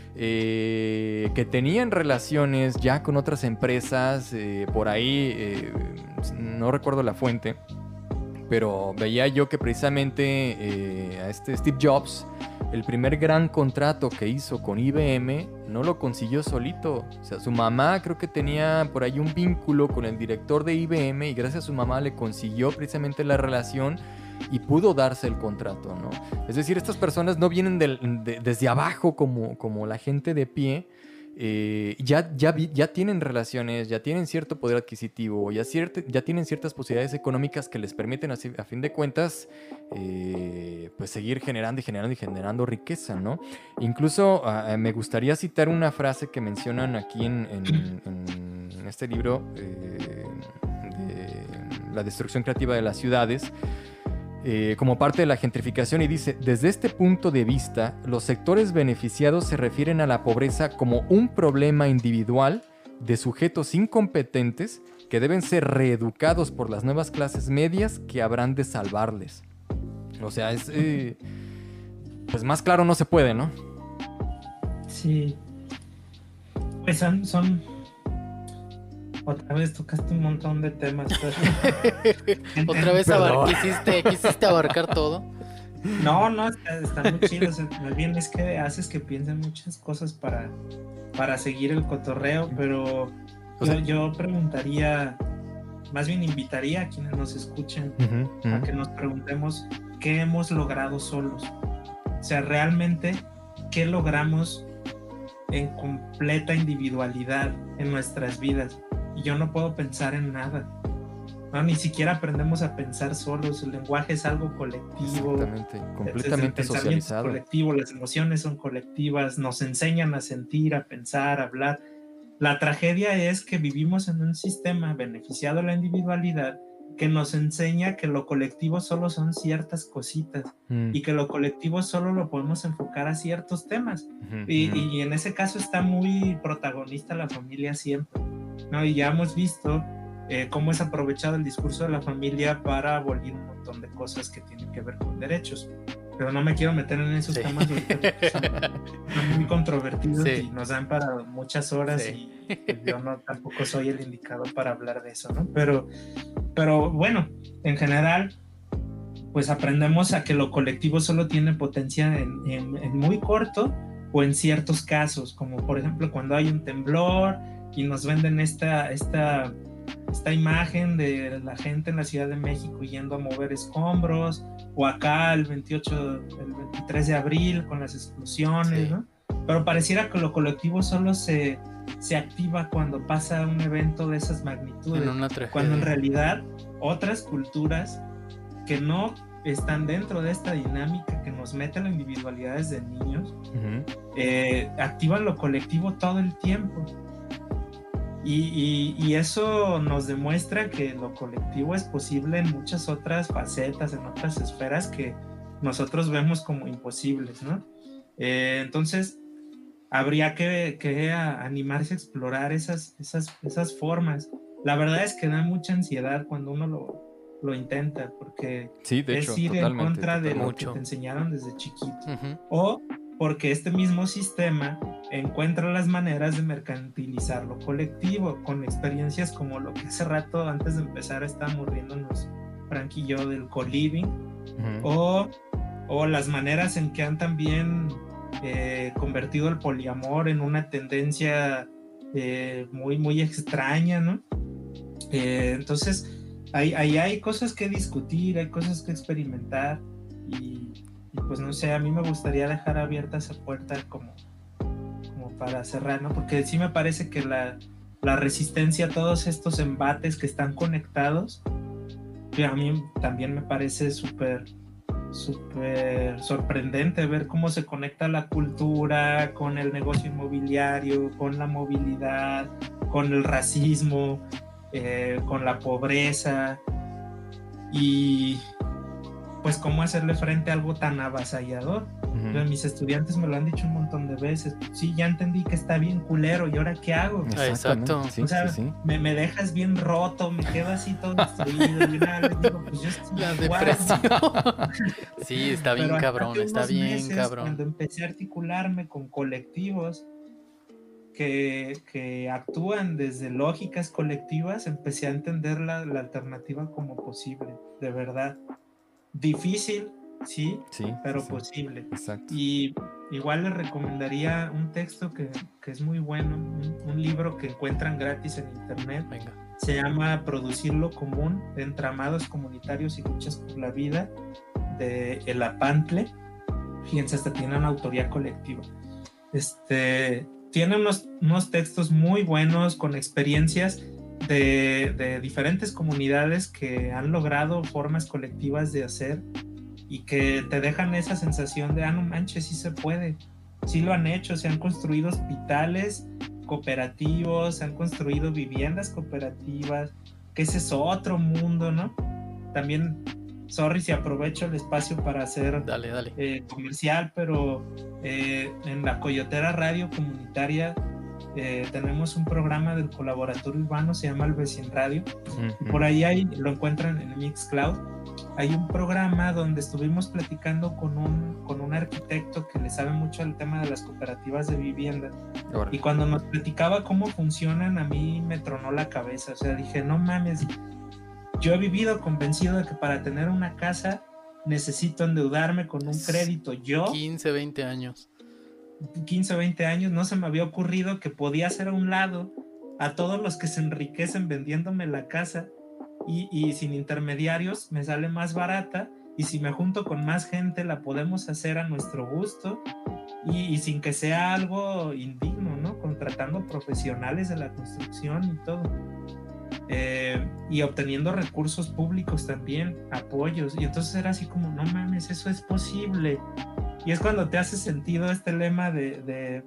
eh, que tenían relaciones ya con otras empresas, eh, por ahí, eh, no recuerdo la fuente, pero veía yo que precisamente eh, a este Steve Jobs, el primer gran contrato que hizo con I B M no lo consiguió solito. O sea, su mamá creo que tenía por ahí un vínculo con el director de I B M, y gracias a su mamá le consiguió precisamente la relación y pudo darse el contrato, ¿no? Es decir, estas personas no vienen del, de, desde abajo como, como la gente de pie. Eh, ya, ya, ya tienen relaciones, ya tienen cierto poder adquisitivo, ya, cierte, ya tienen ciertas posibilidades económicas que les permiten, así, a fin de cuentas, eh, pues pues seguir generando y generando y generando riqueza, ¿no? Incluso uh, me gustaría citar una frase que mencionan aquí en, en, en este libro eh, de La destrucción creativa de las ciudades, eh, como parte de la gentrificación, y dice: desde este punto de vista, los sectores beneficiados se refieren a la pobreza como un problema individual de sujetos incompetentes que deben ser reeducados por las nuevas clases medias que habrán de salvarles. O sea, es eh, pues más claro no se puede, ¿no? Sí. Pues son, son... Otra vez tocaste un montón de temas. Pero... Otra vez abar... ¿Quisiste, quisiste abarcar todo. No, no, está, está muy chido. O sea, más bien es que haces que piensen muchas cosas para, para seguir el cotorreo, pero o sea, yo, yo preguntaría, más bien invitaría a quienes nos escuchen uh-huh, uh-huh. a que nos preguntemos qué hemos logrado solos. O sea, realmente, ¿qué logramos en completa individualidad en nuestras vidas? Y yo no puedo pensar en nada. No, ni siquiera aprendemos a pensar solos. El lenguaje es algo colectivo. Exactamente, completamente el socializado. Es colectivo, las emociones son colectivas, nos enseñan a sentir, a pensar, a hablar. La tragedia es que vivimos en un sistema beneficiado de la individualidad que nos enseña que lo colectivo solo son ciertas cositas mm. y que lo colectivo solo lo podemos enfocar a ciertos temas. Mm-hmm. Y, y en ese caso está muy protagonista la familia siempre, ¿no? Y ya hemos visto eh, cómo es aprovechado el discurso de la familia para abolir un montón de cosas que tienen que ver con derechos. Pero no me quiero meter en esos sí. temas ahorita porque son, son muy controvertidos sí. y nos dan para muchas horas sí. y pues, yo no tampoco soy el indicado para hablar de eso, ¿no? Pero, pero bueno, en general, pues aprendemos a que lo colectivo solo tiene potencia en, en, en muy corto o en ciertos casos, como por ejemplo cuando hay un temblor y nos venden esta, esta, esta imagen de la gente en la Ciudad de México yendo a mover escombros, o acá el veintiocho, el veintitrés de abril con las explosiones, sí. ¿no? Pero pareciera que lo colectivo solo se, se activa cuando pasa un evento de esas magnitudes, en una tragedia. Cuando en realidad otras culturas que no están dentro de esta dinámica que nos mete a la individualidad desde niños, uh-huh. eh, activan lo colectivo todo el tiempo. Y, y, y eso nos demuestra que lo colectivo es posible en muchas otras facetas, en otras esferas que nosotros vemos como imposibles, ¿no? Eh, entonces, habría que, que animarse a explorar esas, esas, esas formas. La verdad es que da mucha ansiedad cuando uno lo, lo intenta, porque sí, de es hecho, ir en contra de lo mucho. que te enseñaron desde chiquito. Uh-huh. O porque este mismo sistema encuentra las maneras de mercantilizar lo colectivo con experiencias como lo que hace rato antes de empezar estábamos riéndonos Frank y yo del co-living, uh-huh. o, o las maneras en que han también eh, convertido el poliamor en una tendencia eh, muy muy extraña, ¿no? Eh, entonces ahí, ahí hay cosas que discutir, hay cosas que experimentar y pues no sé, a mí me gustaría dejar abierta esa puerta como, como para cerrar, ¿no? Porque sí me parece que la, la resistencia a todos estos embates que están conectados, que a mí también me parece súper súper sorprendente ver cómo se conecta la cultura con el negocio inmobiliario, con la movilidad, con el racismo, eh, con la pobreza y pues cómo hacerle frente a algo tan avasallador. Uh-huh. Pero mis estudiantes me lo han dicho un montón de veces. Sí, ya entendí que está bien culero, ¿y ahora qué hago? Exacto. Sí, o sea, sí, sí. Me, me dejas bien roto, me quedo así todo destruido. Y una vez digo, pues yo estoy la depresión. Sí, está bien pero cabrón, está bien meses, cabrón. Cuando empecé a articularme con colectivos que, que actúan desde lógicas colectivas, empecé a entender la, la alternativa como posible, de verdad. Difícil, sí, sí pero sí, posible. Exacto. Y igual les recomendaría un texto que, que es muy bueno, un, un libro que encuentran gratis en internet. Venga. Se llama Producir lo Común, de Entramados Comunitarios y Luchas por la Vida, de El Apantle. Fíjense, hasta tiene una autoría colectiva. Este, tiene unos, unos textos muy buenos con experiencias De, de diferentes comunidades que han logrado formas colectivas de hacer y que te dejan esa sensación de, ah, no manches, sí se puede, sí lo han hecho, se han construido hospitales cooperativos, se han construido viviendas cooperativas, que ese es otro mundo, ¿no? También, sorry si aprovecho el espacio para hacer dale, dale. Eh, comercial, pero eh, en la Coyotera Radio Comunitaria eh, tenemos un programa del colaboratorio urbano, se llama El Vecin Radio, uh-huh. y por ahí hay, lo encuentran en Mixcloud. Hay un programa donde estuvimos platicando con un, con un arquitecto que le sabe mucho al tema de las cooperativas de vivienda. Ahora. Y cuando nos platicaba cómo funcionan, a mí me tronó la cabeza. O sea, dije, no mames, yo he vivido convencido de que para tener una casa necesito endeudarme con un crédito. Yo, quince, veinte años. quince, veinte años, no se me había ocurrido que podía hacer a un lado a todos los que se enriquecen vendiéndome la casa. Y, y sin intermediarios me sale más barata, y si me junto con más gente la podemos hacer a nuestro gusto y, y sin que sea algo indigno, ¿no? Contratando profesionales de la construcción y todo, eh, y obteniendo recursos públicos también, apoyos. Y entonces era así como, no mames, eso es posible. Y es cuando te hace sentido este lema de, de,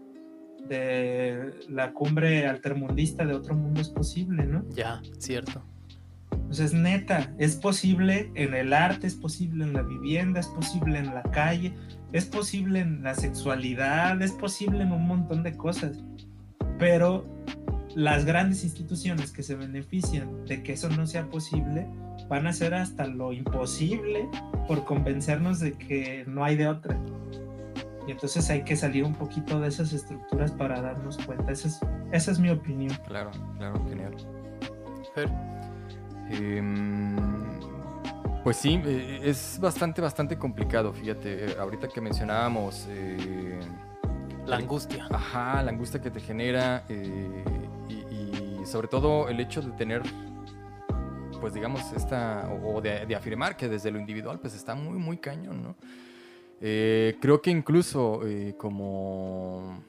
de la cumbre altermundista de Otro Mundo es Posible, ¿no? Ya, cierto. O sea, es neta, es posible en el arte, es posible en la vivienda, es posible en la calle, es posible en la sexualidad, es posible en un montón de cosas. Pero las grandes instituciones que se benefician de que eso no sea posible van a hacer hasta lo imposible por convencernos de que no hay de otra. Y entonces hay que salir un poquito de esas estructuras para darnos cuenta. Esa es, esa es mi opinión. Claro, claro, genial. Fer. Eh, pues sí, eh, es bastante, bastante complicado, fíjate, eh, ahorita que mencionábamos eh, la angustia. Ajá, la angustia que te genera eh, y, y sobre todo el hecho de tener, pues digamos, esta, o de, de afirmar que desde lo individual pues está muy, muy cañón, ¿no? Eh, creo que incluso eh, como,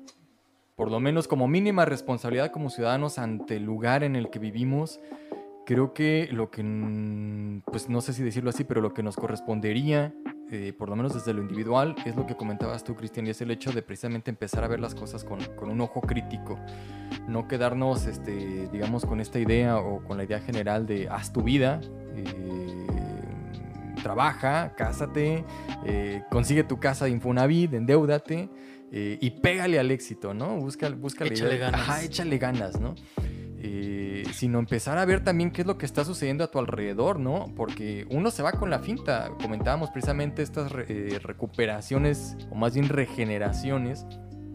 por lo menos como mínima responsabilidad como ciudadanos ante el lugar en el que vivimos, creo que lo que, pues no sé si decirlo así, pero lo que nos correspondería, eh, por lo menos desde lo individual, es lo que comentabas tú, Cristian, y es el hecho de precisamente empezar a ver las cosas con, con un ojo crítico. No quedarnos, este, digamos, con esta idea o con la idea general de haz tu vida, eh, trabaja, cásate, eh, consigue tu casa de Infonavit, endeúdate eh, y pégale al éxito, ¿no? Busca, busca échale la idea, ganas. Ajá, échale ganas, ¿no? Eh, sino empezar a ver también qué es lo que está sucediendo a tu alrededor, ¿no? Porque uno se va con la finta. Comentábamos precisamente estas re, eh, recuperaciones, o más bien regeneraciones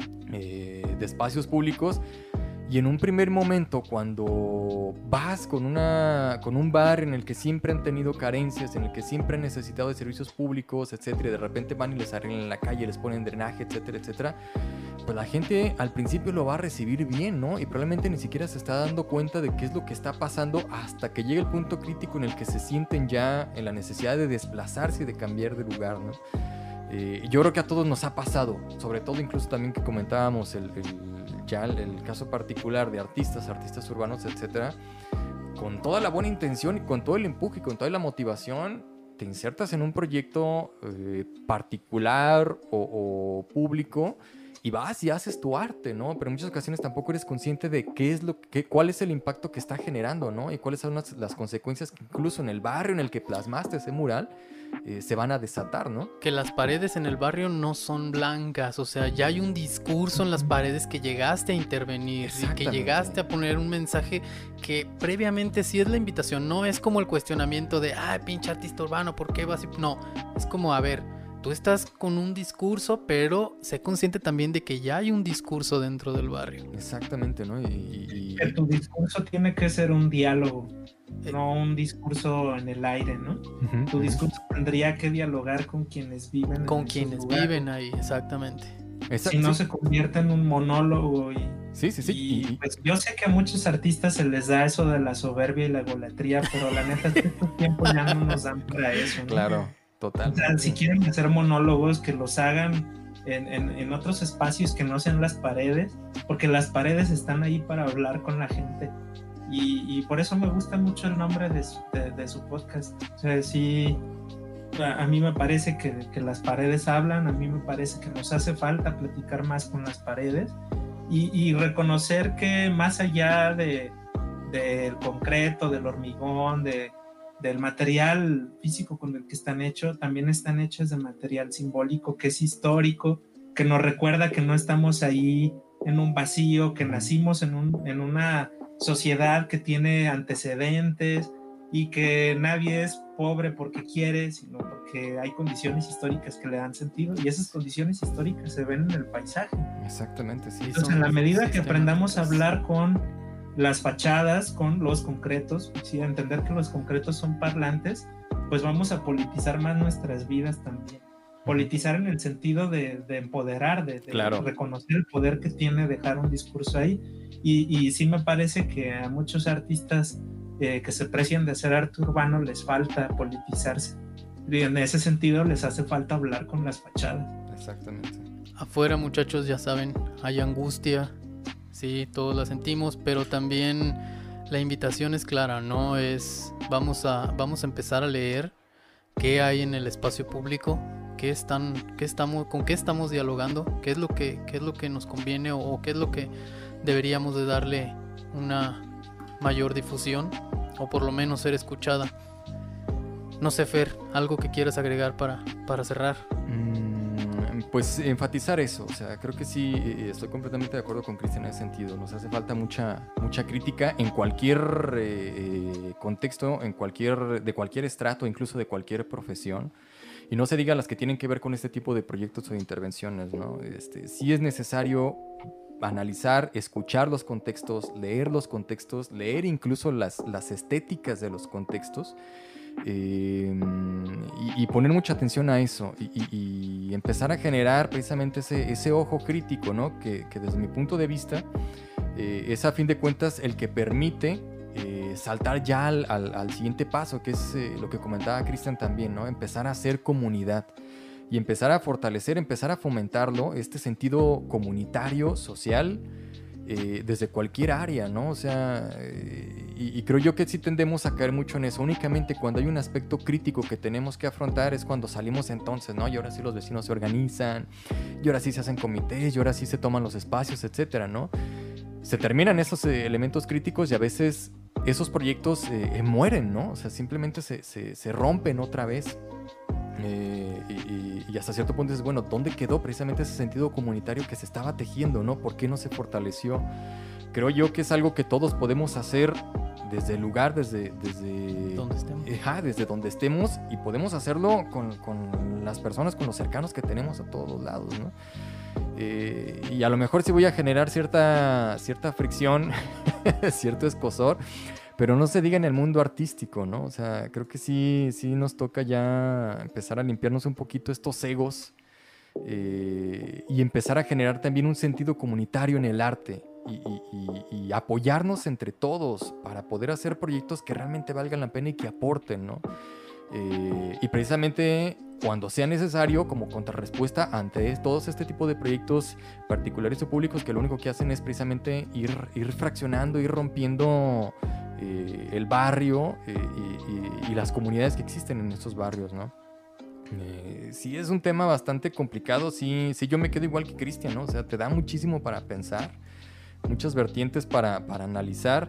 eh, de espacios públicos. Y en un primer momento, cuando vas con, una, con un bar en el que siempre han tenido carencias, en el que siempre han necesitado de servicios públicos, etcétera, y de repente van y les arreglan la calle, les ponen drenaje, etcétera, etcétera, pues la gente al principio lo va a recibir bien, ¿no? Y probablemente ni siquiera se está dando cuenta de qué es lo que está pasando hasta que llegue el punto crítico en el que se sienten ya en la necesidad de desplazarse y de cambiar de lugar, ¿no? Eh, yo creo que a todos nos ha pasado, sobre todo incluso también que comentábamos el, el, ya el, el caso particular de artistas, artistas urbanos, etcétera, con toda la buena intención y con todo el empuje y con toda la motivación, te insertas en un proyecto eh, particular o, o público y vas y haces tu arte, ¿no? Pero en muchas ocasiones tampoco eres consciente de qué es lo que, cuál es el impacto que está generando, ¿no? Y cuáles son las, las consecuencias que incluso en el barrio en el que plasmaste ese mural eh, se van a desatar, ¿no? Que las paredes en el barrio no son blancas, o sea, ya hay un discurso en las paredes que llegaste a intervenir y que llegaste a poner un mensaje que previamente sí es la invitación, no es como el cuestionamiento de, ay, pinche artista urbano, ¿por qué vas? No, es como, a ver, tú estás con un discurso, pero sé consciente también de que ya hay un discurso dentro del barrio. Exactamente, ¿no? Y, y... Que tu discurso tiene que ser un diálogo, eh... no un discurso en el aire, ¿no? Uh-huh, tu discurso uh-huh. tendría que dialogar con quienes viven Con quienes viven ahí, exactamente. Exacto. Si no se convierte en un monólogo y... Sí, sí, sí. Y, y pues yo sé que a muchos artistas se les da eso de la soberbia y la egolatría, pero la neta estos tiempos ya no nos dan para eso, ¿no? Claro. Total. O sea, si quieren hacer monólogos, que los hagan en, en, en otros espacios que no sean las paredes, porque las paredes están ahí para hablar con la gente. Y, y por eso me gusta mucho el nombre de su, de, de su podcast. O sea, sí, A, a mí me parece que, que las paredes hablan, a mí me parece que nos hace falta platicar más con las paredes y, y reconocer que más allá de, del concreto, del hormigón, de, del material físico con el que están hechos, también están hechos de material simbólico que es histórico, que nos recuerda que no estamos ahí en un vacío, que nacimos en, un, en una sociedad que tiene antecedentes y que nadie es pobre porque quiere, sino porque hay condiciones históricas que le dan sentido, y esas condiciones históricas se ven en el paisaje. Exactamente, sí. Entonces, en la medida que aprendamos a hablar con las fachadas, con los concretos, ¿sí? A entender que los concretos son parlantes, pues vamos a politizar más nuestras vidas también. Politizar en el sentido de, de empoderar, de, de claro. reconocer el poder que tiene dejar un discurso ahí. Y, y sí me parece que a muchos artistas eh, que se precian de hacer arte urbano les falta politizarse. Y en ese sentido les hace falta hablar con las fachadas. Exactamente. Afuera, muchachos, ya saben, hay angustia, sí, todos la sentimos, pero también la invitación es clara, ¿no? Es, vamos a, vamos a empezar a leer qué hay en el espacio público, qué están, qué estamos, con qué estamos dialogando, qué es lo que, qué es lo que nos conviene o, o qué es lo que deberíamos de darle una mayor difusión o por lo menos ser escuchada. No sé, Fer, algo que quieras agregar para, para cerrar. Mm, pues enfatizar eso, o sea, creo que sí, estoy completamente de acuerdo con Cristian en ese sentido. Nos hace falta mucha, mucha crítica en cualquier eh, contexto, en cualquier, de cualquier estrato, incluso de cualquier profesión. Y no se diga las que tienen que ver con este tipo de proyectos o de intervenciones, ¿no? Este, sí es necesario analizar, escuchar los contextos, leer los contextos, leer incluso las, las estéticas de los contextos, eh, y, y poner mucha atención a eso y, y, y empezar a generar precisamente ese, ese ojo crítico, ¿no? Que, que desde mi punto de vista eh, es a fin de cuentas el que permite Eh, saltar ya al, al, al siguiente paso, que es eh, lo que comentaba Cristian también, ¿no? Empezar a hacer comunidad y empezar a fortalecer, empezar a fomentarlo, este sentido comunitario, social, eh, desde cualquier área, ¿no? O sea, eh, y, y creo yo que sí tendemos a caer mucho en eso. Únicamente cuando hay un aspecto crítico que tenemos que afrontar es cuando salimos entonces, ¿no? Y ahora sí los vecinos se organizan, y ahora sí se hacen comités, y ahora sí se toman los espacios, etcétera, ¿no? Se terminan esos eh, elementos críticos y a veces esos proyectos eh, eh, mueren, ¿no? O sea, simplemente se, se, se rompen otra vez. Eh, y, y hasta cierto punto dices, bueno, ¿dónde quedó precisamente ese sentido comunitario que se estaba tejiendo, ¿no? ¿Por qué no se fortaleció? Creo yo que es algo que todos podemos hacer desde el lugar, desde... desde donde estemos. Ajá, desde donde estemos, y podemos hacerlo con, con las personas, con los cercanos que tenemos a todos los lados, ¿no? Eh, y a lo mejor sí voy a generar cierta, cierta fricción, cierto escozor, pero no se diga en el mundo artístico, ¿no? O sea, creo que sí, sí nos toca ya empezar a limpiarnos un poquito estos egos, eh, y empezar a generar también un sentido comunitario en el arte y, y, y, y apoyarnos entre todos para poder hacer proyectos que realmente valgan la pena y que aporten, ¿no? Eh, y precisamente cuando sea necesario, como contrarrespuesta ante todos este tipo de proyectos particulares o públicos que lo único que hacen es precisamente ir, ir fraccionando, ir rompiendo eh, el barrio eh, y, y, y las comunidades que existen en estos barrios, ¿no? Eh, sí es un tema bastante complicado, sí, sí yo me quedo igual que Cristian, ¿no? O sea, te da muchísimo para pensar, muchas vertientes para, para analizar,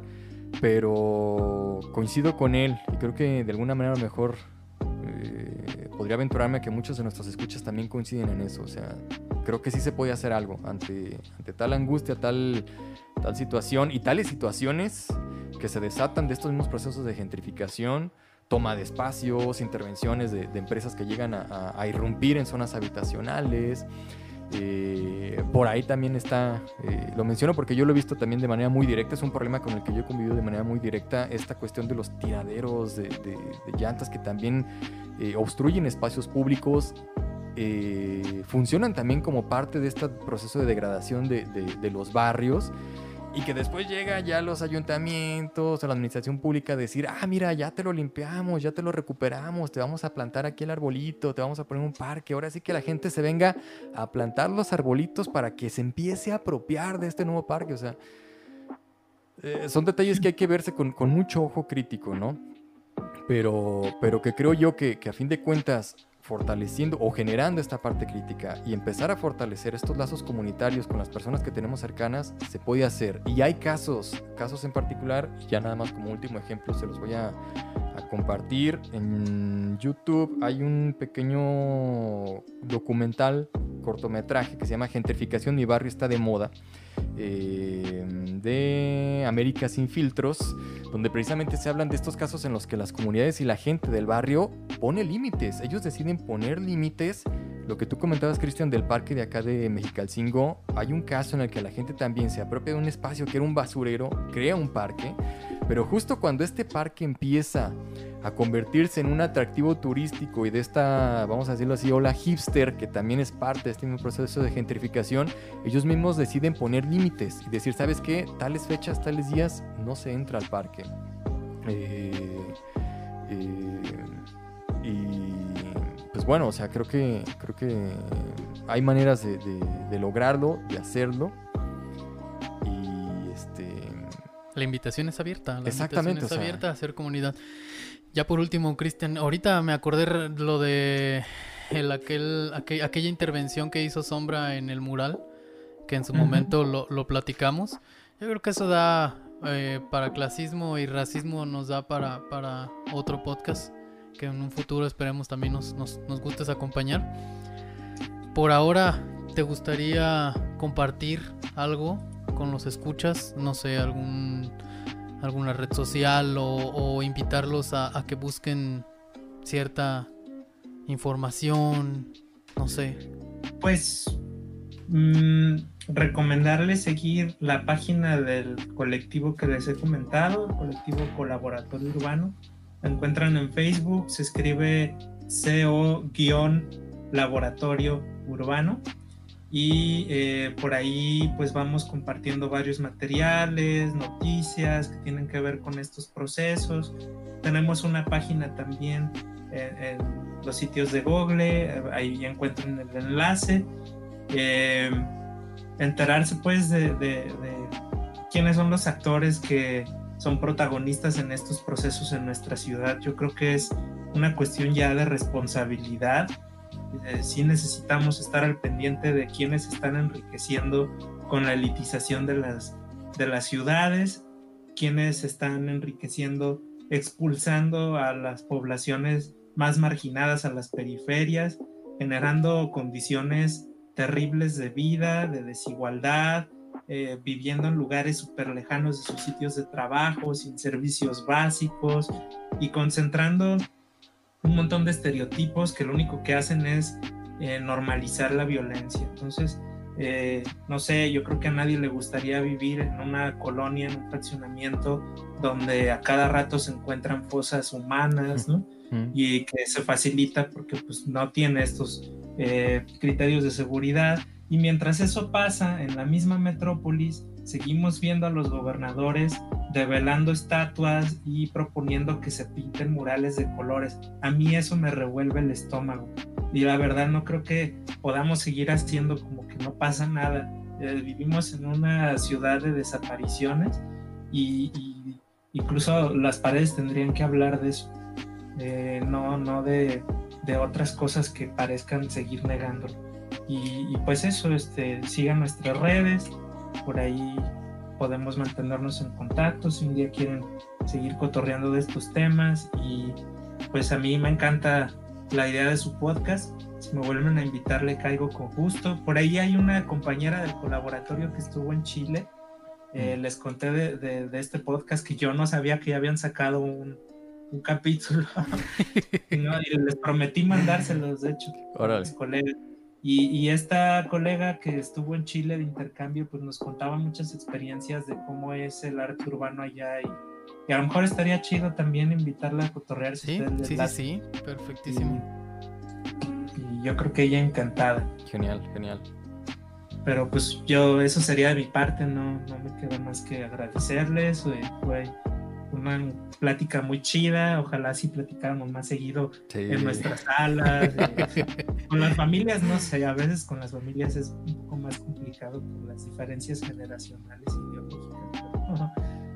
pero coincido con él y creo que de alguna manera mejor eh, podría aventurarme a que muchos de nuestros escuchas también coinciden en eso. O sea, creo que sí se puede hacer algo ante, ante tal angustia, tal, tal situación y tales situaciones que se desatan de estos mismos procesos de gentrificación, toma de espacios, intervenciones de, de empresas que llegan a, a, a irrumpir en zonas habitacionales. Eh, por ahí también está, eh, lo menciono porque yo lo he visto también de manera muy directa, es un problema con el que yo he convivido de manera muy directa, esta cuestión de los tiraderos de, de, de llantas que también eh, obstruyen espacios públicos, eh, funcionan también como parte de este proceso de degradación de, de, de los barrios, y que después llega ya los ayuntamientos o la administración pública a decir, ah, mira, ya te lo limpiamos, ya te lo recuperamos, te vamos a plantar aquí el arbolito, te vamos a poner un parque. Ahora sí que la gente se venga a plantar los arbolitos para que se empiece a apropiar de este nuevo parque. O sea, eh, son detalles que hay que verse con, con mucho ojo crítico, ¿no? pero, pero que creo yo que, que a fin de cuentas, fortaleciendo o generando esta parte crítica y empezar a fortalecer estos lazos comunitarios con las personas que tenemos cercanas, se puede hacer. Y hay casos, casos en particular, ya nada más como último ejemplo se los voy a, a compartir. En YouTube hay un pequeño documental, cortometraje, que se llama Gentrificación, mi barrio está de moda, eh, de América Sin Filtros, donde precisamente se hablan de estos casos en los que las comunidades y la gente del barrio pone límites. Ellos deciden poner límites. Lo que tú comentabas, Cristian, del parque de acá de Mexicalcingo, hay un caso en el que la gente también se apropia de un espacio que era un basurero, crea un parque, pero justo cuando este parque empieza a convertirse en un atractivo turístico y de esta, vamos a decirlo así, ola hipster, que también es parte de este mismo proceso de gentrificación, ellos mismos deciden poner límites y decir, ¿sabes qué? Tales fechas, tales días, no se entra al parque. Eh, eh, y pues bueno, o sea, creo que, creo que hay maneras de, de, de lograrlo, de hacerlo. Y este... La invitación es abierta. La Exactamente. invitación es O sea... abierta a hacer comunidad. Ya por último, Cristian, ahorita me acordé lo de el, aquel, aquel, aquella intervención que hizo Sombra en el mural, que en su uh-huh. momento lo, lo platicamos. Yo creo que eso da eh, para clasismo y racismo, nos da para, para otro podcast, que en un futuro esperemos también nos, nos, nos gustes acompañar. Por ahora, ¿te gustaría compartir algo con los escuchas? No sé, algún... alguna red social o, o invitarlos a, a que busquen cierta información, no sé. Pues mmm, recomendarles seguir la página del colectivo que les he comentado, el colectivo Colaboratorio Urbano. La encuentran en Facebook, se escribe C O-Laboratorio Urbano. Y eh, por ahí pues vamos compartiendo varios materiales, noticias que tienen que ver con estos procesos. Tenemos una página también en, en los sitios de Google, ahí encuentran el enlace. Eh, enterarse pues de, de, de quiénes son los actores que son protagonistas en estos procesos en nuestra ciudad. Yo creo que es una cuestión ya de responsabilidad. Eh, sí necesitamos estar al pendiente de quienes están enriqueciendo con la elitización de las, de las ciudades, quienes están enriqueciendo, expulsando a las poblaciones más marginadas a las periferias, generando condiciones terribles de vida, de desigualdad, eh, viviendo en lugares súper lejanos de sus sitios de trabajo, sin servicios básicos y concentrando un montón de estereotipos que lo único que hacen es eh, normalizar la violencia. Entonces, eh, no sé, yo creo que a nadie le gustaría vivir en una colonia, en un fraccionamiento donde a cada rato se encuentran fosas humanas, ¿no? Mm. Y que se facilita porque pues no tiene estos eh, criterios de seguridad. Y mientras eso pasa en la misma metrópolis, seguimos viendo a los gobernadores develando estatuas y proponiendo que se pinten murales de colores. A mí eso me revuelve el estómago. Y la verdad no creo que podamos seguir haciendo como que no pasa nada. Eh, vivimos en una ciudad de desapariciones y, y incluso las paredes tendrían que hablar de eso. Eh, no, no de, de otras cosas que parezcan seguir negando. Y, y pues eso, este, sigan nuestras redes. Por ahí podemos mantenernos en contacto si un día quieren seguir cotorreando de estos temas. Y pues a mí me encanta la idea de su podcast. Si me vuelven a invitar, le caigo con gusto. Por ahí hay una compañera del colaboratorio que estuvo en Chile. Eh, les conté de, de, de este podcast que yo no sabía que ya habían sacado un, un capítulo. ¿No? Y les prometí mandárselos, de hecho, a mis colegas. Y, y esta colega que estuvo en Chile de intercambio, pues nos contaba muchas experiencias de cómo es el arte urbano allá. Y, y a lo mejor estaría chido también invitarla a cotorrear. Si sí, sí, sí, sí, perfectísimo. Y, y yo creo que ella encantada. Genial, genial. Pero pues yo, eso sería de mi parte, no, no me queda más que agradecerles. Fue una plática muy chida, ojalá sí platicáramos más seguido sí. en nuestras salas. Eh, con las familias, no sé, a veces con las familias es un poco más complicado por las diferencias generacionales y ideológicas. Pero,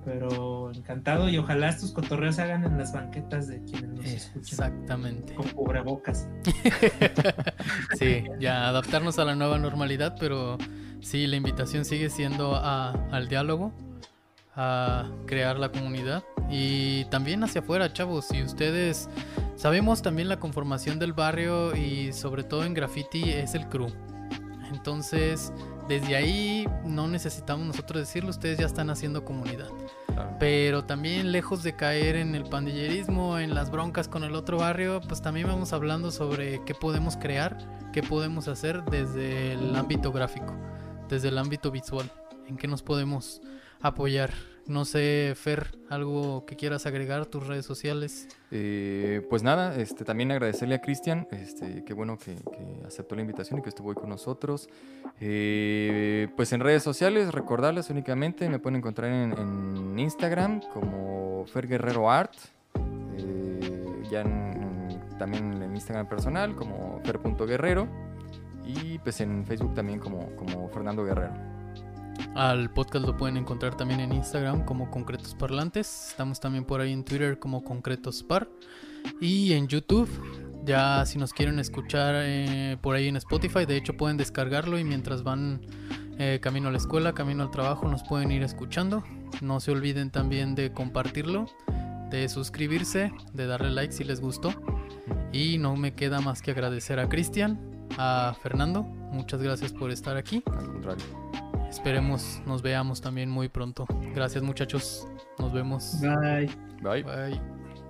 pero encantado, y ojalá estos cotorreos se hagan en las banquetas de quienes nos escuchan. Exactamente. Con cubrebocas. Sí, ya adaptarnos a la nueva normalidad, pero sí, la invitación sigue siendo a, al diálogo, a crear la comunidad y también hacia afuera, chavos. Si ustedes sabemos, también la conformación del barrio y sobre todo en graffiti es el crew. Entonces, desde ahí no necesitamos nosotros decirlo, ustedes ya están haciendo comunidad. Claro. Pero también, lejos de caer en el pandillerismo, en las broncas con el otro barrio, pues también vamos hablando sobre qué podemos crear, qué podemos hacer desde el ámbito gráfico, desde el ámbito visual, en qué nos podemos apoyar. No sé, Fer, algo que quieras agregar, tus redes sociales. Eh, pues nada, este, también agradecerle a Cristian, este, qué bueno que, que aceptó la invitación y que estuvo hoy con nosotros. Eh, pues en redes sociales, recordarles únicamente, me pueden encontrar en, en Instagram como Fer Guerrero Art, eh, ya en, en, también en Instagram personal como fer punto guerrero y pues en Facebook también como, como Fernando Guerrero. Al podcast lo pueden encontrar también en Instagram como Concretos Parlantes. Estamos también por ahí en Twitter como Concretos Par. Y en YouTube, ya si nos quieren escuchar eh, por ahí en Spotify, de hecho pueden descargarlo y mientras van eh, camino a la escuela, camino al trabajo, nos pueden ir escuchando. No se olviden también de compartirlo, de suscribirse, de darle like si les gustó. Y no me queda más que agradecer a Cristian, a Fernando. Muchas gracias por estar aquí. Al contrario. Esperemos nos veamos también muy pronto. Gracias, muchachos. Nos vemos. Bye. Bye. Bye.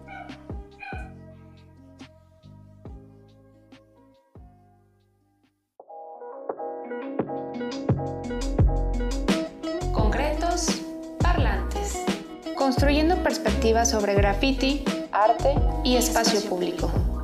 Concretos Parlantes. Construyendo perspectivas sobre graffiti, arte y espacio público.